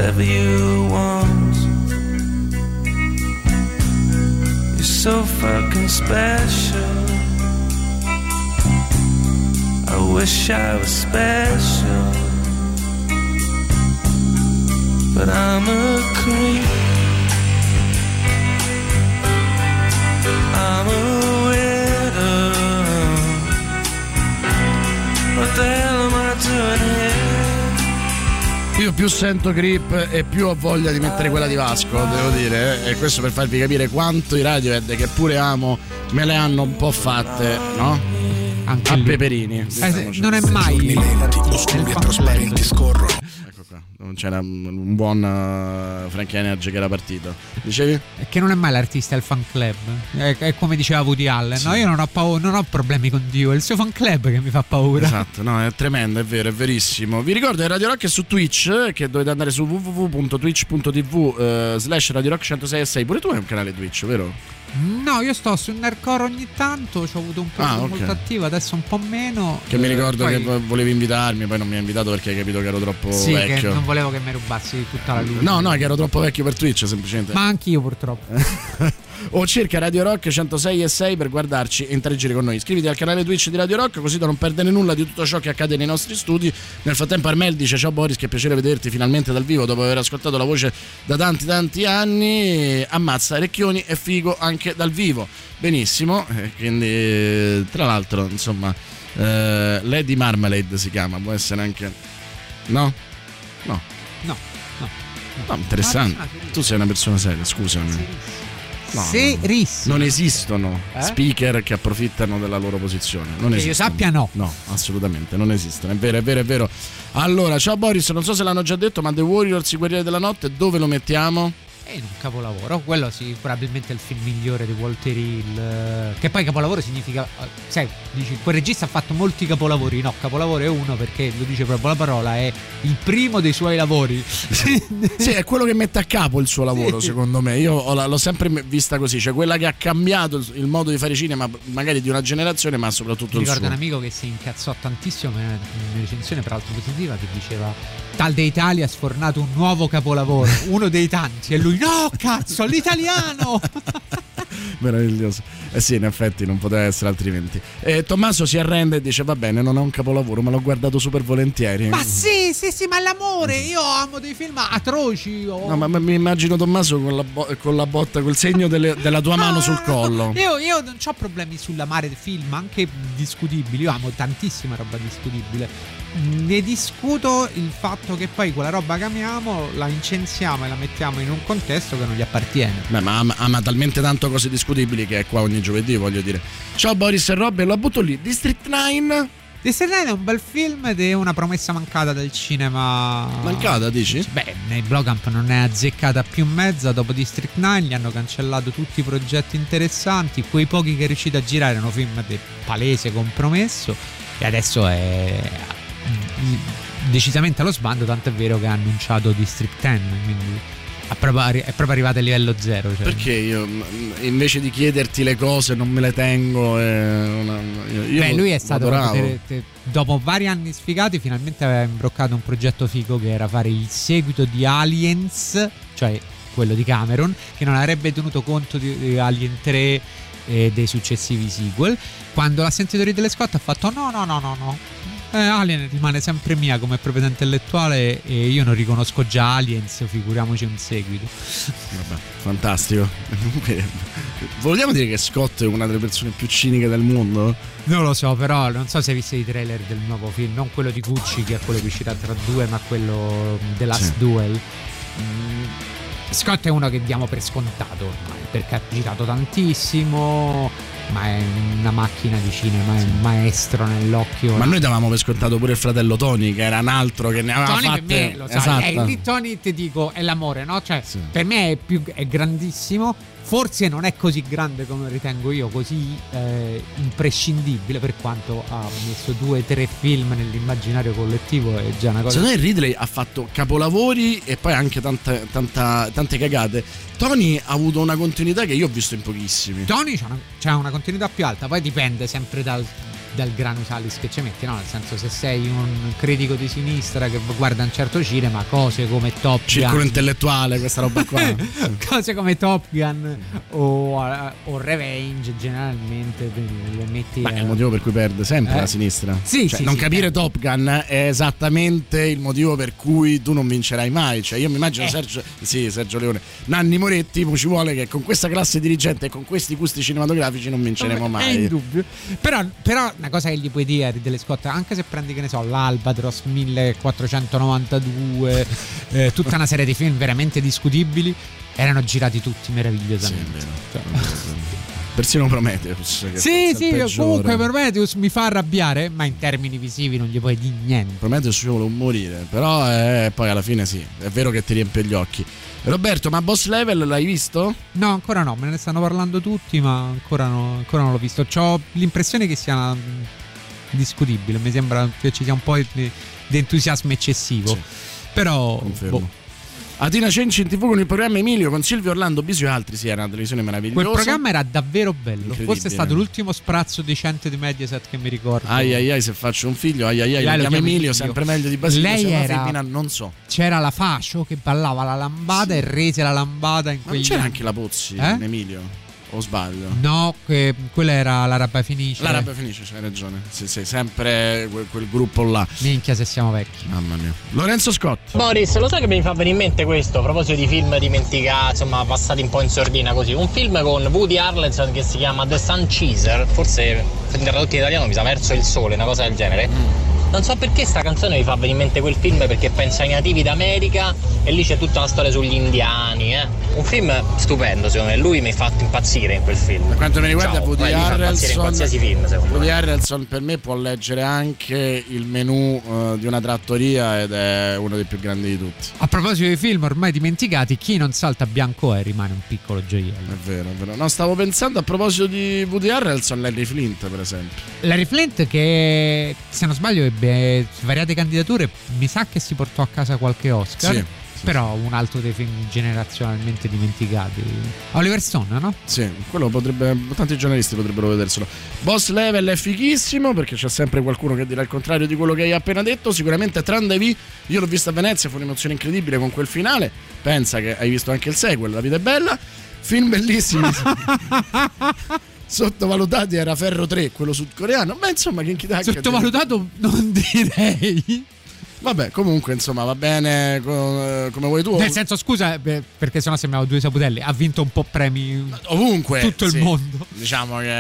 whatever you want. You're so fucking special. I wish I was special, but I'm a creep. I'm a widow. What the hell am I doing here? Io più sento Creep e più ho voglia di mettere quella di Vasco, devo dire, eh? E questo per farvi capire quanto i Radiohead, che pure amo, me le hanno un po' fatte, no? Anche a lì. Peperini. Eh, non è mai oscuri e trasparenti scorrono. Ecco qua, non c'era un buon uh, Frank Energy che era partito. Dicevi? È che non è mai l'artista, è il fan club. È, è come diceva Woody Allen, Sì. no? Io non ho paura, non ho problemi con Dio, è il suo fan club che mi fa paura. Esatto, no, è tremendo, è vero, è verissimo. Vi ricordo che Radio Rock è su Twitch, che dovete andare su w w w punto twitch punto t v uh, slash Radio Rock centosei e sei. Pure tu hai un canale Twitch, vero? No, io sto su Nerdcore ogni tanto, ci ho avuto un periodo Ah, ok. molto attivo, adesso un po' meno. Che mi ricordo Poi- che vo- volevi invitarmi, poi non mi hai invitato perché hai capito che ero troppo Sì, che vecchio. non volevo che mi rubassi tutta la luce. No, no, che ero troppo vecchio per Twitch, semplicemente. Ma anch'io purtroppo. O cerca Radio Rock centosei e sei per guardarci e interagire con noi. Iscriviti al canale Twitch di Radio Rock, così da non perdere nulla di tutto ciò che accade nei nostri studi. Nel frattempo Armel dice: ciao Boris, che piacere vederti finalmente dal vivo dopo aver ascoltato la voce da tanti tanti anni. Ammazza Recchioni e figo anche dal vivo. Benissimo, eh, quindi tra l'altro insomma eh, Lady Marmalade si chiama, può essere anche... No? No. No, no. No, interessante. Ah, ah, Tu sei una persona seria, scusami. No, Serissimo. non esistono Eh? speaker che approfittano della loro posizione. Non Che io esistono. sappia, no. No, assolutamente, non esistono. È vero, è vero, è vero. Allora, ciao Boris, non so se l'hanno già detto, ma The Warriors, i Guerrieri della Notte, dove lo mettiamo? È in un capolavoro, quello sì, probabilmente è il film migliore di Walter Hill. eh, Che poi capolavoro significa, eh, sai, dici, quel regista ha fatto molti capolavori. No, capolavoro è uno perché lo dice proprio la parola, è il primo dei suoi lavori. Sì, è quello che mette a capo il suo lavoro, Sì. secondo me. Io ho la- l'ho sempre vista così, cioè quella che ha cambiato il, il modo di fare cinema, magari di una generazione, ma soprattutto Mi il ricordo suo. un amico che si incazzò tantissimo in una recensione peraltro positiva, che diceva: Tal de Italia ha sfornato un nuovo capolavoro, uno dei tanti, e lui: no cazzo, l'italiano! Meraviglioso. Eh sì, in effetti non poteva essere altrimenti. E Tommaso si arrende e dice: va bene, non è un capolavoro, ma l'ho guardato super volentieri. Ma sì, sì, sì, ma è l'amore, io amo dei film atroci. o- No, ma, ma mi immagino Tommaso con la, bo- con la botta, col segno delle- della tua mano sul collo. Io, io non ho problemi sull'amare film, anche discutibili. Io amo tantissima roba discutibile. Ne discuto il fatto che poi quella roba che amiamo la incensiamo e la mettiamo in un contesto che non gli appartiene. Beh, ma ama, ama talmente tanto cose discutibili che è qua ogni giovedì, voglio dire. Ciao Boris e Rob, lo butto lì. District nove? District nove è un bel film ed è una promessa mancata del cinema. Mancata, dici? Beh, nei Blomkamp non è azzeccata più mezza. Dopo District nove gli hanno cancellato tutti i progetti interessanti. Quei pochi che è riuscito a girare erano film di palese compromesso. E adesso è decisamente allo sbando, tanto è vero che ha annunciato District dieci, quindi è proprio, arri- è proprio arrivato a livello zero. Cioè. Perché io mh, invece di chiederti le cose non me le tengo. E una, io, io Beh, lui è lo stato adoravo. te- te- dopo vari anni sfigati, finalmente aveva imbroccato un progetto figo che era fare il seguito di Aliens, cioè quello di Cameron, che non avrebbe tenuto conto di, di Alien tre e dei successivi sequel. Quando l'ha sentito Ridley Scott ha fatto no no no no no eh, Alien rimane sempre mia come proprietà intellettuale e io non riconosco già Aliens, figuriamoci un seguito. Vabbè, fantastico. Vogliamo dire che Scott è una delle persone più ciniche del mondo? Non lo so, però non so se hai visto i trailer del nuovo film, non quello di Gucci che è quello che uscirà tra due, ma quello The Last Sì. Duel. Mm, Scott è uno che diamo per scontato ormai, perché ha girato tantissimo, ma è una macchina di cinema, è un maestro nell'occhio. Ma noi davamo per scontato pure il fratello Tony, che era un altro che ne aveva Tony fatte. per me, lo sai, Esatto. eh, lì Tony ti dico è l'amore, no? Cioè, per me è, più, è grandissimo. Forse non è così grande come ritengo io, così eh, imprescindibile, per quanto ha messo due o tre film nell'immaginario collettivo, è già una cosa. Secondo me Ridley ha fatto capolavori e poi anche tanta, tanta, tante cagate. Tony ha avuto una continuità che io ho visto in pochissimi. Tony c'ha una, c'ha una continuità più alta, poi dipende sempre dal dal granusalis che ci metti, no? Nel senso, se sei un critico di sinistra che guarda un certo cinema, cose come Top Gun, circolo intellettuale, questa roba qua, cose come Top Gun o, o Revenge generalmente le metti. Ma è il motivo per cui perde sempre eh? la sinistra. Sì, cioè, sì, non sì, capire eh. Top Gun è esattamente il motivo per cui tu non vincerai mai. Cioè, io mi immagino eh. Sergio, sì, Sergio Leone, Nanni Moretti, ci vuole che con questa classe dirigente e con questi gusti cinematografici non vinceremo mai. È indubbio. Però, però una cosa che gli puoi dire a Ridley Scott, anche se prendi, che ne so, l'Albatros millequattrocentonovantadue, eh, tutta una serie di film veramente discutibili, erano girati tutti meravigliosamente. Sì, cioè, persino Prometheus, che sì, sì, peggiore. Comunque Prometheus mi fa arrabbiare, ma in termini visivi non gli puoi dire niente. Prometheus ci vuole un morire, però eh, poi alla fine sì, è vero che ti riempie gli occhi. Roberto, ma Boss Level l'hai visto? No, ancora no, me ne stanno parlando tutti, ma ancora, no, ancora non l'ho visto. C'ho l'impressione che sia discutibile, mi sembra che ci sia un po' di, di entusiasmo eccessivo. Sì, però boh. Atina Cenci in tv con il programma Emilio con Silvio Orlando Bisio e altri, sì, era una televisione meravigliosa. Quel programma era davvero bello, forse è stato l'ultimo sprazzo decente di Mediaset che mi ricordo. Ai ai ai, se faccio un figlio, ai ai ai, lo chiamo Emilio, sempre meglio di Basilio. Lei se era, femmina, non so. C'era la Facio che ballava la lambada, sì, e rese la lambada in quegli... Ma c'era anche la Pozzi eh? in Emilio? O sbaglio? No, che quella era l'Araba Finisce. L'Araba Finisce, c'hai ragione. Sì, sì, sempre quel, quel gruppo là. Minchia se siamo vecchi. Mamma mia. Lorenzo Scott. Boris, lo sai che mi fa venire in mente questo, a proposito di film dimenticati, insomma, passati un po' in sordina così. Un film con Woody Harrelson che si chiama The Sun Chaser, forse in tradotto in italiano mi sa Verso il Sole, una cosa del genere. Mm. Non so perché sta canzone mi fa venire in mente quel film, perché penso ai nativi d'America e lì c'è tutta una storia sugli indiani, eh. Un film stupendo, secondo me. Lui mi ha fatto impazzire in quel film. Per quanto mi riguarda, Ciao, Woody Harrelson, in qualsiasi film, secondo Woody me. Harrelson per me può leggere anche il menù uh, di una trattoria ed è uno dei più grandi di tutti. A proposito di film ormai dimenticati, chi non salta bianco e rimane un piccolo gioiello. È vero, è vero. No, stavo pensando a proposito di Woody Harrelson, Larry Flint, per esempio. Larry Flint che, se non sbaglio, ebbe svariate candidature, mi sa che si portò a casa qualche Oscar. Sì. Però un altro dei film generazionalmente dimenticati, Oliver Stone, no? Sì, quello potrebbe, tanti giornalisti potrebbero vederselo. Boss Level è fighissimo perché c'è sempre qualcuno che dirà il contrario di quello che hai appena detto. Sicuramente Trandevi, io l'ho vista a Venezia, fu un'emozione incredibile con quel finale. Pensa che hai visto anche il sequel, La vita è bella. Film bellissimi. Sottovalutati era Ferro tre, quello sudcoreano. Ma insomma, che sottovalutato non direi. Vabbè, comunque, insomma, va bene come vuoi tu. Nel senso, scusa, perché sennò sembrava due saputelli. Ha vinto un po' premi ovunque, tutto sì. il mondo. Diciamo che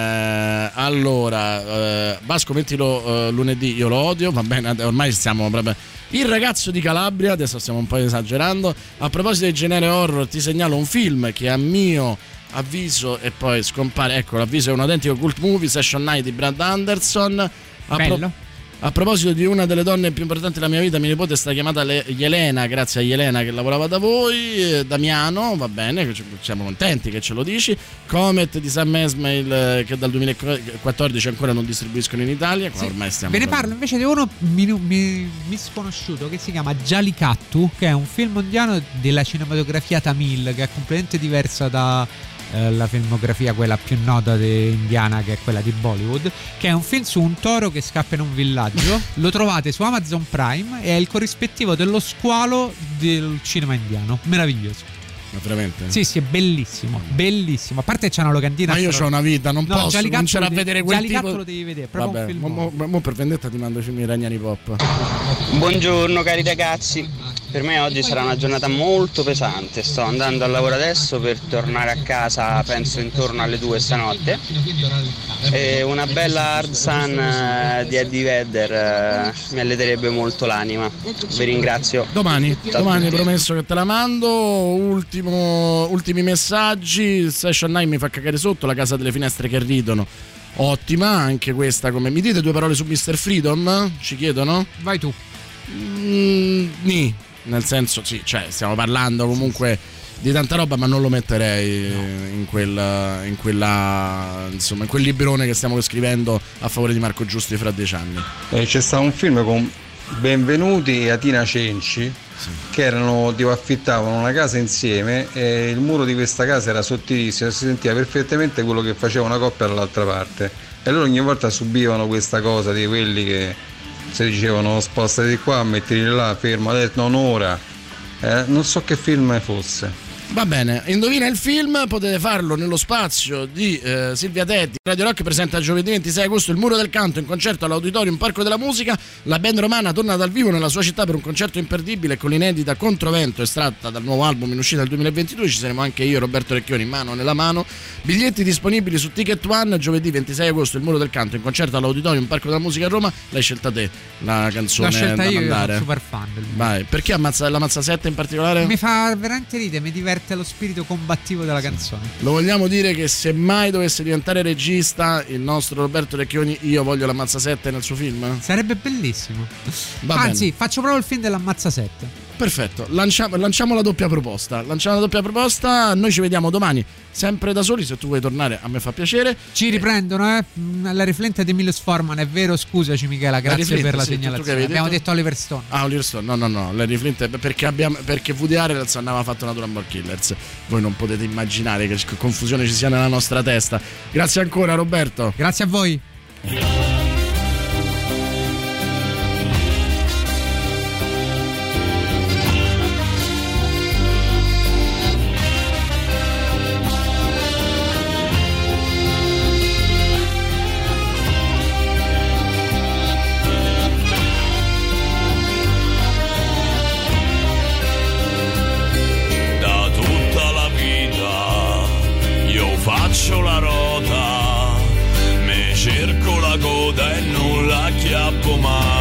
allora, eh, Vasco, mettilo eh, lunedì. Io lo odio, va bene. Ormai stiamo proprio. Il ragazzo di Calabria, adesso stiamo un po' esagerando. A proposito del genere horror, ti segnalo un film che a mio avviso e poi scompare. Ecco, l'avviso è un autentico cult movie, Session Night di Brad Anderson. A Bello. Pro- A proposito di una delle donne più importanti della mia vita, mia nipote è stata chiamata Elena, grazie a Elena che lavorava da voi. Damiano, va bene, siamo contenti che ce lo dici. Comet di Sam Esmail che dal duemilaquattordici ancora non distribuiscono in Italia. Sì, ormai stiamo ve ne parlo invece di uno misconosciuto che si chiama Jallikattu, che è un film indiano della cinematografia tamil, che è completamente diversa da la filmografia quella più nota indiana, che è quella di Bollywood, che è un film su un toro che scappa in un villaggio. Lo trovate su Amazon Prime e è il corrispettivo dello squalo del cinema indiano. Meraviglioso. Ma veramente? Sì, sì, è bellissimo, bellissimo. A parte c'è una locandina. Ma io ho una vita, non no, posso cominciare a vedere quel tipo. tipo. Lo devi vedere, proprio Vabbè, un film. mo, mo, mo per vendetta ti mando i film di Ragnani Pop. Buongiorno cari ragazzi. Per me oggi sarà una giornata molto pesante. Sto andando al lavoro adesso per tornare a casa, penso intorno alle due stanotte. E una bella Hard Sun di Eddie Vedder uh, mi alleterebbe molto l'anima. Vi ringrazio. Domani, Ciao domani promesso che te la mando. Ultimo, ultimi messaggi. Session Night mi fa cagare sotto, La casa delle finestre che ridono. Ottima anche questa. Come mi dite due parole su mister Freedom? Ci chiedono? Vai tu. Mm, ni. Nel senso, sì, cioè stiamo parlando comunque di tanta roba, ma non lo metterei no. in quella in quella insomma in quel librone che stiamo scrivendo a favore di Marco Giusti fra dieci anni. Eh, c'è stato un film con Benvenuti e Atina Cenci, sì, che erano tipo affittavano una casa insieme e il muro di questa casa era sottilissimo, si sentiva perfettamente quello che faceva una coppia dall'altra parte. e loro ogni volta subivano questa cosa di quelli che se dicevano spostati qua, mettili là, fermo, adesso non ora, eh, non so che film fosse. Va bene, indovina il film, potete farlo nello spazio di eh, Silvia Tetti. Radio Rock presenta giovedì ventisei agosto Il Muro del Canto in concerto all'Auditorium Parco della Musica. La band romana torna dal vivo nella sua città per un concerto imperdibile con l'inedita Controvento estratta dal nuovo album in uscita nel duemilaventidue. Ci saremo anche io, Roberto Recchioni, mano nella mano. Biglietti disponibili su Ticket One. Giovedì ventisei agosto Il Muro del Canto in concerto all'Auditorium Parco della Musica a Roma. L'hai scelta te la canzone? L'ho scelta da io, mandare. io sono super fan del Vai, perché ammazza, la Mazza sette in particolare? Mi fa veramente ridere, mi diverte lo spirito combattivo della canzone. Lo vogliamo dire che se mai dovesse diventare regista il nostro Roberto Recchioni, io voglio l'Ammazza sette nel suo film? Sarebbe bellissimo. Va Anzi, bene. faccio proprio il film dell'Ammazza sette. Perfetto, lanciamo, lanciamo la doppia proposta. Lanciamo la doppia proposta. Noi ci vediamo domani, sempre da soli. Se tu vuoi tornare, a me fa piacere. Ci riprendono, eh? La riflente di Emilio Sforman, è vero, scusaci Michela, grazie Riflinte, per la sì, segnalazione. Abbiamo detto? detto Oliver Stone. Ah, Oliver Stone, no, no, no, la riflente perché abbiamo perché Woody Harrelson aveva fatto Natural Born Killers. Voi non potete immaginare che confusione ci sia nella nostra testa. Grazie ancora, Roberto. Grazie a voi. Faccio la rota, me cerco la coda e non la acchiappo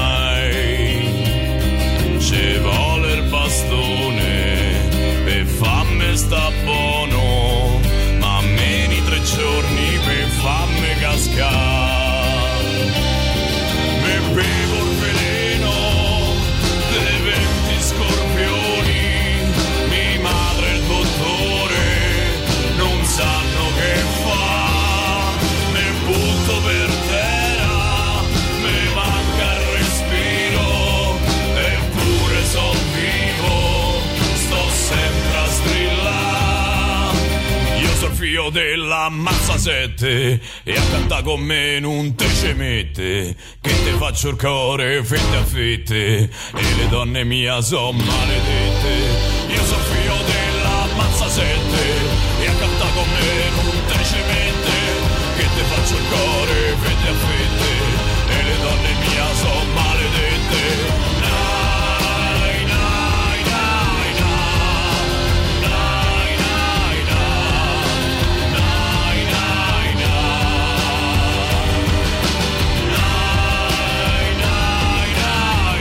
mai. Ci vuole il bastone per farmi sta buono, ma meno tre giorni per farmi cascare. Me bevo il veleno dei venti scorpioni, mi madre il dottore non sanno che fa, me butto per terra, me manca il respiro, eppure son vivo, sto sempre a strillare. Io sono figlio della Mazza sette e a cantare con me non te ci mette, che te faccio il cuore fette a fette e le donne mia son maledette. Io sono figlio della Mazza sette e a cantare con me non te ci mette, che te faccio il cuore fette a fette e le donne mia son maledette. Nai, nai, nai, nai, nai, nai, nai, nai, nai, nai, nai, nai, nai,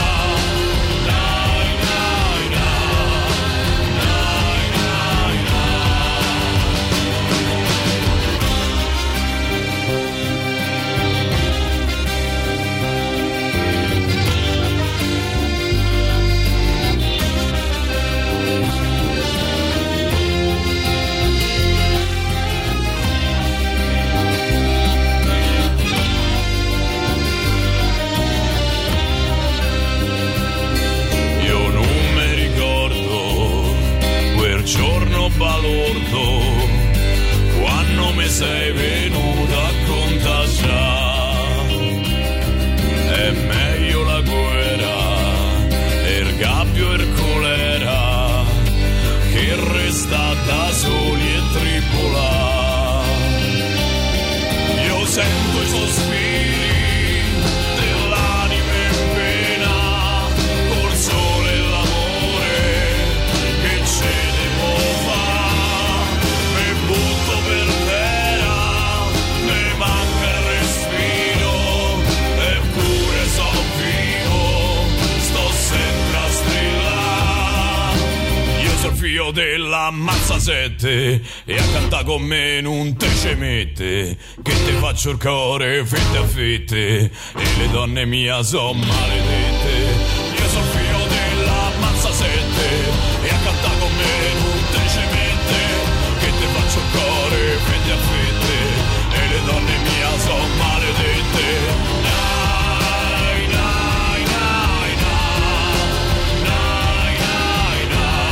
io non mi ricordo quel giorno balordo quando mi sei venuto a contagiare. È meglio la guerra, il gabbio e il colera, che resta da soli e tribolare. Io sento i sospiri dell'anima in pena, col sole e l'amore che ce devo fare. Me butto per terra, me manca il respiro, eppure sono vivo, sto sempre a strillare. Io sono figlio della Mazza sette e a cantare con me non te ci mette, che te faccio il cuore fette a fette e le donne mia son maledette. Io sono figlio della Mazza sette e a cantare con me non te ci mette, che te faccio il cuore fette a fette e le donne mia son maledette. Nai, nai, nai, nai, nai, nai,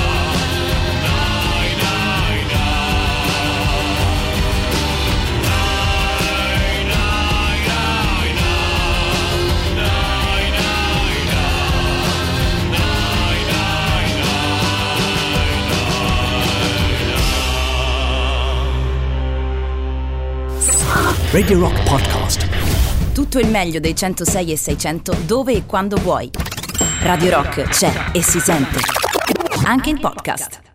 nai, nai, nai, nai, nai, nai. Radio Rock Podcast. Tutto il meglio dei centosei e seicento dove e quando vuoi. Radio Rock c'è e si sente. Anche in podcast.